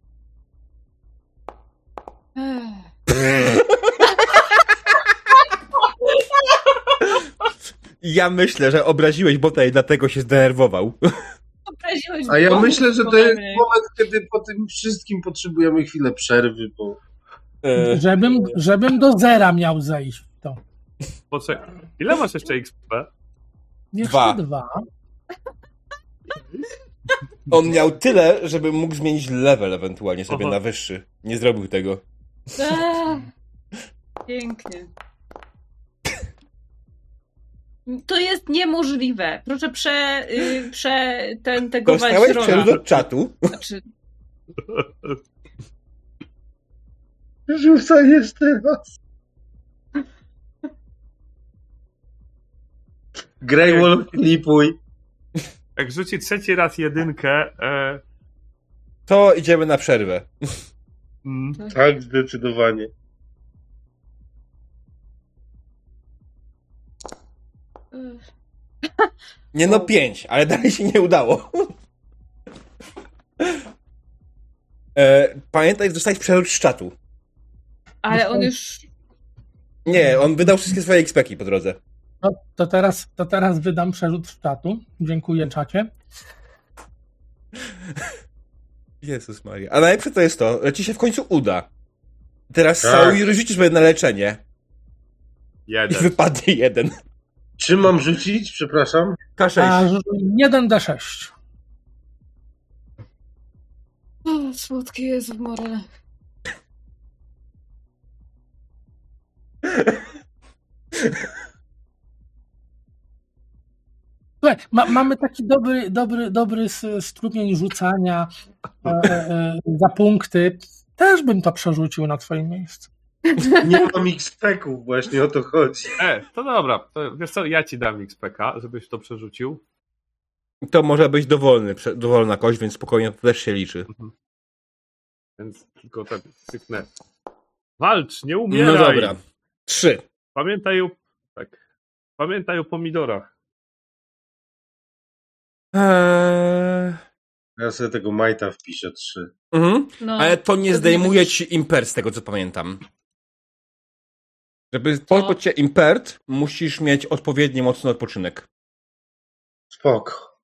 Ja myślę, że obraziłeś bota i dlatego się zdenerwował. A ja myślę, że to jest moment, kiedy po tym wszystkim potrzebujemy chwilę przerwy, bo... Żebym do zera miał zejść w to. Poczekaj. Ile masz jeszcze XP? Jeszcze 2. On miał tyle, żeby mógł zmienić level ewentualnie sobie na wyższy. Nie zrobił tego. Pięknie. To jest niemożliwe. Proszę tegować Dostałeś Rona. przerwę od czatu. Znaczy... Rzucaj jeszcze raz. Grey Wolf, klipuj. Jak rzuci trzeci raz jedynkę... To idziemy na przerwę. Tak, zdecydowanie. Nie no 5, ale dalej się nie udało. Pamiętaj, że dostałeś przerzut z czatu. Ale on już... Nie, on wydał wszystkie swoje XP-ki po drodze. No, to teraz wydam przerzut z czatu. Dziękuję, czacie. Jezus Maria. A najlepsze to jest to, że ci się w końcu uda. Teraz Tak. cały rzucisz sobie na leczenie. Jeden. I wypadnie 1. Czym mam rzucić? Przepraszam. K6. 1d6. Słodki jest w morale. Słuchaj, mamy taki dobry strumień rzucania za punkty. Też bym to przerzucił na twoim miejscu. Nie mam XP-ków, właśnie o to chodzi. To dobra. To, wiesz co, ja ci dam XPK, żebyś to przerzucił. To może być dowolna kość, więc spokojnie to też się liczy. Więc tylko tak cyknę. Walcz, nie umieraj! No dobra. 3. Pamiętaj o pomidorach. Ja sobie tego Majta wpiszę 3. Mhm. No, ale to nie zdejmuje ci imper, z tego co pamiętam. Żeby pozbyć się impert, musisz mieć odpowiednio mocny odpoczynek. Spoko.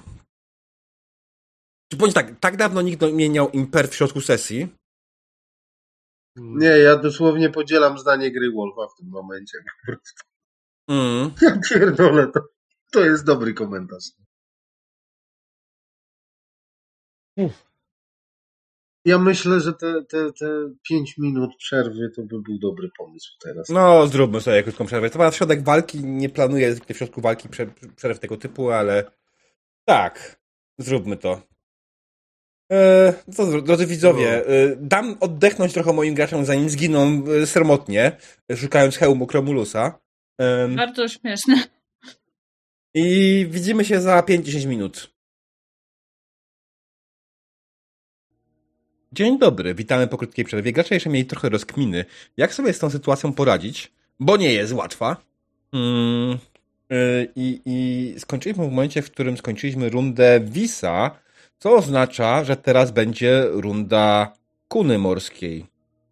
Bądź tak dawno nikt nie miał impert w środku sesji. Nie, ja dosłownie podzielam zdanie Grey Wolfa w tym momencie. Ja pierdolę, to jest dobry komentarz. Ja myślę, że te 5 minut przerwy to by był dobry pomysł teraz. No, zróbmy sobie krótką przerwę. To ma w środek walki, nie planuję w środku walki przerw tego typu, ale tak, zróbmy to. Co, drodzy widzowie, dam oddechnąć trochę moim graczom, zanim zginą sromotnie, szukając hełmu Kromulusa. Bardzo śmieszne. I widzimy się za 5-10 minut. Dzień dobry, witamy po krótkiej przerwie. Gracze jeszcze mieli trochę rozkminy, jak sobie z tą sytuacją poradzić, bo nie jest łatwa. I skończyliśmy w momencie, w którym skończyliśmy rundę Wisa, co oznacza, że teraz będzie runda kuny morskiej.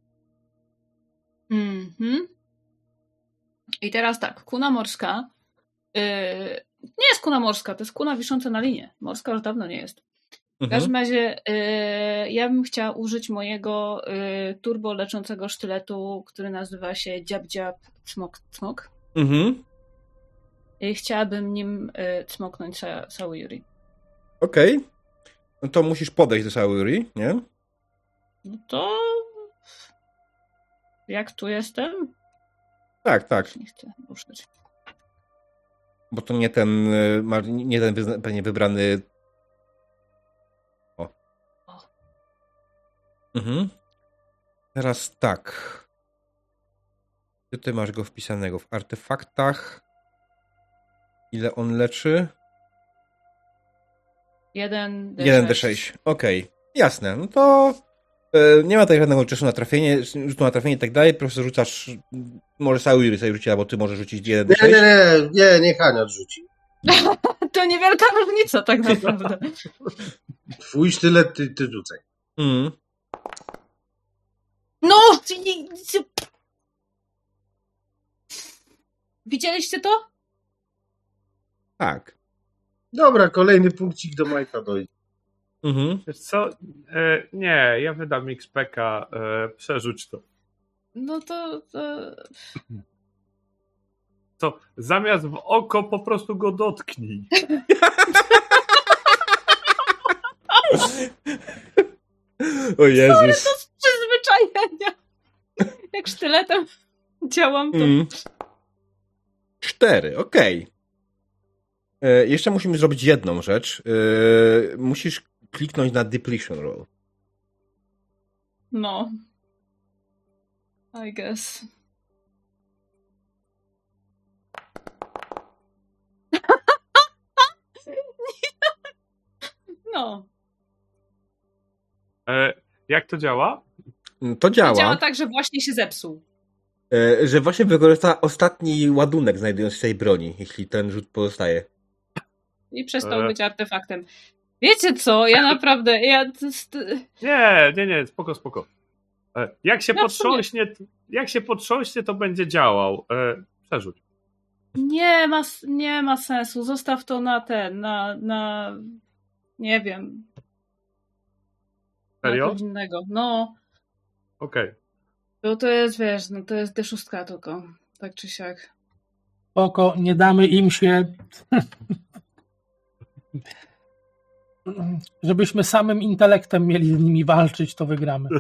I teraz tak, kuna morska nie jest kuna morska, to jest kuna wisząca na linie. Morska już dawno nie jest. W każdym razie ja bym chciała użyć mojego turbo leczącego sztyletu, który nazywa się Dziab Dziab Cmok Cmok. I chciałabym nim cmoknąć Sayuri. Okej. No to musisz podejść do Sayuri, nie? No to... Jak tu jestem? Tak. Nie chcę ruszać. Bo to nie ten pewnie wybrany... O. Teraz tak. Gdzie ty masz go wpisanego? W artefaktach? Ile on leczy? 1d6. 1d6. Okej. Jasne. No to nie ma tutaj żadnego rzutu na trafienie i tak dalej. Po prostu rzucasz... Może Sayuri sobie rzuci, albo ty możesz rzucić 1d6. Niech Hania rzuci. To niewielka różnica tak naprawdę. Twój sztylet, ty rzucaj. No! Widzieliście to? Tak. Dobra, kolejny punkcik do Majka dojdzie. Wiesz co? Nie, ja wydam XP-ka, przerzuć to. No to... To zamiast w oko po prostu go dotknij. O Jezus. Sorry, to z przyzwyczajenia. Jak sztyletem działam, to... 4, okej. Jeszcze musimy zrobić jedną rzecz. Musisz kliknąć na depletion roll. No. I guess. No. Jak to działa? To działa. To działa tak, że właśnie się zepsuł. Że właśnie wykorzysta ostatni ładunek znajdujący się w tej broni, jeśli ten rzut pozostaje. I przestał być artefaktem. Wiecie co? Ja naprawdę... Nie, spoko. Jak się potrząśnie, to będzie działał. Przerzuć. Nie ma sensu. Zostaw to na nie wiem. Serio? Na coś innego. No. Okej. To jest, wiesz, no to jest D6 tylko. Tak czy siak. Spoko, nie damy im się... Żebyśmy samym intelektem mieli z nimi walczyć, to wygramy.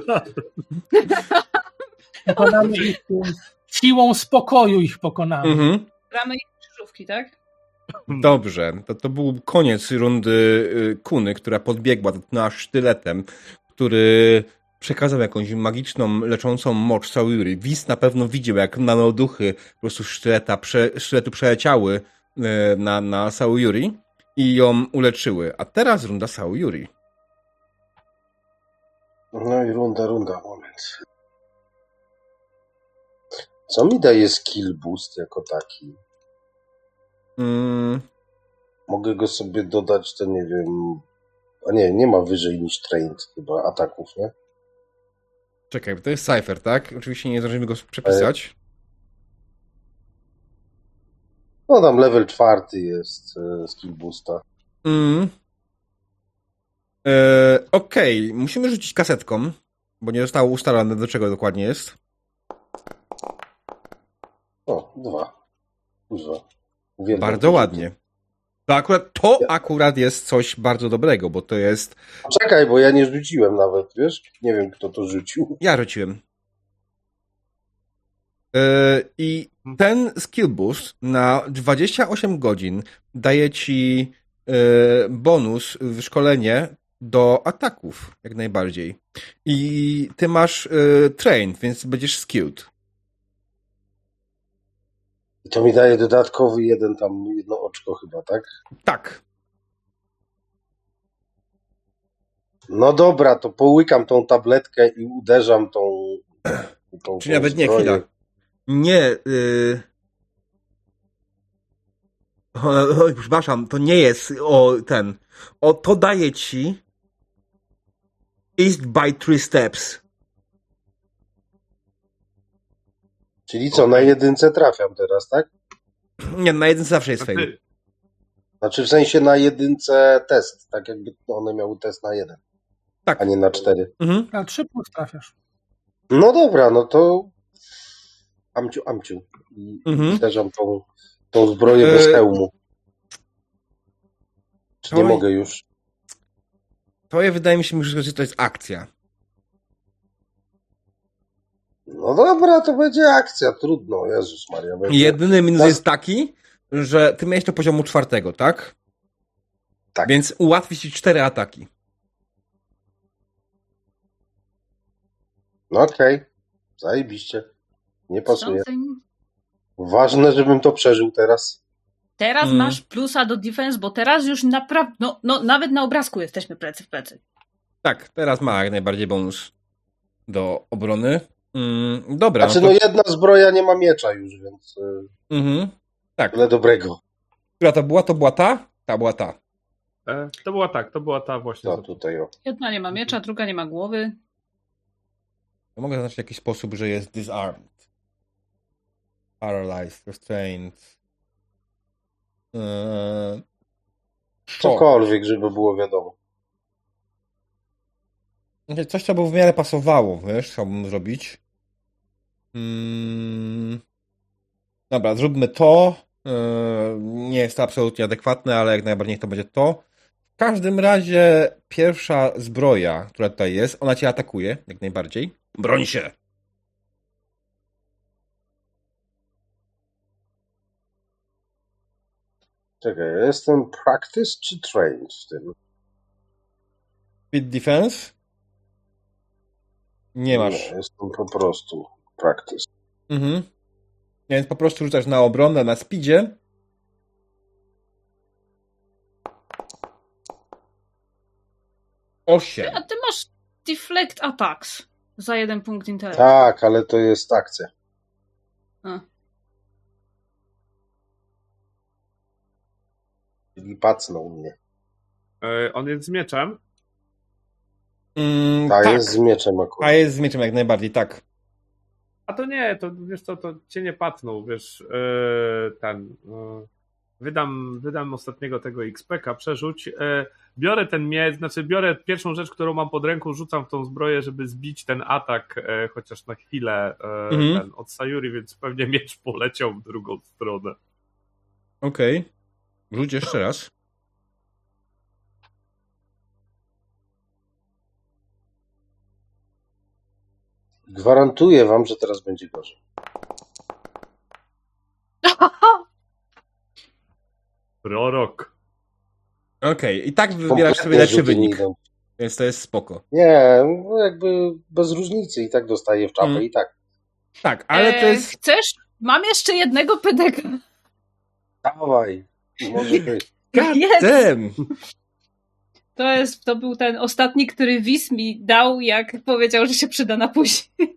Pokonamy ich siłą spokoju ich pokonamy. Gramy ich krzyżówki, tak? Dobrze. To był koniec rundy Kuny, która podbiegła, dotknęła sztyletem, który przekazał jakąś magiczną, leczącą moc Sayuri. Wiz na pewno widział, jak nanoduchy po prostu sztyletu przeleciały na Sayuri i ją uleczyły. A teraz runda Sayuri. No i runda, moment. Co mi daje skill boost jako taki? Mogę go sobie dodać, to nie wiem... A nie ma wyżej niż trained chyba ataków, nie? Czekaj, bo to jest Cypher, tak? Oczywiście nie zdążymy go przepisać. No tam level 4 jest skill boosta. Okej, musimy rzucić kasetką, bo nie zostało ustalone, do czego dokładnie jest. O, 2. Dużo. Bardzo ładnie. To akurat jest coś bardzo dobrego, bo to jest... Czekaj, bo ja nie rzuciłem nawet, wiesz? Nie wiem, kto to rzucił. Ja rzuciłem. I ten skill boost na 28 godzin daje ci bonus w szkolenie do ataków, jak najbardziej. I ty masz train, więc będziesz skilled. I to mi daje dodatkowy jedno oczko chyba, tak? Tak. No dobra, to połykam tą tabletkę i uderzam tą Czy nawet zbroję. nie, chwila. Nie. Przepraszam, to nie jest to daje ci east by 3 steps. Czyli co, na jedynce trafiam teraz, tak? Nie, na jedynce zawsze jest fail. Znaczy w sensie na 1 test, tak jakby one miały test na 1, Tak. a nie na 4. A 3 plus trafiasz. No dobra, no to amciu. I uderzam tą zbroję bez hełmu. Czy nie mogę już? To wydaje mi się, że to jest akcja. No dobra, to będzie akcja, trudno, Jezus Maria. Jedyny minus jest taki, że ty miałeś to poziomu 4, tak? Tak. Więc ułatwi ci 4 ataki. No okej. Zajebiście. Nie pasuje. Ważne, żebym to przeżył teraz. Teraz masz plusa do defense, bo teraz już naprawdę, no nawet na obrazku jesteśmy plecy w plecy. Tak, teraz ma jak najbardziej bonus do obrony. Dobra. Znaczy, jedna zbroja nie ma miecza już, więc tak. Tyle dobrego. Która to była? To była ta? Ta była ta. To była ta właśnie. To tutaj, o. Jedna nie ma miecza, druga nie ma głowy. To mogę zaznaczyć w jakiś sposób, że jest disarmed. Paralyzed, restrained. Cokolwiek, żeby było wiadomo. Coś, co by w miarę pasowało, wiesz, chciałbym zrobić. Dobra, zróbmy to. Nie jest to absolutnie adekwatne, ale jak najbardziej niech to będzie to. W każdym razie pierwsza zbroja, która tutaj jest, ona cię atakuje, jak najbardziej. Broń się! Czekaj, jestem practice czy trained w tym? Speed defense? Nie masz. Nie, jestem po prostu practice. Więc po prostu rzucasz na obronę, na speedzie. Osiem. A ty masz deflect attacks za 1 punkt intelektu. Tak, ale to jest akcja. Czyli pacnął mnie. On jest z mieczem? Tak, jest z mieczem akurat. A jest z mieczem jak najbardziej, tak. A to nie, to wiesz co, to cię nie patnął, wiesz, wydam ostatniego tego XP-ka, przerzuć, biorę ten miecz, biorę pierwszą rzecz, którą mam pod ręką, rzucam w tą zbroję, żeby zbić ten atak, chociaż na chwilę od Sayuri, więc pewnie miecz poleciał w drugą stronę. Okej. Rzuć jeszcze raz. Gwarantuję wam, że teraz będzie gorzej. Prorok. Okej. I tak wybierasz sobie lepszy wynik. Więc to jest spoko. Nie, jakby bez różnicy i tak dostaję w czapę i tak. Tak, ale to jest... Chcesz? Mam jeszcze jednego pedeka. Dawaj. Może być. To był ten ostatni, który Wiz mi dał, jak powiedział, że się przyda na później.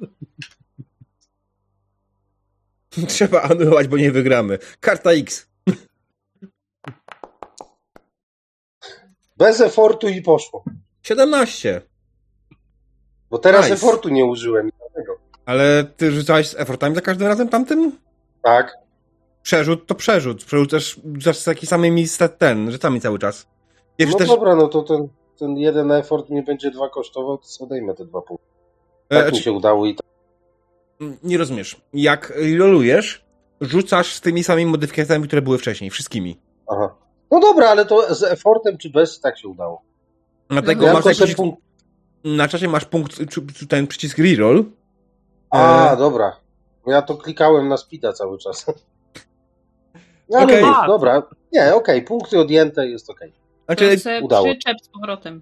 Trzeba anulować, bo nie wygramy. Karta X. Bez efortu i poszło. 17. Bo teraz efortu nie użyłem. Ale ty rzucałeś z efortami za każdym razem tamtym? Tak. Przerzut to przerzut. Przerzucasz z takimi samymi rzeczami cały czas. Dobra, no to ten jeden effort mnie będzie 2 kosztował, to sobie odejmę te 2 punkty. Tak mi się udało i tak. Nie rozumiesz. Jak rolujesz, rzucasz z tymi samymi modyfikacjami, które były wcześniej. Wszystkimi. Aha. No dobra, ale to z effortem czy bez tak się udało. Dlatego ja masz na czasie masz ten przycisk reroll. Dobra. Ja to klikałem na speeda cały czas. Ale dobra. Nie, okej. Punkty odjęte, jest okej. Znaczy, udało. Przyczep z powrotem.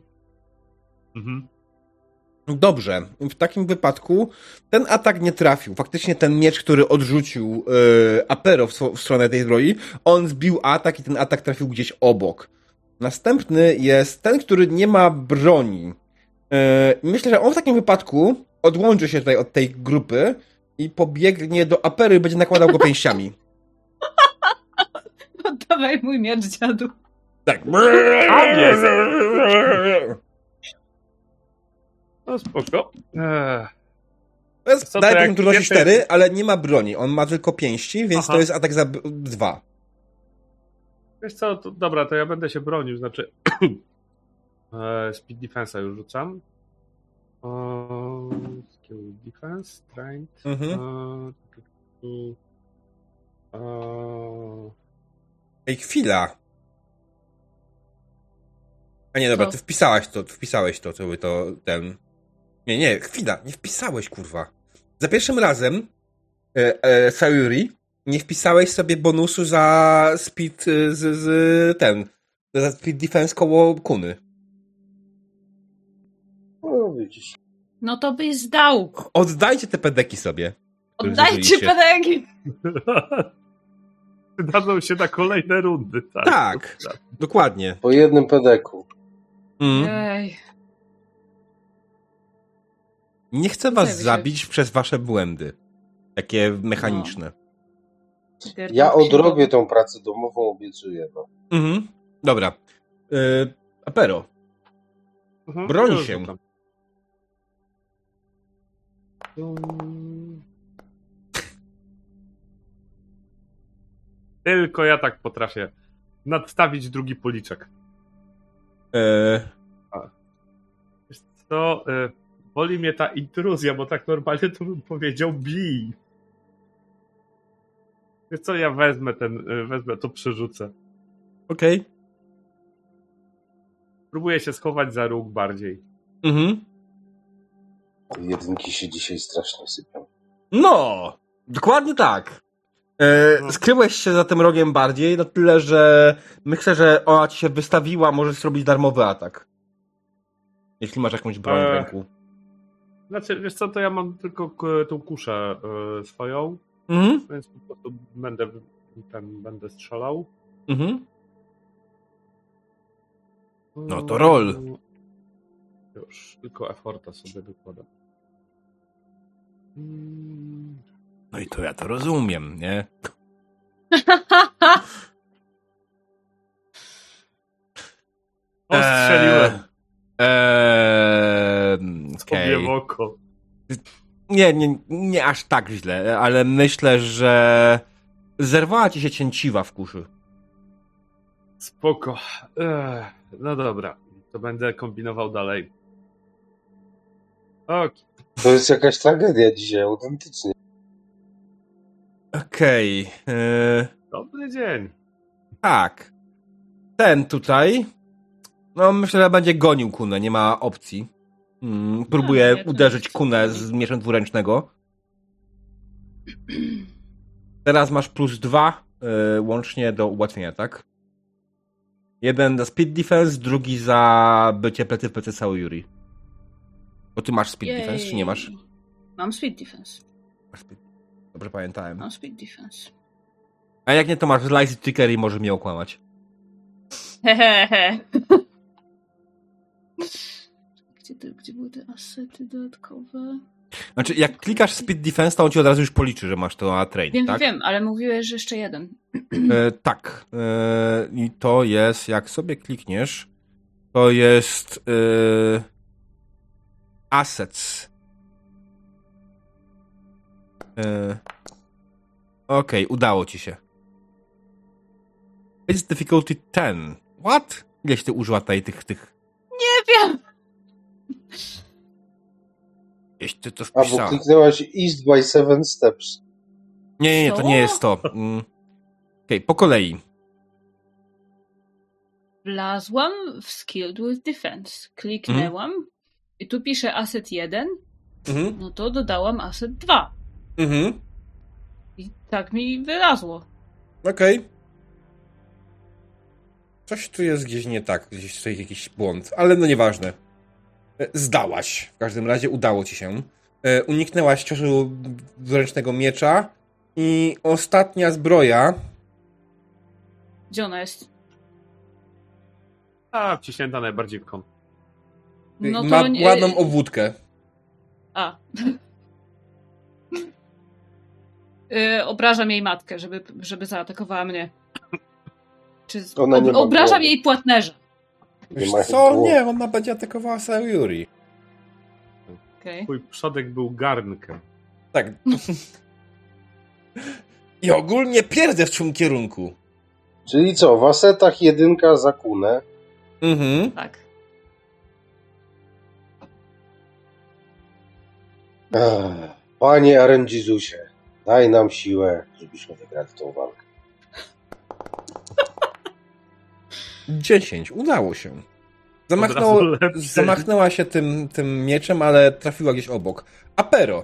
Dobrze. W takim wypadku ten atak nie trafił. Faktycznie ten miecz, który odrzucił Apero w stronę tej zbroi, on zbił atak i ten atak trafił gdzieś obok. Następny jest ten, który nie ma broni. Myślę, że on w takim wypadku odłączy się tutaj od tej grupy i pobiegnie do Apery i będzie nakładał go pięściami. Oddawaj mój miecz, dziadu. Tak. No spoko. To jest daje trudności 4, ale nie ma broni. On ma tylko pięści, więc to jest atak za 2. Wiesz co, dobra, to ja będę się bronił, znaczy speed defense'a już rzucam. Skill defense, strength. Ej, chwila. A nie, dobra, Co? ty wpisałeś to, co by to, ten... Nie, chwila, nie wpisałeś, kurwa. Za pierwszym razem Sayuri, nie wpisałeś sobie bonusu za speed za speed defense koło kuny. No widzisz. No to byś zdał. Oddajcie te pedeki sobie. które Oddajcie zużyliście. pedeki. Przydadzą się na kolejne rundy. Tak, dokładnie. Po jednym pedeku. Ej. Nie chcę was zabić przez wasze błędy. Takie mechaniczne. Ja odrobię tą pracę domową, obiecuję. No. Dobra. Apero. Broń się. Tylko ja tak potrafię nadstawić drugi policzek. Wiesz co? Boli mnie ta intruzja, bo tak normalnie to bym powiedział bij. Wiesz co? Ja wezmę to przerzucę. Okej. Próbuję się schować za róg bardziej. Jedynki się dzisiaj strasznie sypią. No! Dokładnie tak. Skryłeś się za tym rogiem bardziej, na tyle, że myślę, że ona ci się wystawiła, możesz zrobić darmowy atak. Jeśli masz jakąś broń w ręku. Znaczy, wiesz co, to ja mam tylko tą kuszę swoją, więc po prostu będę strzelał. No to roll. Już, tylko efforta sobie wykładam. No i to ja to rozumiem, nie? Strzeliłem. Okay. W oko. Nie aż tak źle, ale myślę, że zerwała ci się cięciwa w kuszy. Spoko. No dobra, to będę kombinował dalej. Okay. To jest jakaś tragedia dzisiaj, autentycznie. Okej. Dobry dzień. Tak. Ten tutaj, no myślę, że będzie gonił kunę, nie ma opcji. Próbuje uderzyć kunę z mieczem dwuręcznego. Teraz masz +2 łącznie do ułatwienia, tak? Jeden za speed defense, drugi za bycie plecy w plecy Sayuri. Bo ty masz speed defense, czy nie masz? Mam speed defense. Dobrze pamiętałem. Mam speed defense. A jak nie, to masz slice trickery i może mnie okłamać. Hehehe. Gdzie były te asety dodatkowe? Znaczy, jak klikasz speed defense, to on ci od razu już policzy, że masz to na train, tak? Wiem, ale mówiłeś, że jeszcze jeden. Tak. I to jest, jak sobie klikniesz, to jest assets. Okej, udało ci się. It's difficulty 10. What? Ileś ty użyła tutaj tych... Nie wiem! Jeś ty to A, wpisała. bo kliknęłaś East by 7 steps. Nie, to nie jest to. Okej, po kolei. Wlazłam w Skilled with Defense. Kliknęłam i tu pisze asset 1, no to dodałam asset 2. I tak mi wylazło. Okej. Coś tu jest gdzieś nie tak, gdzieś tutaj jakiś błąd, ale no nieważne. Zdałaś. W każdym razie udało ci się. Uniknęłaś ciosu dwuręcznego miecza i ostatnia zbroja. Gdzie ona jest? A, wciśnięta najbardziej w kąt. No to ma nie... ładną obwódkę. A. Obrażam jej matkę, żeby zaatakowała mnie. Czy Ona nie ma obrażam głowy. jej płatnerza. Wiesz ma co? głowy. Nie, ona będzie atakowała Sayuri. Okay. Twój przodek był garnkiem. Tak. I ogólnie pierdę w czym kierunku. Czyli co, w asetach 1 za kunę. Mhm. Tak. Panie Arendzizusie, daj nam siłę, żebyśmy wygrali tą walkę. 10. Udało się. Lepszy. Zamachnęła się tym mieczem, ale trafiła gdzieś obok. Apero.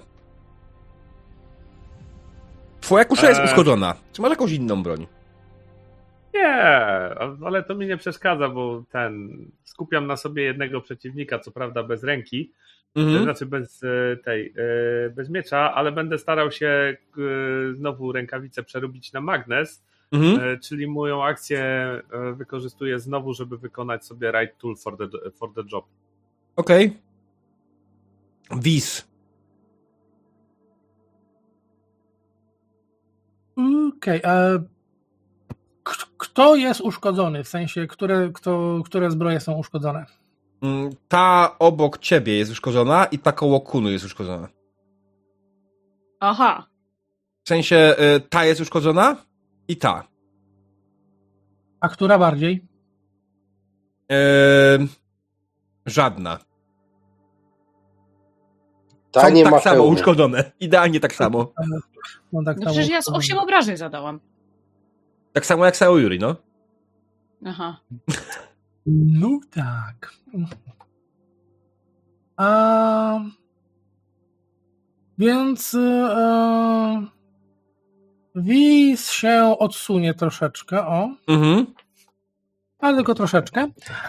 Twoja kusza jest uszkodzona. Czy masz jakąś inną broń? Nie, ale to mi nie przeszkadza, bo skupiam na sobie jednego przeciwnika, co prawda bez ręki, znaczy bez miecza, ale będę starał się znowu rękawicę przerobić na magnes, czyli moją akcję wykorzystuję znowu, żeby wykonać sobie right tool for the job. Okej. Wiz. Okej, kto jest uszkodzony? W sensie, które zbroje są uszkodzone? Ta obok ciebie jest uszkodzona i ta koło Kunu jest uszkodzona. Aha. W sensie, ta jest uszkodzona i ta. A która bardziej? Żadna. Ta Są nie tak ma samo hełmu. uszkodzone. Idealnie tak samo. No, tak No przecież ja z 8 obrażeń zadałam. Tak samo jak Sao Yuri, no. Aha. No tak. Więc Wiz się odsunie troszeczkę, ale tylko troszeczkę.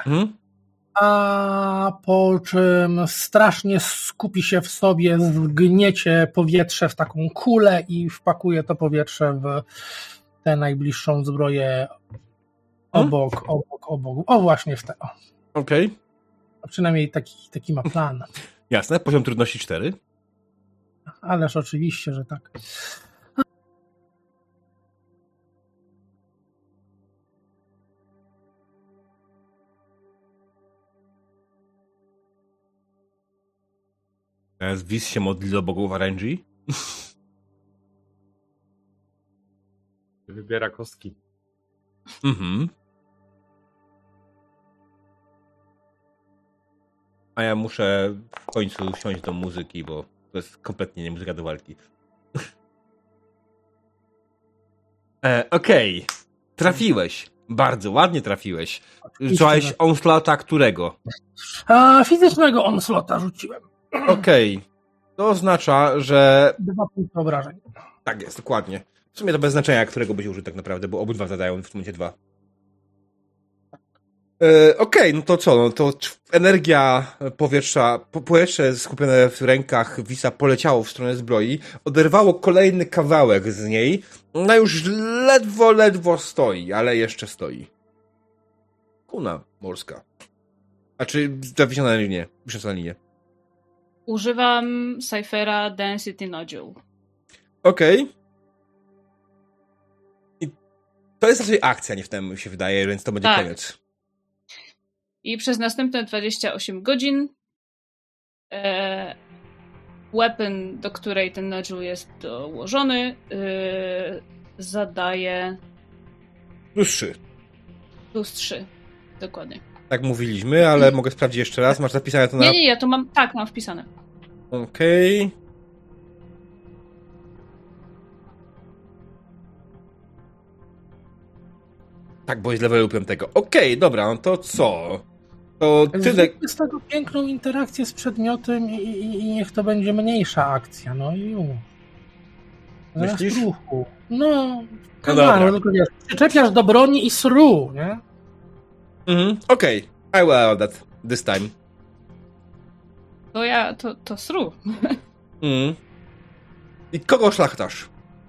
A po czym strasznie skupi się w sobie, zgniecie powietrze w taką kulę i wpakuje to powietrze w tę najbliższą zbroję obok. O, właśnie w tę. Okej. Przynajmniej taki ma plan. Jasne, poziom trudności 4. Ależ oczywiście, że tak. Teraz Wiz się modli do bogów RNG. Wybiera kostki. A ja muszę w końcu siąść do muzyki, bo to jest kompletnie nie muzyka do walki. Okej. Trafiłeś. Bardzo ładnie trafiłeś. Rzucałeś onslaughta którego? Fizycznego onslaughta rzuciłem. Okej. To oznacza, że... 2 punkty obrażeń. Tak jest, dokładnie. W sumie to bez znaczenia, którego będzie użył tak naprawdę, bo obydwa zadają w tym momencie 2. Okej, no to co? No to energia powietrza, powietrze skupione w rękach Wisa poleciało w stronę zbroi, oderwało kolejny kawałek z niej, ona już ledwo stoi, ale jeszcze stoi. Kuna morska. A czy zawiesiona na linię? Wisząca na linię. Używam Cyphera Density Nodule. Okej. I to jest raczej akcja, nie w tym mi się wydaje, więc to będzie koniec. I przez następne 28 godzin weapon, do której ten nodule jest dołożony, zadaje +3. +3. Dokładnie. Tak mówiliśmy, ale mogę sprawdzić jeszcze raz. Masz zapisane to na... Nie, ja to mam, mam wpisane. Okej. Tak, bo jest level 5. Okej, dobra, no to co? To tyle... Zróbmy z tego piękną interakcję z przedmiotem i niech to będzie mniejsza akcja, no i już. Zamiast Myślisz? ruchu. No dobra. tylko wiesz, przyczepiasz do broni i sru, nie? Okej, I will allow that this time. To sru. I kogo szlachtasz?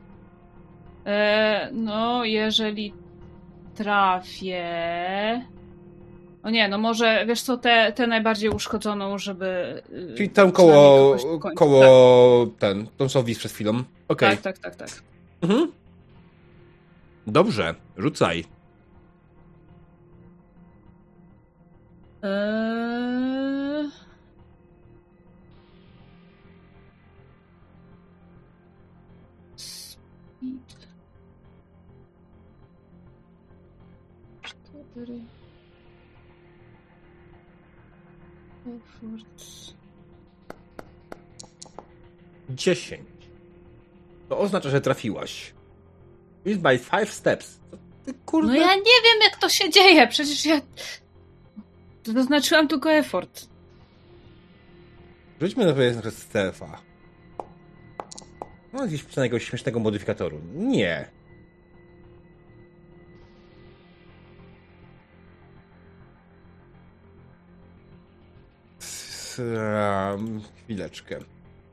No, jeżeli trafię... O nie, no może, wiesz co, tę najbardziej uszkodzoną, żeby... Czyli tam tą co Wiz przed chwilą. Okej. Tak. Dobrze, rzucaj. 4. Effort. 10. To oznacza, że trafiłaś. It's by 5 steps. Ty, kurde. No ja nie wiem, jak to się dzieje. Przecież ja... Zaznaczyłam tylko effort. Rzućmy na powiedzmy Stefa. No, gdzieś przynajmniej jakiegoś śmiesznego modyfikatoru. Nie. Chwileczkę.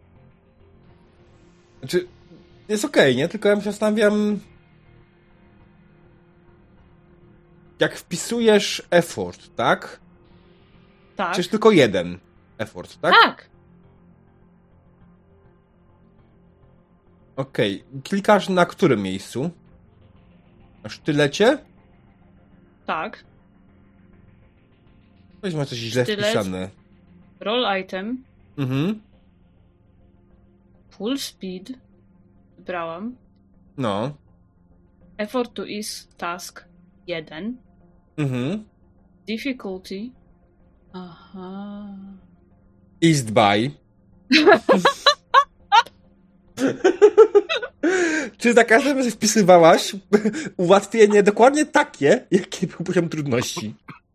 Znaczy, jest okej, nie? Tylko ja się zastanawiam... Jak wpisujesz effort, tak? Tak. Przecież tylko jeden effort, tak? Tak. Okej. Klikasz na którym miejscu? Na sztylecie? Tak. Weź ma coś źle Sztylet. wpisane. Roll item. Mhm. Full speed. Wybrałam. No. Effort to is task 1. Mhm. Difficulty. Aha. East by. Czy za każdym razem wpisywałaś ułatwienie dokładnie takie, jaki był poziom trudności?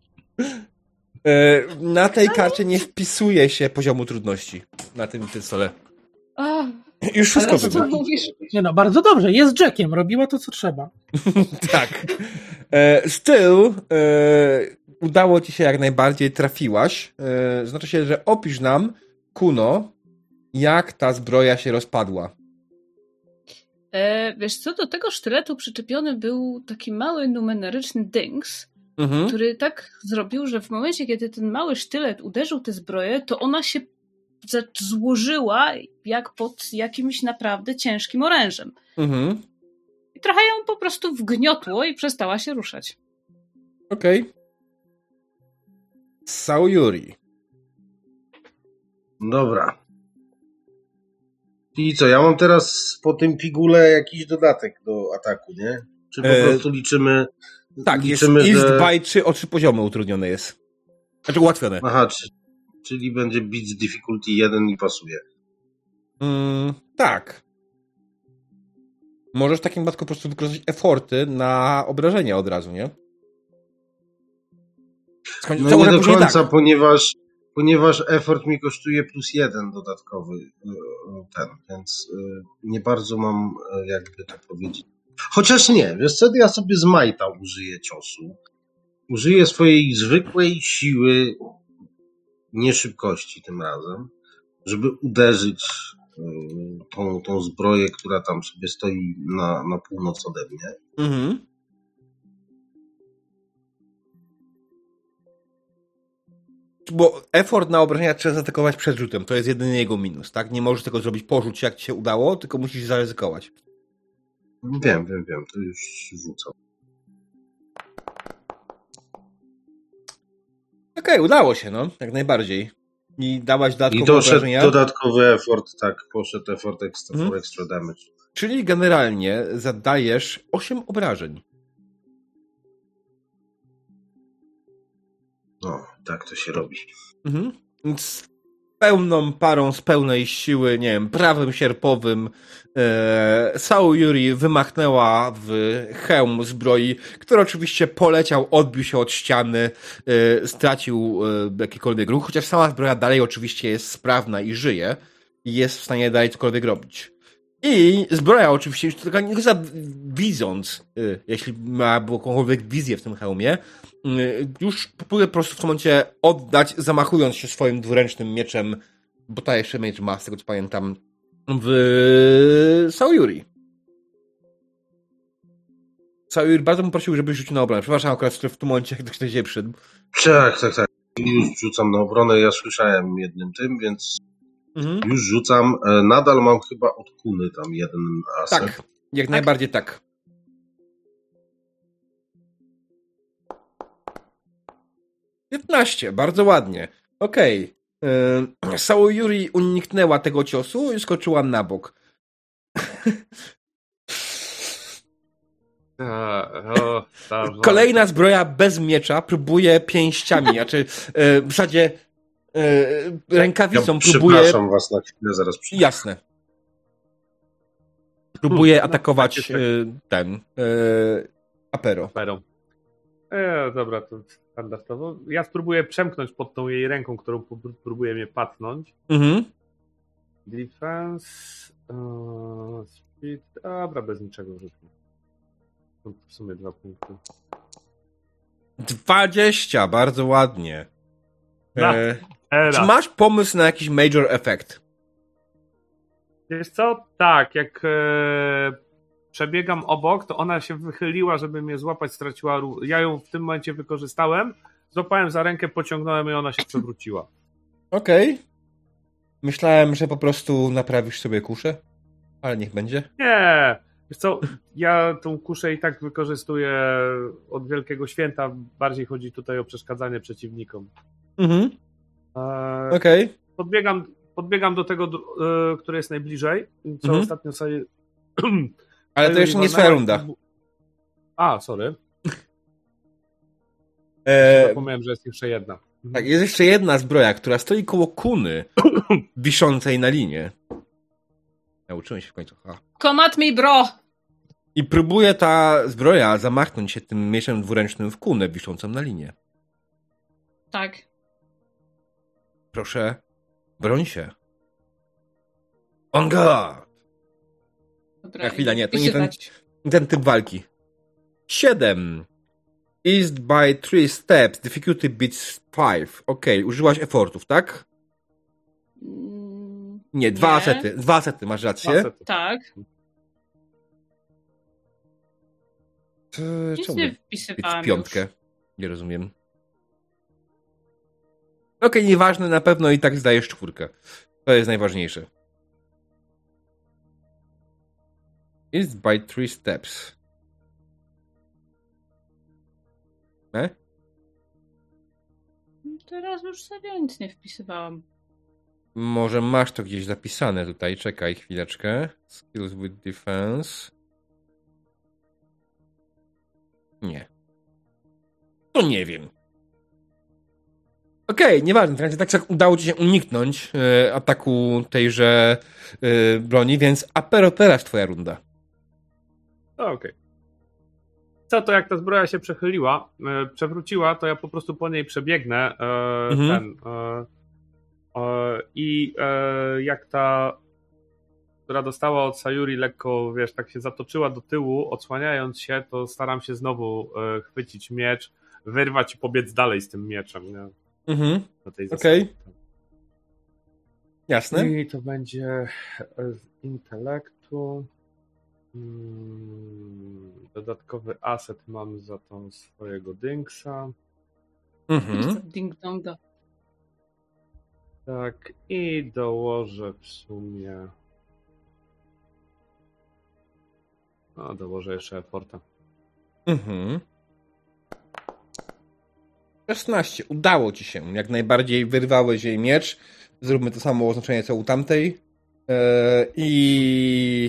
Na tej karcie nie wpisuje się poziomu trudności. Na tym stole. Już wszystko Co było. mówisz? Nie no, bardzo dobrze. Jest Jackiem. Robiła to, co trzeba. Tak. Still udało ci się jak najbardziej, trafiłaś. Znaczy się, że opisz nam, Kuno, jak ta zbroja się rozpadła. Wiesz co, do tego sztyletu przyczepiony był taki mały numeryczny dings, Mhm. który tak zrobił, że w momencie, kiedy ten mały sztylet uderzył tę zbroję, to ona się złożyła jak pod jakimś naprawdę ciężkim orężem. Mhm. I trochę ją po prostu wgniotło i przestała się ruszać. Okej. Sauyuri. Dobra. I co, ja mam teraz po tym pigule jakiś dodatek do ataku, nie? Czy po prostu liczymy... Tak, liczymy, jest że... East by 3 o 3 poziomy utrudnione jest. Znaczy ułatwione. Aha, czyli będzie beat difficulty 1 i pasuje. Tak. Możesz w takim przypadku po prostu wykorzystać eforty na obrażenia od razu, nie? No nie do końca, tak. ponieważ effort mi kosztuje +1 dodatkowy więc nie bardzo mam, jakby to powiedzieć. Chociaż nie, wiesz co, ja sobie z Majta użyję ciosu. Użyję swojej zwykłej siły, nie szybkości tym razem, żeby uderzyć tą zbroję, która tam sobie stoi na północ ode mnie. Mhm. Bo effort na obrażenia trzeba zaatakować przed rzutem. To jest jedyny jego minus, tak? Nie możesz tego zrobić po rzucie, jak ci się udało, tylko musisz zaryzykować. Wiem. To już rzucam. Okej, udało się, no. Jak najbardziej. I dałaś dodatkowe I doszedł obrażenia. dodatkowy effort, tak. Poszedł effort for extra damage. Czyli generalnie zadajesz 8 obrażeń. No, tak to się robi. Mhm. Z pełną parą, z pełnej siły, nie wiem, prawym sierpowym Sauyuri wymachnęła w hełm zbroi, który oczywiście poleciał, odbił się od ściany, stracił jakikolwiek ruch, chociaż sama zbroja dalej oczywiście jest sprawna i żyje i jest w stanie dalej cokolwiek robić. I zbroja oczywiście, już tylko nie widząc, jeśli ma jakąkolwiek wizję w tym hełmie, już próbuje po prostu w tym momencie oddać, zamachując się swoim dwuręcznym mieczem, bo ta jeszcze miecz ma, z tego co pamiętam, w Sauyuri. Sauyuri bardzo bym prosił, żebyś rzucił na obronę. Przepraszam akurat w tym momencie, jak ktoś się przyszedł. Tak. Już rzucam na obronę, ja słyszałem jednym tym, więc już rzucam. Nadal mam chyba od Kuny tam jeden aset. Tak, jak najbardziej tak. (15), bardzo ładnie. Okej. Sauyuri uniknęła tego ciosu i skoczyła na bok. Kolejna zbroja bez miecza próbuje pięściami, znaczy w zasadzie rękawicą próbuje... Przepraszam was na chwilę, zaraz przyjdę. Jasne. Próbuje atakować Apero. Dobra, to standardowo. Ja spróbuję przemknąć pod tą jej ręką, którą próbuje mnie patnąć. Defense, speed, dobra, bez niczego rzucę. W sumie 2 punkty. 20, bardzo ładnie. Czy masz pomysł na jakiś major effect? Wiesz co? Tak, jak przebiegam obok, to ona się wychyliła, żeby mnie złapać, straciła ruch. Ja ją w tym momencie wykorzystałem, złapałem za rękę, pociągnąłem i ona się przewróciła. Okej. Myślałem, że po prostu naprawisz sobie kuszę, ale niech będzie. Nie! Wiesz co, ja tą kuszę i tak wykorzystuję od Wielkiego Święta. Bardziej chodzi tutaj o przeszkadzanie przeciwnikom. Okej. Podbiegam do tego, który jest najbliżej, co ostatnio sobie... Ale to jeszcze nie twoja runda. Sorry. Zapomniałem, że jest jeszcze jedna. Tak, jest jeszcze jedna zbroja, która stoi koło kuny wiszącej na linie. Nauczyłem się w końcu. Komat mi, bro! I próbuje ta zbroja zamachnąć się tym mieczem dwuręcznym w kunę wiszącą na linie. Tak. Proszę, broń się. On guard! Dobra, chwila, nie, to nie ten typ walki. 7. East by 3 steps. Difficulty beats 5. Okej, użyłaś effortów, tak? Nie, 2 asety. 2 asety, masz rację. Tak. Nic nie wpisywałam piątkę. Już. Nie rozumiem. Okej, nieważne, na pewno i tak zdajesz 4. To jest najważniejsze. East by 3 steps. Teraz już sobie nic nie wpisywałam. Może masz to gdzieś zapisane tutaj. Czekaj chwileczkę. Skills with defense. Nie. To nie wiem. Okej, nieważne. Tak udało ci się uniknąć ataku tejże broni, więc Apero, teraz twoja runda. Okej. Co to, jak ta zbroja się przewróciła, to ja po prostu po niej przebiegnę i jak ta, która dostała od Sayuri lekko, wiesz, tak się zatoczyła do tyłu, odsłaniając się, to staram się znowu chwycić miecz, wyrwać i pobiec dalej z tym mieczem. Nie? Okej. Jasne. I to będzie z intelektu. Dodatkowy aset mam za tą swojego Dingsa. Ding-donga. Tak, i dołożę w sumie... dołożę jeszcze efforta. 16. Udało ci się. Jak najbardziej wyrwałeś jej miecz. Zróbmy to samo oznaczenie, co u tamtej. I...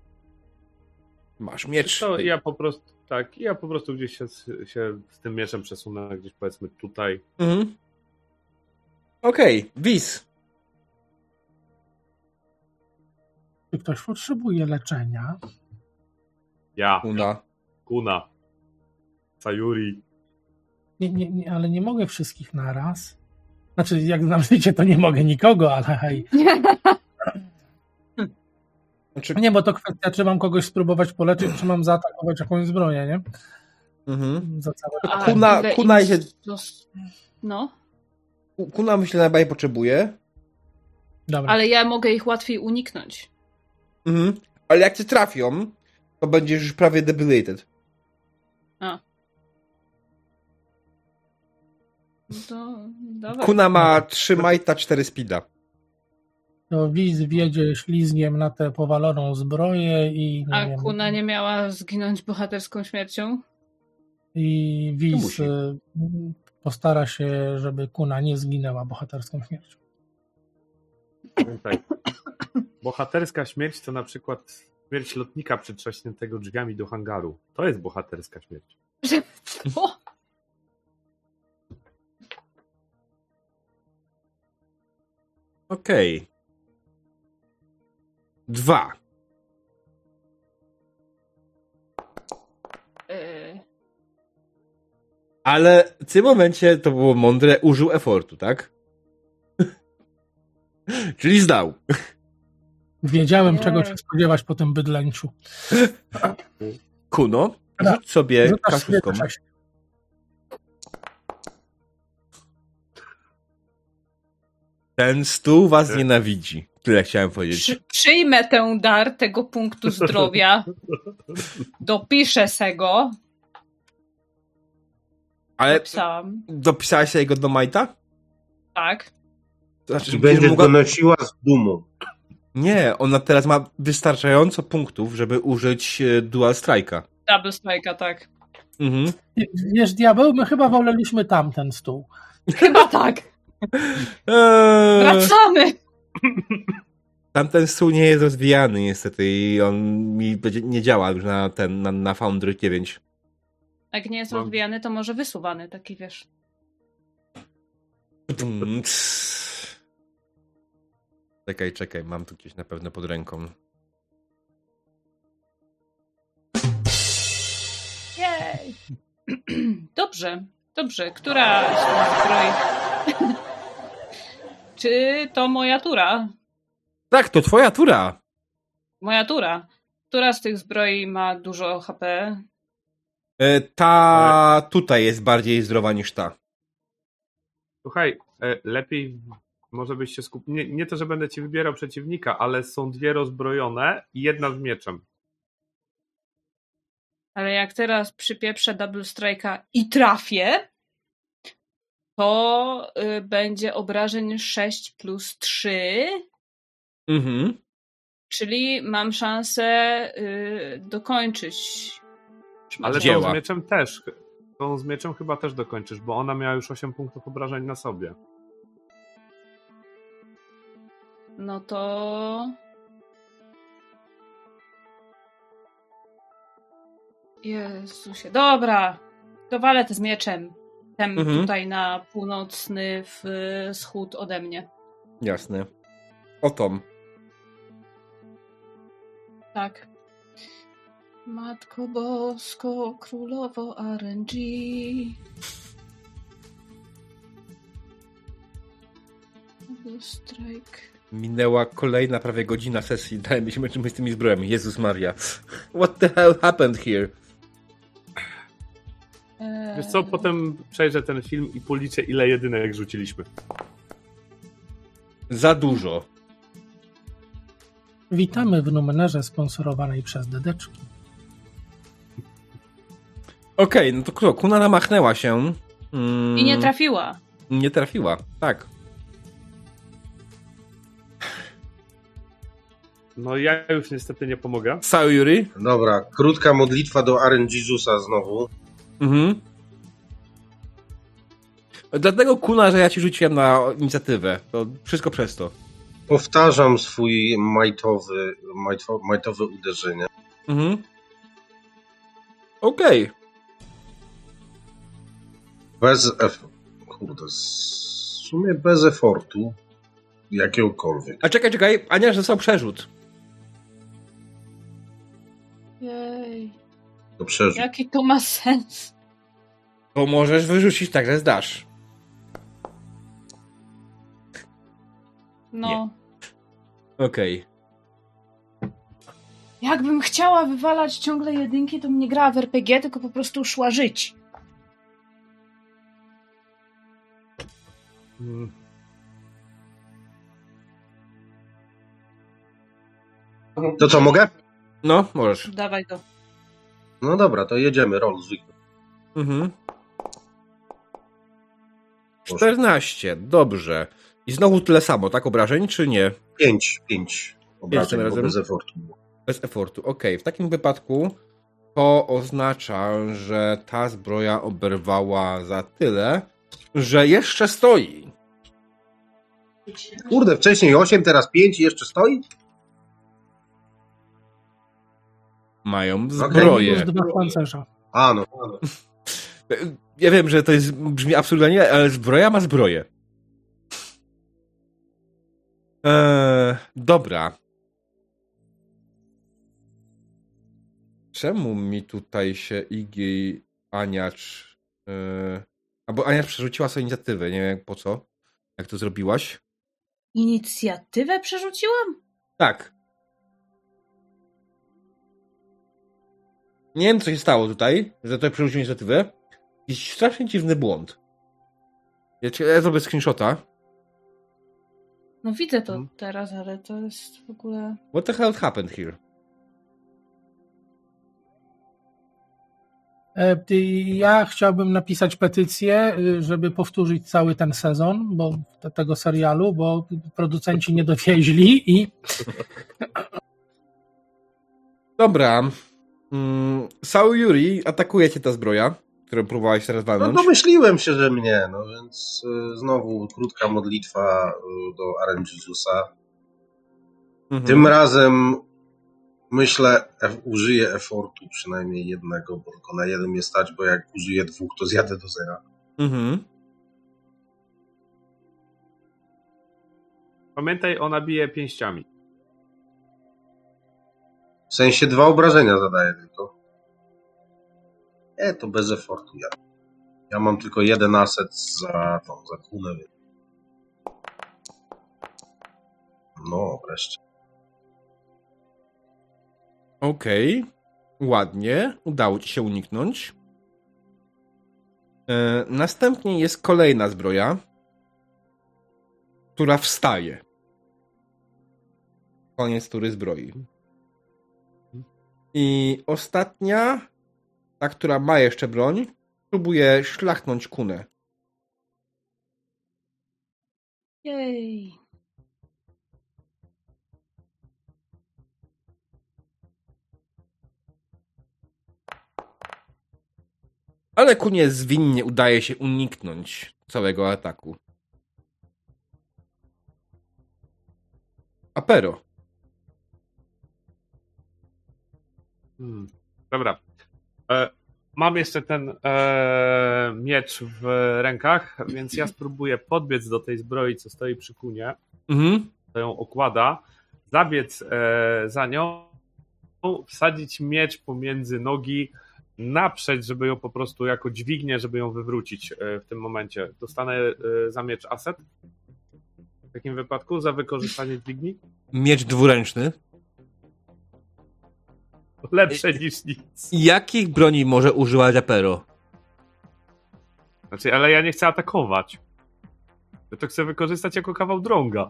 Masz miecz. To ja po prostu gdzieś się z tym mieczem przesunę, gdzieś powiedzmy tutaj. Okej, Wiz. Czy ktoś potrzebuje leczenia? Ja. Kuna. Sayuri. Nie, ale nie mogę wszystkich naraz. Znaczy, jak znam życie, to nie mogę nikogo, ale hej. Nie, bo to kwestia, czy mam kogoś spróbować poleczyć, czy mam zaatakować jakąś zbroję, nie? Za całe... Kuna się... No. Kuna myślę najbardziej potrzebuje. Dobra. Ale ja mogę ich łatwiej uniknąć. Ale jak cię trafią, to będziesz już prawie debilitated. To dawaj. Kuna ma 3 majta, 4 speeda. To Wiz wjedzie ślizgiem na tę powaloną zbroję i... Kuna nie miała zginąć bohaterską śmiercią? I Wiz postara się, żeby Kuna nie zginęła bohaterską śmiercią. Tak. Bohaterska śmierć to na przykład Śmierć lotnika przytrzaśniętego drzwiami do hangaru. To jest bohaterska śmierć. O! Okej. 2. Ale w tym momencie to było mądre, użył efortu, tak? Czyli zdał. Wiedziałem, czego się spodziewać po tym bydlęciu. Kuno, rzuć sobie kaszuską. Ten stół was nienawidzi. Tyle chciałem powiedzieć. Przyjmę ten dar tego punktu zdrowia. Dopiszę se go. Ale Dopisałam. dopisałaś sobie go do Majta? Tak. To znaczy, I będziesz mogła... go nosiła z dumą. Nie, ona teraz ma wystarczająco punktów, żeby użyć Dual Strike'a. Double Strike'a, tak. Mhm. Wiesz, diabeł, my chyba woleliśmy tamten stół. Chyba tak. Wracamy. Tamten stół nie jest rozwijany niestety i on mi nie działa już na Foundry 9. Jak nie jest rozwijany, to może wysuwany, taki wiesz. Czekaj, mam tu gdzieś na pewno pod ręką. Jej. Dobrze. Która z tych zbroi? Czy to moja tura? Tak, to twoja tura. Moja tura. Która z tych zbroi ma dużo HP? Ta tutaj jest bardziej zdrowa niż ta. Słuchaj, lepiej może byś się skupił. Nie to, że będę ci wybierał przeciwnika, ale są 2 rozbrojone i 1 z mieczem. Ale jak teraz przypieprzę Double Strike'a i trafię, to będzie obrażeń 6 plus 3. Mhm. Czyli mam szansę dokończyć. Ale dzieła. tą z mieczem też. Tą z mieczem chyba też dokończysz, bo ona miała już 8 punktów obrażeń na sobie. No to... Jezusie. Dobra. Dowalę to z mieczem. Ten tutaj na północny wschód ode mnie. Jasne. O Tom. Tak. Matko Bosko, królowo RNG. Strike. Minęła kolejna prawie godzina sesji. Dajmy się męczymy z tymi zbrojami. Jezus Maria. What the hell happened here? Wiesz co, potem przejrzę ten film i policzę, ile jedynek rzuciliśmy. Za dużo. Witamy w numerze sponsorowanej przez Dedeczki. Okej, no to Kuna namachnęła się. I nie trafiła. Nie trafiła, tak. No ja już niestety nie pomogę. Sayuri? Dobra, krótka modlitwa do RNG Jezusa znowu. Mhm. Dlatego Kuna, że ja ci rzuciłem na inicjatywę. To wszystko przez to. Powtarzam swój majtowe uderzenie. Mhm. Okej. Kurde, w sumie bez efortu jakiegokolwiek. A czekaj, Ania, że są przerzut. Jej. To przeżyć. Jaki to ma sens? Bo możesz wyrzucić tak, że zdasz. No. Nie. Okej. Jakbym chciała wywalać ciągle jedynki, to bym nie grała w RPG, tylko po prostu szła żyć. To co, mogę? No, możesz. Dawaj go. No dobra, to jedziemy, roll zwykły. Mhm. 14, dobrze. I znowu tyle samo, tak? Obrażeń, czy nie? 5 obrażeń, bo razem? bez efortu. Bez efortu, okej. W takim wypadku to oznacza, że ta zbroja oberwała za tyle, że jeszcze stoi. Kurde, wcześniej 8, teraz 5 i jeszcze stoi? mają zbroję. Plus 2 pancerza. No. Ja wiem, że to brzmi absurdalnie, ale zbroja ma zbroję. Dobra. Czemu mi tutaj się Iggy Aniacz... Albo Aniacz przerzuciła sobie inicjatywę, nie wiem po co. Jak to zrobiłaś? Inicjatywę przerzuciłam? Tak. Nie wiem, co się stało tutaj, że to przerzucił inicjatywę. Jakiś strasznie dziwny błąd. Ja zrobię screenshota. No widzę to teraz, ale to jest w ogóle... What the hell happened here? Ja chciałbym napisać petycję, żeby powtórzyć cały ten sezon tego serialu, bo producenci nie dowieźli i... Dobra. Saul Yuri, atakuje cię ta zbroja, którą próbowałeś teraz walnąć. No domyśliłem się, że mnie, no więc znowu krótka modlitwa do RNG Jezusa. Tym razem myślę, użyję efortu przynajmniej jednego, bo tylko na jeden mnie stać, bo jak użyję 2, to zjadę do 0. Pamiętaj, ona bije pięściami. W sensie 2 obrażenia zadaję tylko. To bez efortu. Ja mam tylko 1 aset za kunę. No, wreszcie. Okej. Ładnie. Udało ci się uniknąć. Następnie jest kolejna zbroja, która wstaje. Koniec tury zbroi. I ostatnia, ta, która ma jeszcze broń, próbuje szlachnąć kunę. Jej. Ale kunie zwinnie udaje się uniknąć całego ataku. Apero. Dobra. Mam jeszcze ten miecz w rękach, więc ja spróbuję podbiec do tej zbroi, co stoi przy kunie. To ją okłada. Zabiec za nią, wsadzić miecz pomiędzy nogi, naprzeć, żeby ją po prostu jako dźwignię, żeby ją wywrócić w tym momencie. Dostanę za miecz aset? W takim wypadku za wykorzystanie dźwigni? Miecz dwuręczny. Lepsze niż nic. Jakich broni może używać Apero? Znaczy, ale ja nie chcę atakować. Ja to chcę wykorzystać jako kawał drąga.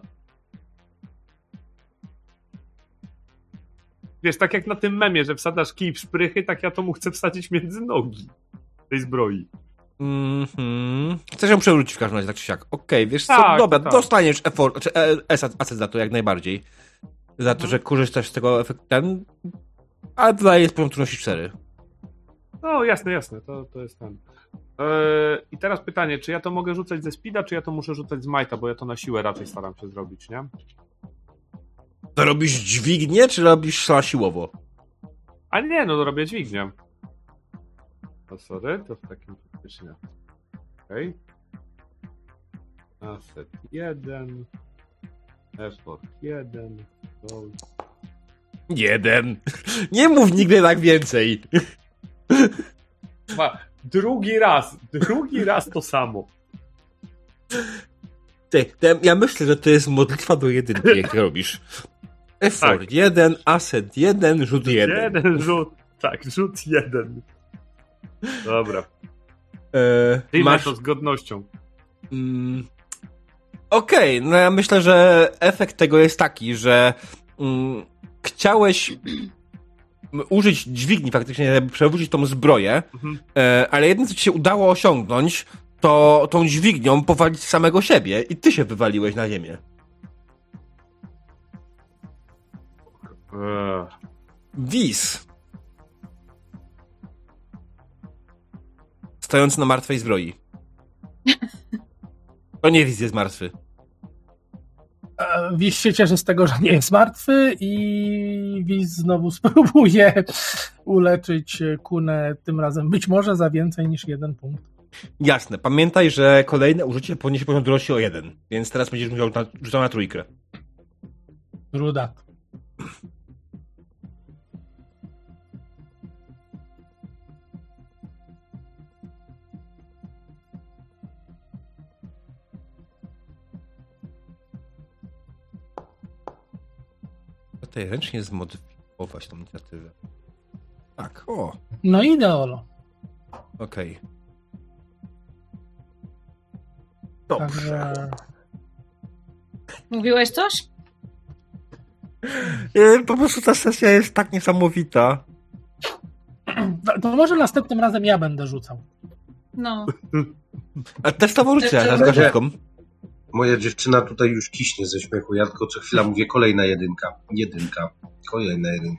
Wiesz, tak jak na tym memie, że wsadasz kij w szprychy, tak ja to mu chcę wsadzić między nogi tej zbroi. Chcesz ją przewrócić w każdym razie, tak czy siak. Okej, wiesz co, Tak, dobra, tak. dostaniesz asset za to jak najbardziej. Za to, że korzystasz z tego efektu ale tutaj jest poziom trudności 4. No jasne, to jest ten. I teraz pytanie, czy ja to mogę rzucać ze speeda, czy ja to muszę rzucać z mighta, bo ja to na siłę raczej staram się zrobić, nie? To robisz dźwignię, czy robisz siłowo? A nie, no to robię dźwignię. No sorry, to w takim faktycznie. Okej. Asset 1. Effort 1. Roll. 1. Nie mów nigdy tak więcej. Drugi raz to samo. Ja myślę, że to jest modlitwa do jedynki, jak robisz. Effort Tak. 1, asset 1, rzut 1. Rzut 1. Dobra. Masz... Masz to z godnością. Okej, no ja myślę, że efekt tego jest taki, że chciałeś użyć dźwigni faktycznie, żeby przewrócić tą zbroję, ale jedyne, co ci się udało osiągnąć, to tą dźwignią powalić samego siebie i ty się wywaliłeś na ziemię. Wiz. Stojący na martwej zbroi. To nie Wiz jest martwy. Wiz się cieszy z tego, że nie jest martwy i Wiz znowu spróbuje uleczyć Kunę, tym razem być może za więcej niż 1 punkt. Jasne. Pamiętaj, że kolejne użycie podniesie poziom trudności o 1, więc teraz będziesz musiał rzucać na 3. Ruda. Tutaj ręcznie zmodyfikować tą inicjatywę. Tak, o. No ideolo. Okej. Także... Mówiłeś coś? Po prostu ta sesja jest tak niesamowita. To może następnym razem ja będę rzucał. No. A testowo rzucę, za zgadzką. Moja dziewczyna tutaj już kiśnie ze śmiechu. Ja tylko co chwila mówię kolejna 1. Kolejna 1.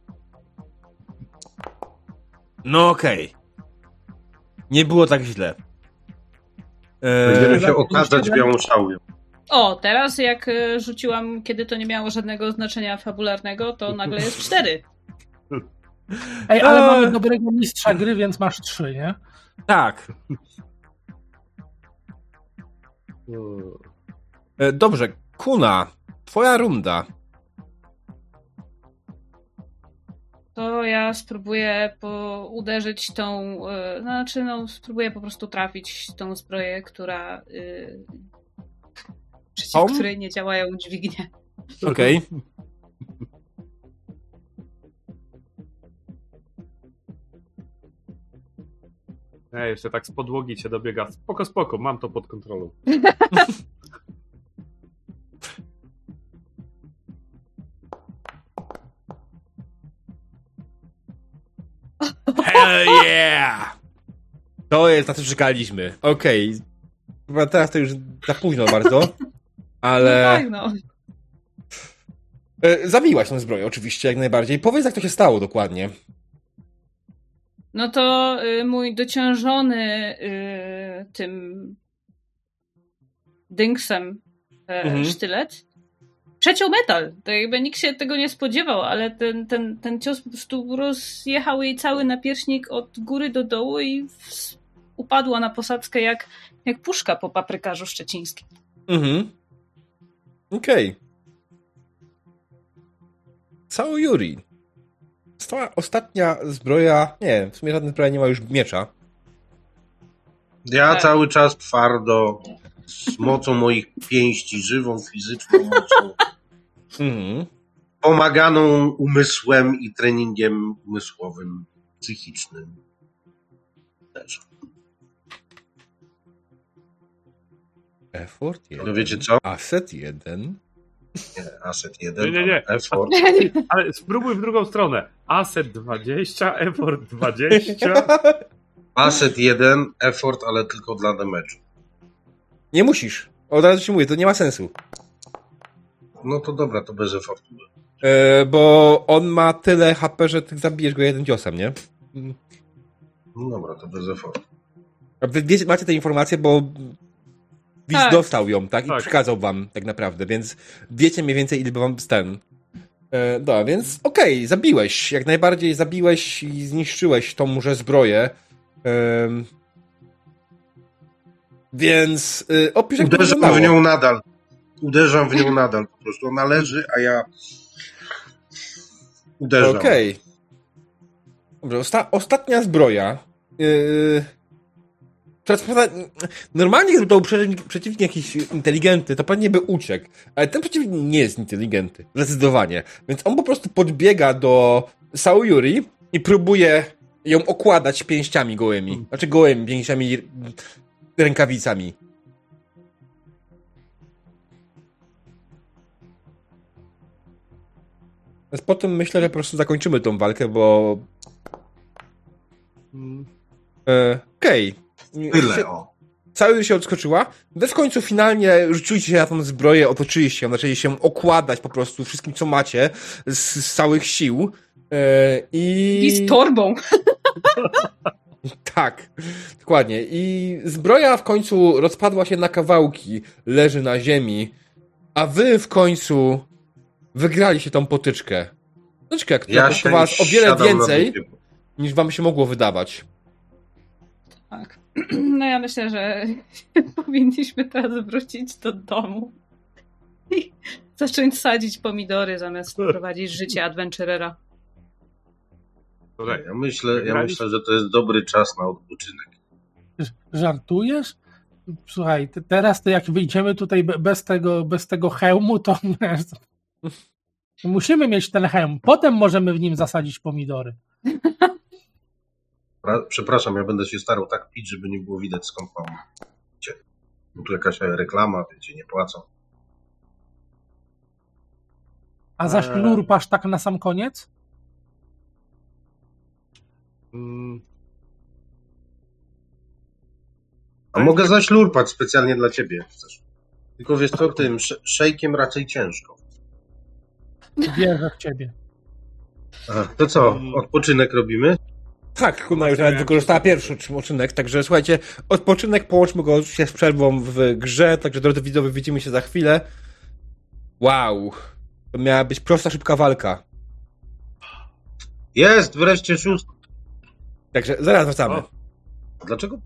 No okej. Nie było tak źle. Będziemy się okazać białą szałwią. O, teraz jak rzuciłam, kiedy to nie miało żadnego znaczenia fabularnego, to nagle jest 4. Ej, ale mamy dobrego mistrza gry, więc masz 3, nie? Tak. Dobrze, Kuna, twoja runda. To ja spróbuję uderzyć tą, spróbuję po prostu trafić tą zbroję, która przeciw której nie działają dźwignie. Okej. Jeszcze tak z podłogi cię dobiega. Spoko, mam to pod kontrolą. Hell yeah! To jest, na co czekaliśmy. Okej. Chyba teraz to już za późno bardzo, ale... No tak, no. Zabiłaś tą zbroję oczywiście, jak najbardziej. Powiedz, jak to się stało dokładnie. No to mój dociążony tym dynksem sztylet przeciął metal. To jakby nikt się tego nie spodziewał, ale ten cios po prostu rozjechał jej cały napierśnik od góry do dołu i upadła na posadzkę jak puszka po paprykarzu szczecińskim. Okej. Sao Yuri. Stała ostatnia zbroja... Nie, w sumie żadna zbroja nie ma już miecza. Ja cały czas twardo, z mocą moich pięści, żywą, fizyczną mocą, pomaganą umysłem i treningiem umysłowym, psychicznym też. Effort 1. No wiecie co? Asset 1. Asset 1. Nie. Effort. Ale spróbuj w drugą stronę. Asset 20, effort 20. Asset 1, effort, ale tylko dla damage'u. Nie musisz. Od razu ci mówię, to nie ma sensu. No to dobra, to bez effortu. Bo on ma tyle HP, że ty zabijesz go jednym ciosem, nie? No dobra, to bez effortu. A wy macie tę informację, bo Wiz dostał ją, tak? I przekazał wam tak naprawdę, więc wiecie mniej więcej, ile by wam ten... Dobra, więc okej, zabiłeś. Jak najbardziej zabiłeś i zniszczyłeś tą zbroję. Więc opisz, jak Uderzam w nią nadal. Po prostu ona leży, a ja uderzam. Okej. Dobrze, ostatnia zbroja. Normalnie, gdyby to był przeciwnik jakiś inteligentny, to pewnie by uciekł. Ale ten przeciwnik nie jest inteligentny. Zdecydowanie. Więc on po prostu podbiega do Sao Yuri i próbuje ją okładać pięściami gołymi. Znaczy gołymi pięściami, rękawicami. Więc potem myślę, że po prostu zakończymy tą walkę, bo... Okej. Tyle, o. Cały się odskoczyła. W końcu finalnie rzuciliście się na tą zbroję, otoczyliście ją, zaczęli się okładać po prostu wszystkim, co macie z całych sił. I z torbą. Tak, dokładnie. I zbroja w końcu rozpadła się na kawałki, leży na ziemi, A wy w końcu wygraliście tą potyczkę. Potyczkę, która kosztowała was o wiele więcej, niż wam się mogło wydawać. Tak. No ja myślę, że powinniśmy teraz wrócić do domu i zacząć sadzić pomidory, zamiast prowadzić życie adventurera. Ja myślę, że to jest dobry czas na odpoczynek. Żartujesz? Słuchaj, teraz to jak wyjdziemy tutaj bez tego hełmu, to musimy mieć ten hełm. Potem możemy w nim zasadzić pomidory. Przepraszam, ja będę się starał tak pić, żeby nie było widać skąd mam. Tu jakaś reklama, wiecie, nie płacą. A zaślurpasz tak na sam koniec? A mogę zaślurpać specjalnie dla ciebie, jak chcesz. Tylko wiesz co, tym szejkiem raczej ciężko. Wierzę w ciebie. Aha, to co, odpoczynek robimy? Tak, Kuna już nawet wykorzystała pierwszy odpoczynek, także słuchajcie, odpoczynek połączmy go się z przerwą w grze, także drodzy widzowie, widzimy się za chwilę. Wow, to miała być prosta, szybka walka. Jest, wreszcie 6. Także zaraz wracamy. Dlaczego?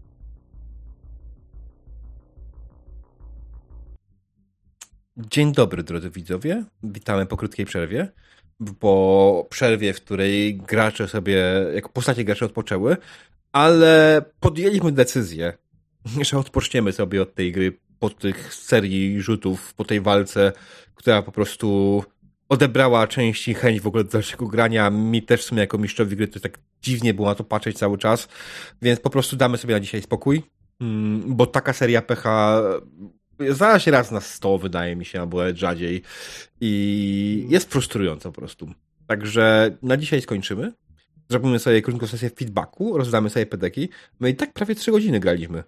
Dzień dobry, drodzy widzowie. Witamy po krótkiej przerwie. Po przerwie, w której gracze sobie, jako postacie gracze odpoczęły, ale podjęliśmy decyzję, że odpoczniemy sobie od tej gry, po tych serii rzutów, po tej walce, która po prostu odebrała część i chęć w ogóle do dalszego grania. Mi też w sumie jako mistrzowi gry to tak dziwnie było na to patrzeć cały czas, więc po prostu damy sobie na dzisiaj spokój, bo taka seria pecha zdarza się raz na 100, wydaje mi się, albo nawet rzadziej. I jest frustrująco po prostu. Także na dzisiaj skończymy. Zrobimy sobie krótką sesję feedbacku, rozdamy sobie pedeki. My i tak prawie 3 godziny graliśmy.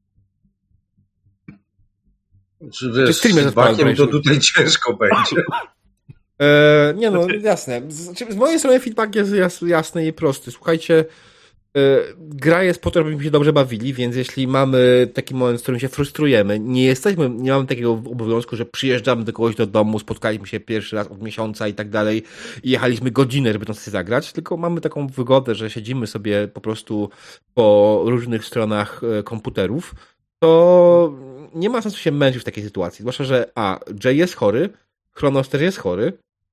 Czy wiesz, z feedbackiem to tutaj ciężko będzie. Nie no, jasne. Z mojej strony feedback jest jasny i prosty. Słuchajcie, gra jest po to, żebyśmy się dobrze bawili, więc jeśli mamy taki moment, w którym się frustrujemy, nie mamy takiego obowiązku, że przyjeżdżamy do kogoś do domu, spotkaliśmy się pierwszy raz od miesiąca i tak dalej i jechaliśmy godzinę, żeby tą sesję zagrać, tylko mamy taką wygodę, że siedzimy sobie po prostu po różnych stronach komputerów, to nie ma sensu się męczyć w takiej sytuacji. Zwłaszcza, że Jay jest chory, Chronos też jest chory.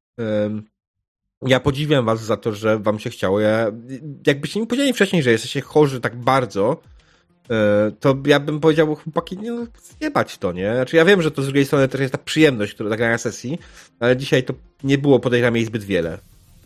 Ja podziwiam was za to, że wam się chciało. Jakbyście mi powiedzieli wcześniej, że jesteście chorzy tak bardzo, to ja bym powiedział, chłopaki, nie bać to, nie? Znaczy ja wiem, że to z drugiej strony też jest ta przyjemność, która zagrania sesji, ale dzisiaj to nie było, podejrzewam, jej zbyt wiele.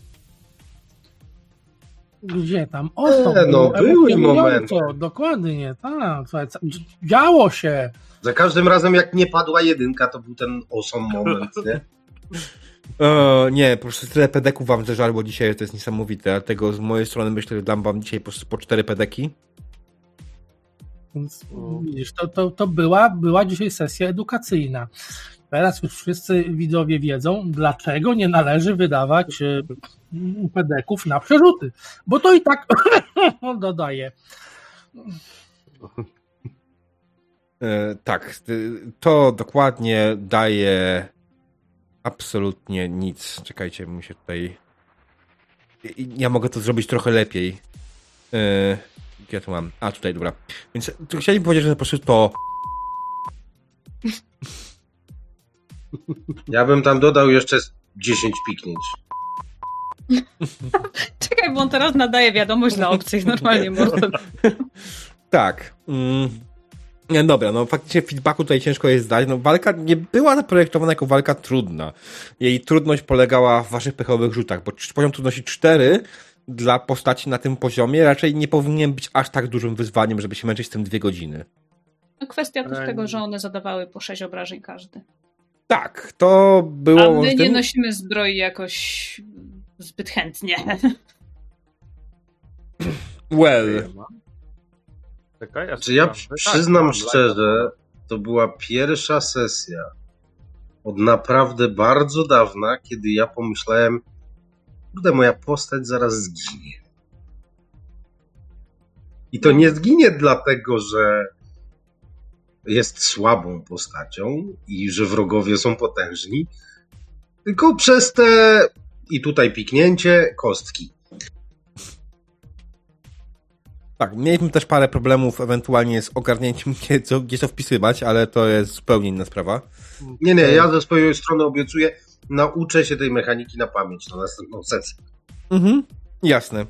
Gdzie tam? Były momenty. Dokładnie, tak. Działo się. Za każdym razem, jak nie padła 1, to był ten awesome moment, nie? Nie, po prostu tyle pedeków wam zeżarło dzisiaj, to jest niesamowite. Dlatego z mojej strony myślę, że dam wam dzisiaj po 4 pedeki. Więc widzisz, to była dzisiaj sesja edukacyjna. Teraz już wszyscy widzowie wiedzą, dlaczego nie należy wydawać pedeków na przerzuty. Bo to i tak dodaje. Tak, to dokładnie daje absolutnie nic. Czekajcie, mi się tutaj... Ja mogę to zrobić trochę lepiej. Ja tu mam... tutaj, dobra. Więc chciałem powiedzieć, że po prostu to... Ja bym tam dodał jeszcze 10 piknięć. Czekaj, bo on teraz nadaje wiadomość na opcjach, normalnie można. Tak. Dobra, faktycznie feedbacku tutaj ciężko jest dać. Walka nie była zaprojektowana jako walka trudna. Jej trudność polegała w waszych pechowych rzutach, bo poziom trudności 4 dla postaci na tym poziomie raczej nie powinien być aż tak dużym wyzwaniem, żeby się męczyć z tym 2 godziny. Kwestia też tego, że one zadawały po 6 obrażeń każdy. Tak, to było... A my nie nosimy zbroi jakoś zbyt chętnie. Czy ja przyznam szczerze, to była pierwsza sesja od naprawdę bardzo dawna, kiedy ja pomyślałem, kurde, moja postać zaraz zginie. I to nie zginie dlatego, że jest słabą postacią i że wrogowie są potężni, tylko przez te, i tutaj piknięcie, kostki. Tak, mieliśmy też parę problemów ewentualnie z ogarnięciem, gdzie to wpisywać, ale to jest zupełnie inna sprawa. Nie, ja ze swojej strony obiecuję, nauczę się tej mechaniki na pamięć na następną sesję. Jasne.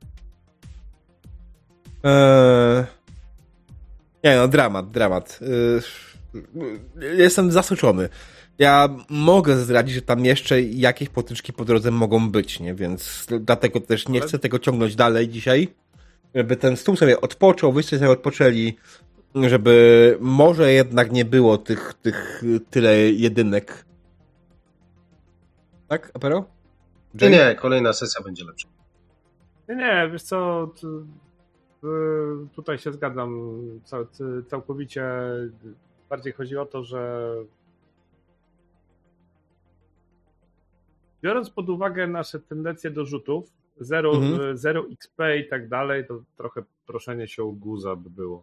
Nie no, dramat. Jestem zaskoczony. Ja mogę zdradzić, że tam jeszcze jakieś potyczki po drodze mogą być, nie? Więc dlatego też nie chcę tego ciągnąć dalej dzisiaj, żeby ten stół sobie odpoczął, wyście sobie odpoczęli, żeby może jednak nie było tych tyle jedynek. Tak, Apero? Nie, kolejna sesja będzie lepsza. Nie, wiesz co, tutaj się zgadzam całkowicie. Bardziej chodzi o to, że biorąc pod uwagę nasze tendencje do rzutów, 0 XP i tak dalej, to trochę proszenie się o guza by było.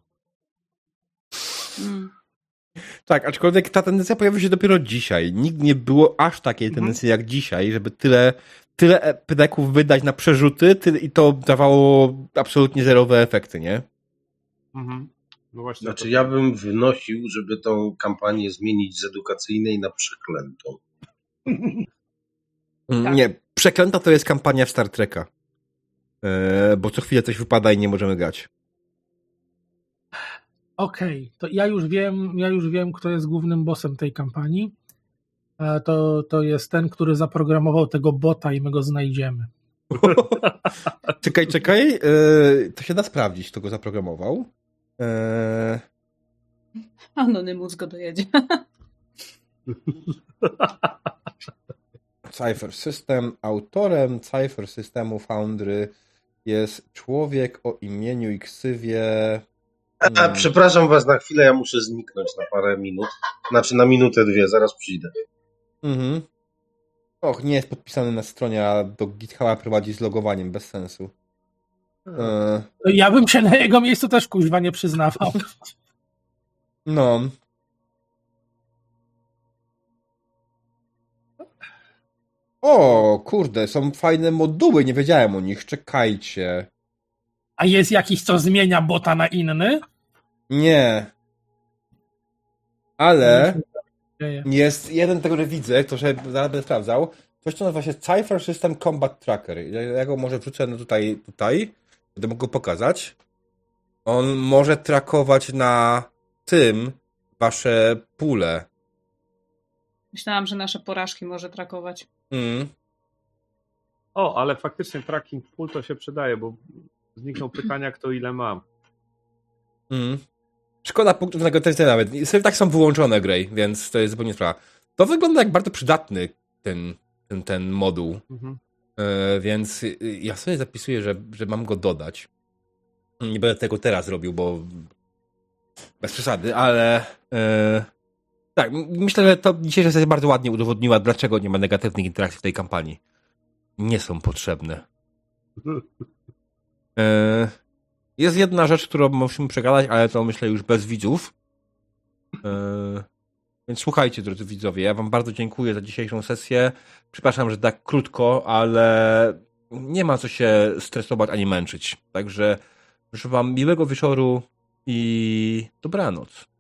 Tak, aczkolwiek ta tendencja pojawi się dopiero dzisiaj. Nigdy nie było aż takiej tendencji jak dzisiaj, żeby tyle epideków wydać na przerzuty i to dawało absolutnie zerowe efekty, nie? No właśnie. Znaczy ja bym wnosił, żeby tą kampanię zmienić z edukacyjnej na przeklętą. Tak. Nie, przeklęta to jest kampania w Star Treka. Bo co chwilę coś wypada i nie możemy grać. Okej, to ja już wiem, kto jest głównym bossem tej kampanii. To jest ten, który zaprogramował tego bota i my go znajdziemy. Czekaj. To się da sprawdzić, kto go zaprogramował. Anonymous go dojedzie. Cypher System. Autorem Cypher Systemu Foundry jest człowiek o imieniu i ksywie... Przepraszam was na chwilę, ja muszę zniknąć na parę minut. Znaczy na minutę, dwie, zaraz przyjdę. Och, nie jest podpisany na stronie, a do GitHuba prowadzi z logowaniem, bez sensu. Ja bym się na jego miejscu też kuźwa nie przyznawał. No. O, kurde, są fajne moduły, nie wiedziałem o nich, czekajcie. A jest jakiś, co zmienia bota na inny? Nie. Ale jest jeden, tego że widzę, to że zaraz będę sprawdzał. Coś, co nazywa się Cypher System Combat Tracker. Ja go może wrzucę tutaj. Będę mógł go pokazać. On może trakować na tym wasze pule. Myślałam, że nasze porażki może trakować. O, ale faktycznie tracking pool to się przydaje, bo znikną pytania, kto ile ma. Szkoda punktów na też nawet. Tak są wyłączone gry, więc to jest zupełnie sprawa. To wygląda jak bardzo przydatny ten moduł. Więc ja sobie zapisuję, że mam go dodać. Nie będę tego teraz robił, bo bez przesady, ale tak, myślę, że to dzisiejsza sesja bardzo ładnie udowodniła, dlaczego nie ma negatywnych interakcji w tej kampanii. Nie są potrzebne. Jest jedna rzecz, którą musimy przegadać, ale to myślę już bez widzów. Więc słuchajcie, drodzy widzowie, ja wam bardzo dziękuję za dzisiejszą sesję. Przepraszam, że tak krótko, ale nie ma co się stresować ani męczyć. Także życzę wam miłego wieczoru i dobranoc.